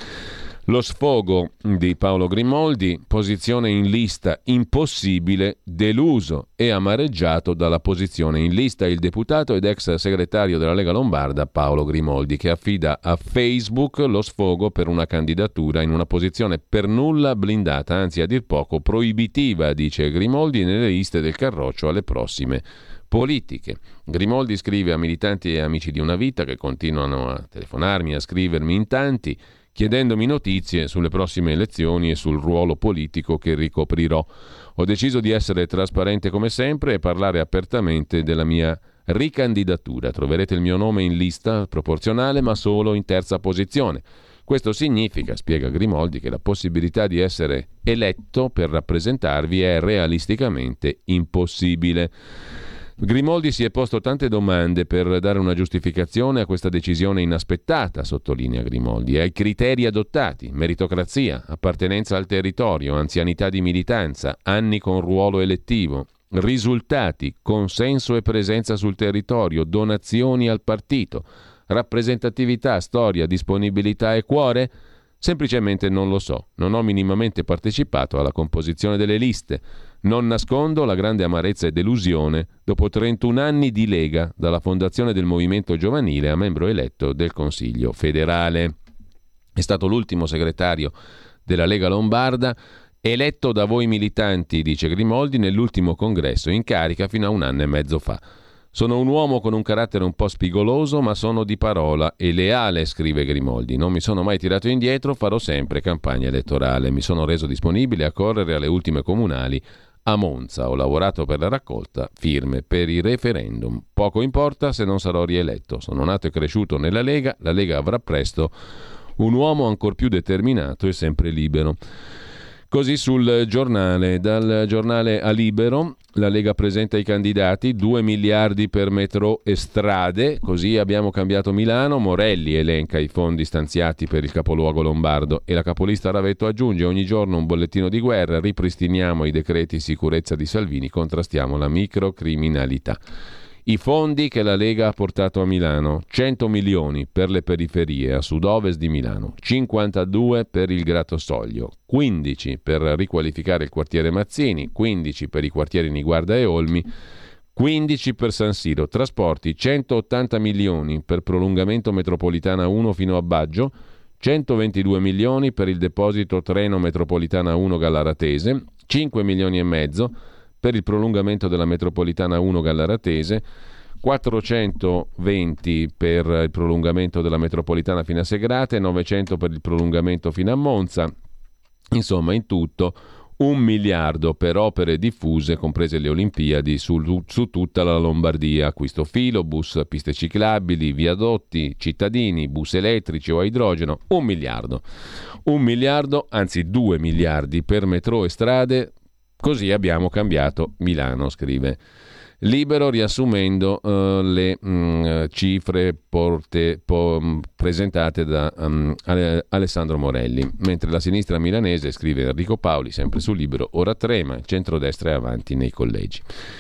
Lo sfogo di Paolo Grimoldi, posizione in lista impossibile, deluso e amareggiato dalla posizione in lista il deputato ed ex segretario della Lega Lombarda Paolo Grimoldi, che affida a Facebook lo sfogo per una candidatura in una posizione per nulla blindata, anzi a dir poco proibitiva, dice Grimoldi, nelle liste del Carroccio alle prossime politiche. Grimoldi scrive a militanti e amici di Una Vita che continuano a telefonarmi, a scrivermi in tanti, chiedendomi notizie sulle prossime elezioni e sul ruolo politico che ricoprirò. Ho deciso di essere trasparente come sempre e parlare apertamente della mia ricandidatura. Troverete il mio nome in lista proporzionale, ma solo in terza posizione. Questo significa, spiega Grimoldi, che la possibilità di essere eletto per rappresentarvi è realisticamente impossibile. Grimoldi si è posto tante domande per dare una giustificazione a questa decisione inaspettata, sottolinea Grimoldi, ai criteri adottati: meritocrazia, appartenenza al territorio, anzianità di militanza, anni con ruolo elettivo, risultati, consenso e presenza sul territorio, donazioni al partito, rappresentatività, storia, disponibilità e cuore? Semplicemente non lo so, non ho minimamente partecipato alla composizione delle liste. Non nascondo la grande amarezza e delusione dopo trentuno anni di Lega, dalla fondazione del movimento giovanile a membro eletto del Consiglio federale. È stato l'ultimo segretario della Lega Lombarda, eletto da voi militanti, dice Grimoldi, nell'ultimo congresso in carica fino a un anno e mezzo fa. Sono un uomo con un carattere un po' spigoloso, ma sono di parola e leale, scrive Grimoldi. Non mi sono mai tirato indietro, farò sempre campagna elettorale. Mi sono reso disponibile a correre alle ultime comunali a Monza. Ho lavorato per la raccolta firme per i referendum. Poco importa se non sarò rieletto. Sono nato e cresciuto nella Lega. La Lega avrà presto un uomo ancor più determinato e sempre libero. Così sul Giornale. Dal Giornale a Libero, la Lega presenta i candidati, due miliardi per metro e strade, così abbiamo cambiato Milano. Morelli elenca i fondi stanziati per il capoluogo lombardo e la capolista Ravetto aggiunge: ogni giorno un bollettino di guerra, ripristiniamo i decreti sicurezza di Salvini, contrastiamo la microcriminalità. I fondi che la Lega ha portato a Milano: cento milioni per le periferie a sud-ovest di Milano, cinquantadue per il Gratosoglio, quindici per riqualificare il quartiere Mazzini, quindici per i quartieri Niguarda e Olmi, quindici per San Siro. Trasporti: centottanta milioni per prolungamento metropolitana uno fino a Baggio, centoventidue milioni per il deposito treno metropolitana uno Gallaratese, cinque milioni e mezzo per il prolungamento della metropolitana uno Gallaratese, quattrocentoventi per il prolungamento della metropolitana fino a Segrate, novecento per il prolungamento fino a Monza. Insomma, in tutto un miliardo per opere diffuse, comprese le Olimpiadi, su, su tutta la Lombardia. Acquisto filobus, piste ciclabili, viadotti, cittadini, bus elettrici o a idrogeno. Un miliardo. Un miliardo, anzi due miliardi per metro e strade. Così abbiamo cambiato Milano, scrive Libero, riassumendo uh, le mh, cifre porte, po, presentate da um, Alessandro Morelli. Mentre la sinistra milanese, scrive Enrico Paoli, sempre su Libero, ora trema, il centrodestra è avanti nei collegi.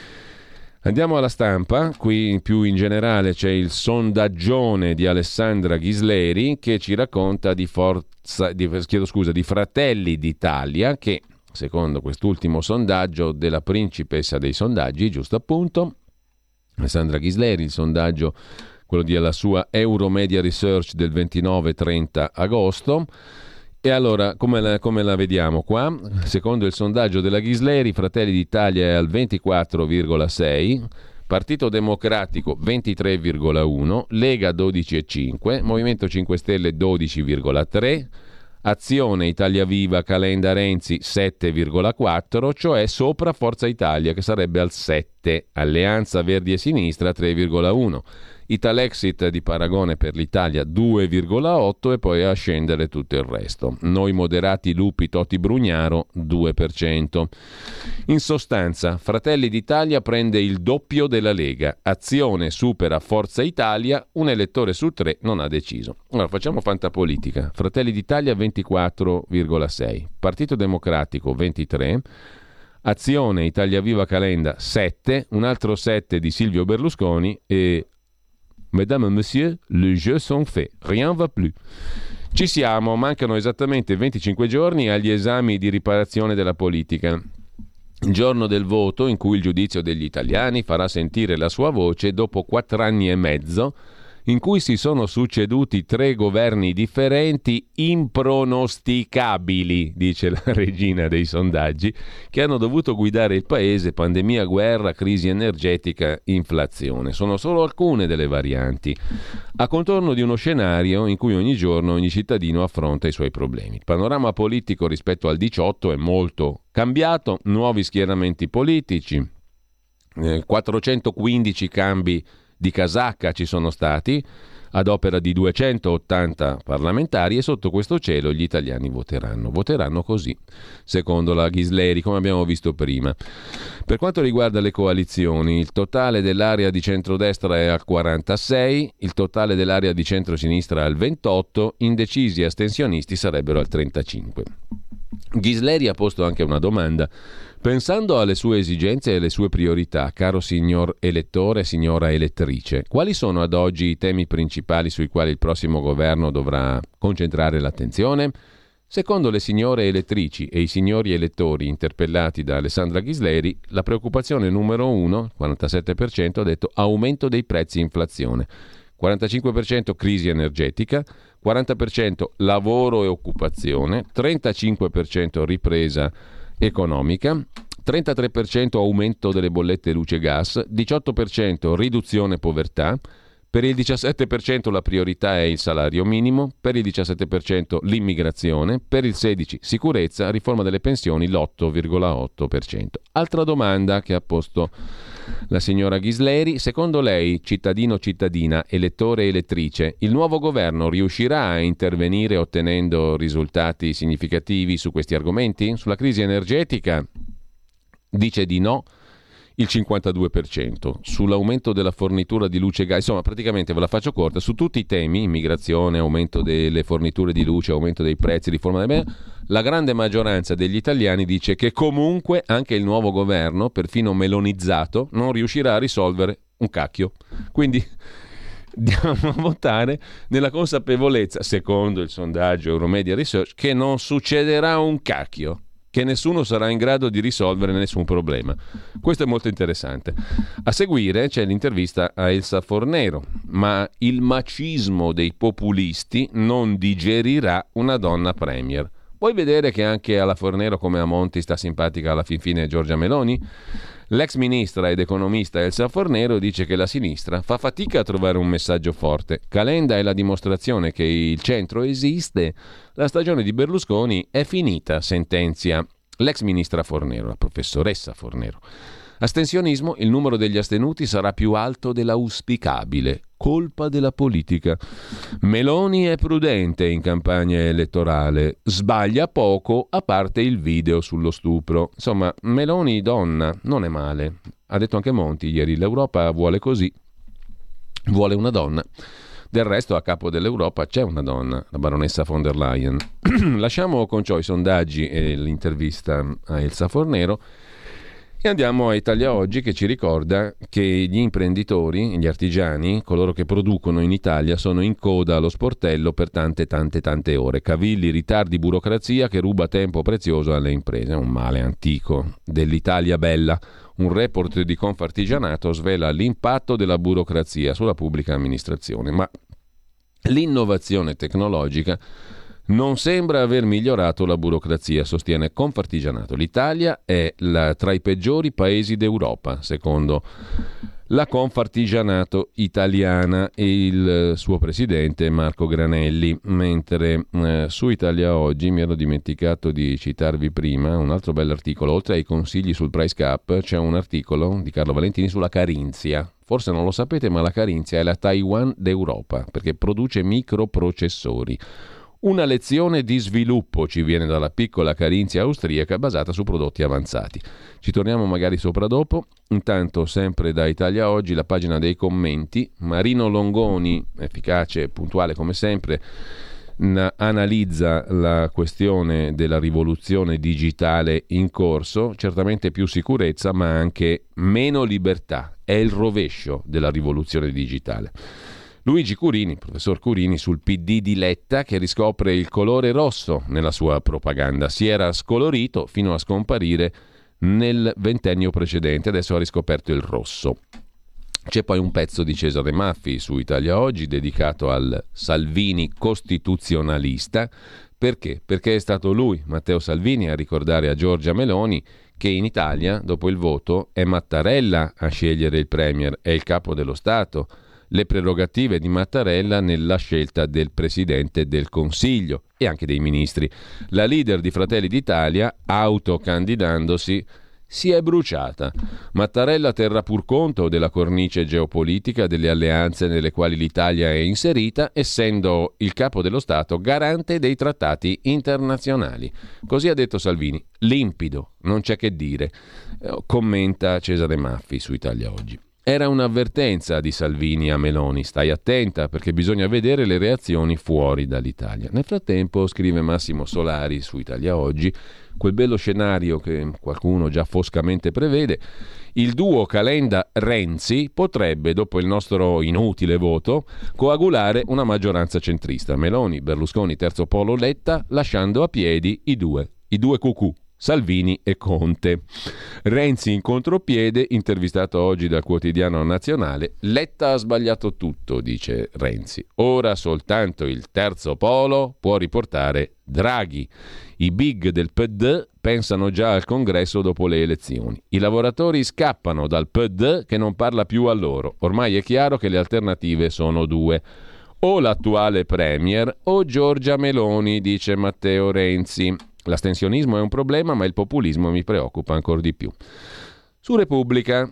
Andiamo alla Stampa. Qui più in generale c'è il sondaggione di Alessandra Ghisleri che ci racconta di forza, di, chiedo scusa, di Fratelli d'Italia, che secondo quest'ultimo sondaggio della principessa dei sondaggi, giusto appunto, Alessandra Ghisleri, il sondaggio, quello della sua Euromedia Research del ventinove trenta agosto. E allora, come la, come la vediamo qua? Secondo il sondaggio della Ghisleri, Fratelli d'Italia è al ventiquattro virgola sei, Partito Democratico ventitré virgola uno, Lega dodici virgola cinque, Movimento cinque Stelle dodici virgola tre, Azione, Italia Viva, Calenda, Renzi sette virgola quattro, cioè sopra Forza Italia che sarebbe al sette. sette, Alleanza Verdi e Sinistra tre virgola uno, Italexit di paragone per l'Italia due virgola otto e poi a scendere tutto il resto. Noi moderati Lupi Toti Brugnaro due per cento. In sostanza, Fratelli d'Italia prende il doppio della Lega, Azione supera Forza Italia, un elettore su tre non ha deciso. Allora facciamo fantapolitica. Fratelli d'Italia ventiquattro virgola sei, Partito Democratico ventitré, Azione Italia Viva Calenda sette, un altro sette di Silvio Berlusconi e Mesdames et messieurs, le jeu sont faits, rien va plus. Ci siamo, mancano esattamente venticinque giorni agli esami di riparazione della politica. Il giorno del voto in cui il giudizio degli italiani farà sentire la sua voce dopo quattro anni e mezzo in cui si sono succeduti tre governi differenti impronosticabili, dice la regina dei sondaggi, che hanno dovuto guidare il paese, pandemia, guerra, crisi energetica, inflazione. Sono solo alcune delle varianti, a contorno di uno scenario in cui ogni giorno ogni cittadino affronta i suoi problemi. Il panorama politico rispetto al diciotto è molto cambiato, nuovi schieramenti politici, eh, quattrocentoquindici cambi di casacca ci sono stati ad opera di duecentottanta parlamentari e sotto questo cielo gli italiani voteranno. Voteranno così, secondo la Ghisleri, come abbiamo visto prima. Per quanto riguarda le coalizioni, il totale dell'area di centrodestra è al quarantasei, il totale dell'area di centrosinistra è al ventotto, indecisi e astensionisti sarebbero al trentacinque. Ghisleri ha posto anche una domanda. Pensando alle sue esigenze e alle sue priorità, caro signor elettore, signora elettrice, quali sono ad oggi i temi principali sui quali il prossimo governo dovrà concentrare l'attenzione? Secondo le signore elettrici e i signori elettori interpellati da Alessandra Ghisleri, la preoccupazione numero uno, quarantasette per cento, ha detto aumento dei prezzi e inflazione, quarantacinque per cento crisi energetica, quaranta per cento lavoro e occupazione, trentacinque per cento ripresa economica, trentatré per cento aumento delle bollette luce e gas, diciotto per cento riduzione povertà, per il diciassette per cento la priorità è il salario minimo, per il diciassette per cento l'immigrazione, per il sedici per cento sicurezza, riforma delle pensioni l'otto virgola otto per cento. Altra domanda che ha posto la signora Ghisleri: secondo lei, cittadino cittadina, elettore elettrice, il nuovo governo riuscirà a intervenire ottenendo risultati significativi su questi argomenti? Sulla crisi energetica dice di no il cinquantadue per cento, sull'aumento della fornitura di luce e gas, insomma praticamente ve la faccio corta, su tutti i temi, immigrazione, aumento delle forniture di luce, aumento dei prezzi, riforma del bene, la grande maggioranza degli italiani dice che comunque anche il nuovo governo, perfino melonizzato, non riuscirà a risolvere un cacchio. Quindi andiamo a votare nella consapevolezza, secondo il sondaggio Euromedia Research, che non succederà un cacchio, che nessuno sarà in grado di risolvere nessun problema. Questo è molto interessante. A seguire c'è l'intervista a Elsa Fornero, ma il macismo dei populisti non digerirà una donna premier. Vuoi vedere che anche alla Fornero come a Monti sta simpatica alla fin fine Giorgia Meloni? L'ex ministra ed economista Elsa Fornero dice che la sinistra fa fatica a trovare un messaggio forte. Calenda è la dimostrazione che il centro esiste. La stagione di Berlusconi è finita, sentenzia l'ex ministra Fornero, la professoressa Fornero. Astensionismo, il numero degli astenuti sarà più alto dell'auspicabile. Colpa della politica. Meloni è prudente in campagna elettorale, sbaglia poco a parte il video sullo stupro. Insomma, Meloni donna non è male. Ha detto anche Monti ieri, l'Europa vuole così, vuole una donna. Del resto a capo dell'Europa c'è una donna, la baronessa von der Leyen. Lasciamo con ciò i sondaggi e l'intervista a Elsa Fornero e andiamo a Italia Oggi, che ci ricorda che gli imprenditori, gli artigiani, coloro che producono in Italia, sono in coda allo sportello per tante tante tante ore. Cavilli, ritardi, burocrazia che ruba tempo prezioso alle imprese. È un male antico dell'Italia bella. Un report di Confartigianato svela l'impatto della burocrazia sulla pubblica amministrazione, ma l'innovazione tecnologica non sembra aver migliorato la burocrazia, sostiene Confartigianato. L'Italia è la, tra i peggiori paesi d'Europa, secondo la Confartigianato Italiana e il suo presidente Marco Granelli, mentre eh, su Italia Oggi, mi ero dimenticato di citarvi prima, un altro bell'articolo, oltre ai consigli sul price cap c'è un articolo di Carlo Valentini sulla Carinzia. Forse non lo sapete, ma la Carinzia è la Taiwan d'Europa perché produce microprocessori. Una lezione di sviluppo ci viene dalla piccola Carinzia austriaca basata su prodotti avanzati. Ci torniamo magari sopra dopo. Intanto, sempre da Italia Oggi, la pagina dei commenti. Marino Longoni, efficace e puntuale come sempre, n- analizza la questione della rivoluzione digitale in corso. Certamente più sicurezza, ma anche meno libertà. È il rovescio della rivoluzione digitale. Luigi Curini, professor Curini, sul P D di Letta che riscopre il colore rosso nella sua propaganda. Si era scolorito fino a scomparire nel ventennio precedente, adesso ha riscoperto il rosso. C'è poi un pezzo di Cesare Maffi su Italia Oggi dedicato al Salvini costituzionalista. Perché? Perché è stato lui, Matteo Salvini, a ricordare a Giorgia Meloni che in Italia, dopo il voto, è Mattarella a scegliere il premier, è il capo dello Stato. Le prerogative di Mattarella nella scelta del Presidente del Consiglio e anche dei ministri. La leader di Fratelli d'Italia, autocandidandosi, si è bruciata. Mattarella terrà pur conto della cornice geopolitica delle alleanze nelle quali l'Italia è inserita, essendo il capo dello Stato garante dei trattati internazionali. Così ha detto Salvini. Limpido, non c'è che dire, commenta Cesare Maffi su Italia Oggi. Era un'avvertenza di Salvini a Meloni, stai attenta perché bisogna vedere le reazioni fuori dall'Italia. Nel frattempo, scrive Massimo Solari su Italia Oggi, quel bello scenario che qualcuno già foscamente prevede, il duo Calenda-Renzi potrebbe, dopo il nostro inutile voto, coagulare una maggioranza centrista. Meloni, Berlusconi, terzo polo Letta, lasciando a piedi i due, i due cucù. Salvini e Conte. Renzi in contropiede, intervistato oggi dal quotidiano Nazionale, Letta ha sbagliato tutto, dice Renzi. Ora soltanto il terzo polo può riportare Draghi. I big del P D pensano già al congresso dopo le elezioni. I lavoratori scappano dal P D che non parla più a loro. Ormai è chiaro che le alternative sono due. O l'attuale premier o Giorgia Meloni, dice Matteo Renzi. L'astensionismo è un problema, ma il populismo mi preoccupa ancora di più. Su Repubblica,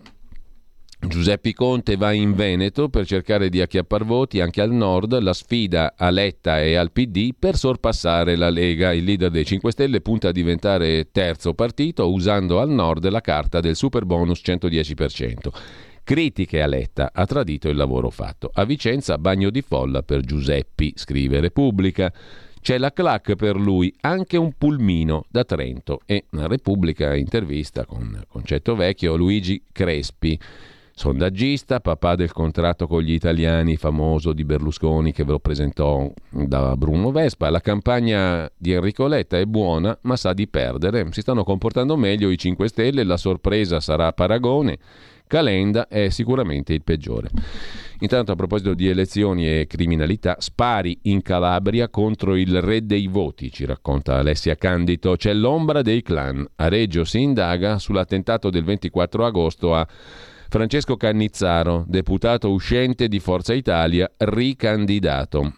Giuseppe Conte va in Veneto per cercare di acchiappar voti anche al nord, la sfida a Letta e al P D per sorpassare la Lega. Il leader dei cinque Stelle punta a diventare terzo partito usando al nord la carta del super bonus centodieci per cento. Critiche a Letta, ha tradito il lavoro fatto. A Vicenza bagno di folla per Giuseppi, scrive Repubblica. C'è la clac per lui, anche un pulmino da Trento. E la Repubblica intervista con Concetto Vecchio Luigi Crespi, sondaggista, papà del contratto con gli italiani famoso di Berlusconi che ve lo presentò da Bruno Vespa. La campagna di Enrico Letta è buona, ma sa di perdere. Si stanno comportando meglio i cinque Stelle, la sorpresa sarà Paragone. Calenda è sicuramente il peggiore. Intanto, a proposito di elezioni e criminalità, spari in Calabria contro il re dei voti, ci racconta Alessia Candito. C'è l'ombra dei clan. A Reggio si indaga sull'attentato del ventiquattro agosto a Francesco Cannizzaro, deputato uscente di Forza Italia, ricandidato.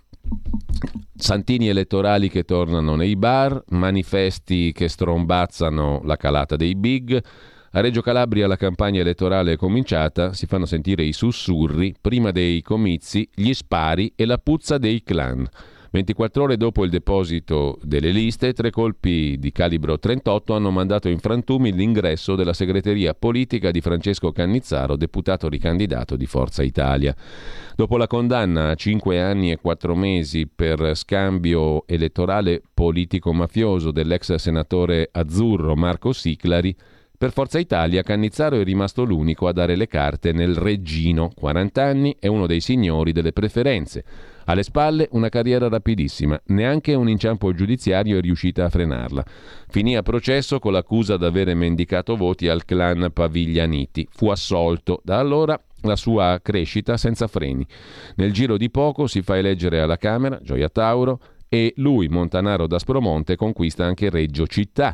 Santini elettorali che tornano nei bar, manifesti che strombazzano la calata dei big. A Reggio Calabria la campagna elettorale è cominciata, si fanno sentire i sussurri, prima dei comizi, gli spari e la puzza dei clan. ventiquattro ore dopo il deposito delle liste, tre colpi di calibro trentotto hanno mandato in frantumi l'ingresso della segreteria politica di Francesco Cannizzaro, deputato ricandidato di Forza Italia. Dopo la condanna a cinque anni e quattro mesi per scambio elettorale politico-mafioso dell'ex senatore azzurro Marco Siclari, per Forza Italia Cannizzaro è rimasto l'unico a dare le carte nel reggino. quaranta anni, è uno dei signori delle preferenze. Alle spalle una carriera rapidissima, neanche un inciampo giudiziario è riuscita a frenarla. Finì a processo con l'accusa d'avere mendicato voti al clan Paviglianiti. Fu assolto. Da allora la sua crescita senza freni. Nel giro di poco si fa eleggere alla Camera, Gioia Tauro, e lui, Montanaro d'Aspromonte, conquista anche Reggio città.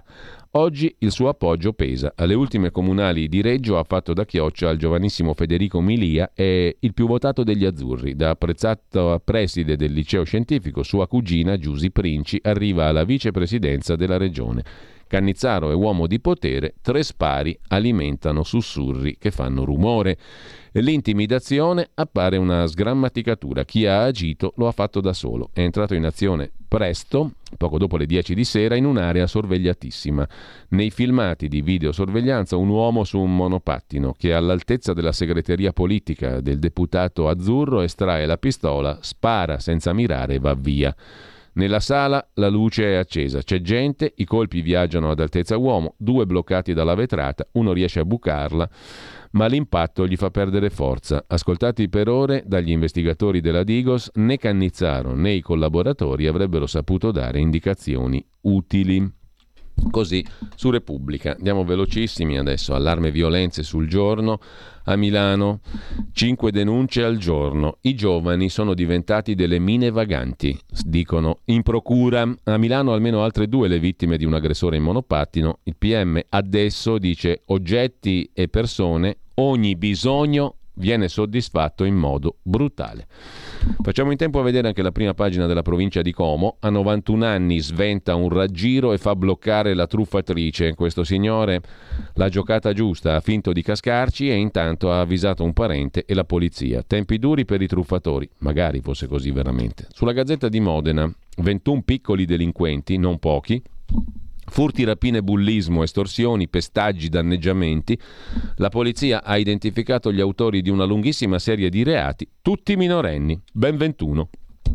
Oggi il suo appoggio pesa. Alle ultime comunali di Reggio ha fatto da chioccia al giovanissimo Federico Milia, è il più votato degli azzurri. Da apprezzato preside del liceo scientifico, sua cugina Giusy Princi arriva alla vicepresidenza della regione. Cannizzaro è uomo di potere, tre spari alimentano sussurri che fanno rumore. L'intimidazione appare una sgrammaticatura. Chi ha agito lo ha fatto da solo. È entrato in azione presto, poco dopo le dieci di sera, in un'area sorvegliatissima. Nei filmati di videosorveglianza un uomo su un monopattino che all'altezza della segreteria politica del deputato azzurro estrae la pistola, spara senza mirare e va via. Nella sala la luce è accesa, c'è gente, i colpi viaggiano ad altezza uomo, due bloccati dalla vetrata, uno riesce a bucarla, ma l'impatto gli fa perdere forza. Ascoltati per ore dagli investigatori della Digos, né Cannizzaro né i collaboratori avrebbero saputo dare indicazioni utili. Così su Repubblica. Andiamo velocissimi adesso. Allarme violenze sul giorno. A Milano cinque denunce al giorno. I giovani sono diventati delle mine vaganti, dicono in procura. A Milano almeno altre due le vittime di un aggressore in monopattino. Il P M adesso dice oggetti e persone, ogni bisogno viene soddisfatto in modo brutale. Facciamo in tempo a vedere anche la prima pagina della provincia di Como. A novantuno anni sventa un raggiro e fa bloccare la truffatrice. Questo signore l'ha giocata giusta, ha finto di cascarci e intanto ha avvisato un parente e la polizia. Tempi duri per i truffatori, magari fosse così veramente. Sulla Gazzetta di Modena, ventuno piccoli delinquenti, non pochi, furti, rapine, bullismo, estorsioni, pestaggi, danneggiamenti. La polizia ha identificato gli autori di una lunghissima serie di reati, tutti minorenni, ben ventuno.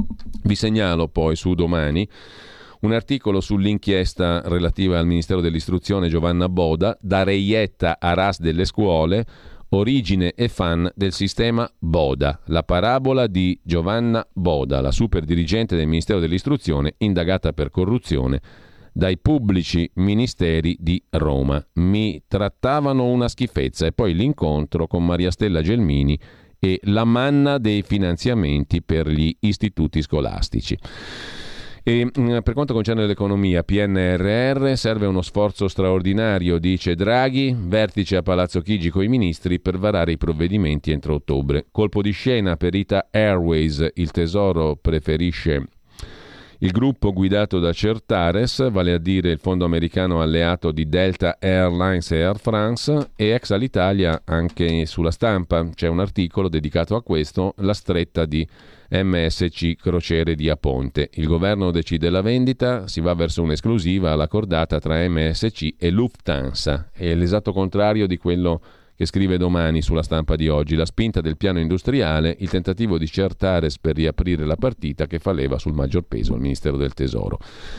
Vi segnalo poi su Domani un articolo sull'inchiesta relativa al Ministero dell'Istruzione Giovanna Boda, da reietta a ras delle scuole, origine e fan del sistema Boda, la parabola di Giovanna Boda, la super dirigente del Ministero dell'Istruzione indagata per corruzione dai pubblici ministeri di Roma. Mi trattavano una schifezza. E poi l'incontro con Maria Stella Gelmini e la manna dei finanziamenti per gli istituti scolastici. E per quanto concerne l'economia, P N R R, serve uno sforzo straordinario, dice Draghi, vertice a Palazzo Chigi coi ministri per varare i provvedimenti entro ottobre. Colpo di scena per Ita Airways, il Tesoro preferisce il gruppo guidato da Certares, vale a dire il fondo americano alleato di Delta Airlines e Air France, e ex Alitalia. Anche sulla Stampa c'è un articolo dedicato a questo, la stretta di M S C Crociere di Aponte. Il governo decide la vendita, si va verso un'esclusiva alla cordata tra M S C e Lufthansa. È l'esatto contrario di quello che scrive Domani sulla Stampa di oggi. La spinta del piano industriale, il tentativo di Certares per riaprire la partita che fa leva sul maggior peso al Ministero del Tesoro.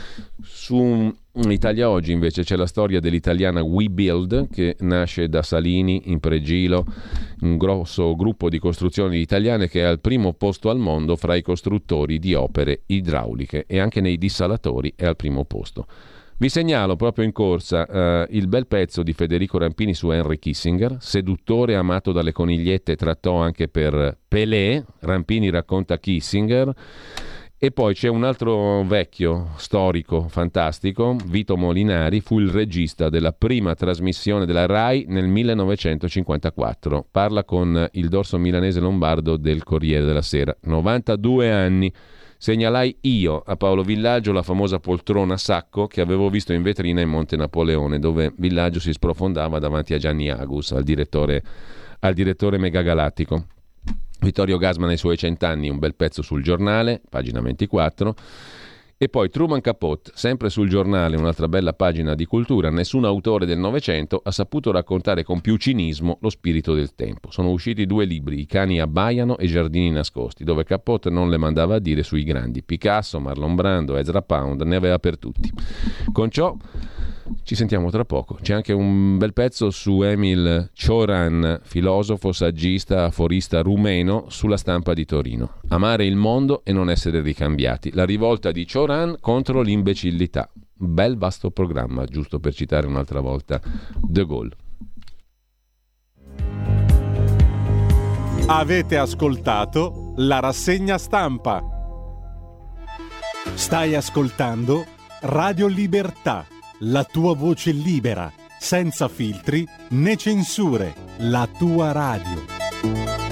Su Italia Oggi invece c'è la storia dell'italiana WeBuild, che nasce da Salini in Pregilo, un grosso gruppo di costruzioni italiane che è al primo posto al mondo fra i costruttori di opere idrauliche, e anche nei dissalatori è al primo posto. Vi segnalo proprio in corsa uh, il bel pezzo di Federico Rampini su Henry Kissinger, seduttore amato dalle conigliette, trattò anche per Pelé. Rampini racconta Kissinger. E poi c'è un altro vecchio storico fantastico, Vito Molinari, fu il regista della prima trasmissione della Rai nel millenovecentocinquantaquattro. Parla con il dorso milanese lombardo del Corriere della Sera. novantadue anni. Segnalai io a Paolo Villaggio la famosa poltrona sacco che avevo visto in vetrina in Monte Napoleone, dove Villaggio si sprofondava davanti a Gianni Agus, al direttore, al direttore megagalattico. Vittorio Gassman ai suoi cent'anni, un bel pezzo sul Giornale, pagina ventiquattro. E poi Truman Capote, sempre sul Giornale, un'altra bella pagina di cultura. Nessun autore del Novecento ha saputo raccontare con più cinismo lo spirito del tempo. Sono usciti due libri, I cani abbaiano e Giardini nascosti, dove Capote non le mandava a dire sui grandi. Picasso, Marlon Brando, Ezra Pound, ne aveva per tutti. Con ciò ci sentiamo tra poco. C'è anche un bel pezzo su Emil Cioran, filosofo, saggista, aforista rumeno, sulla Stampa di Torino. Amare il mondo e non essere ricambiati. La rivolta di Cioran contro l'imbecillità. Bel vasto programma, giusto per citare un'altra volta De Gaulle. Avete ascoltato la rassegna stampa. Stai ascoltando Radio Libertà, la tua voce libera, senza filtri né censure, la tua radio.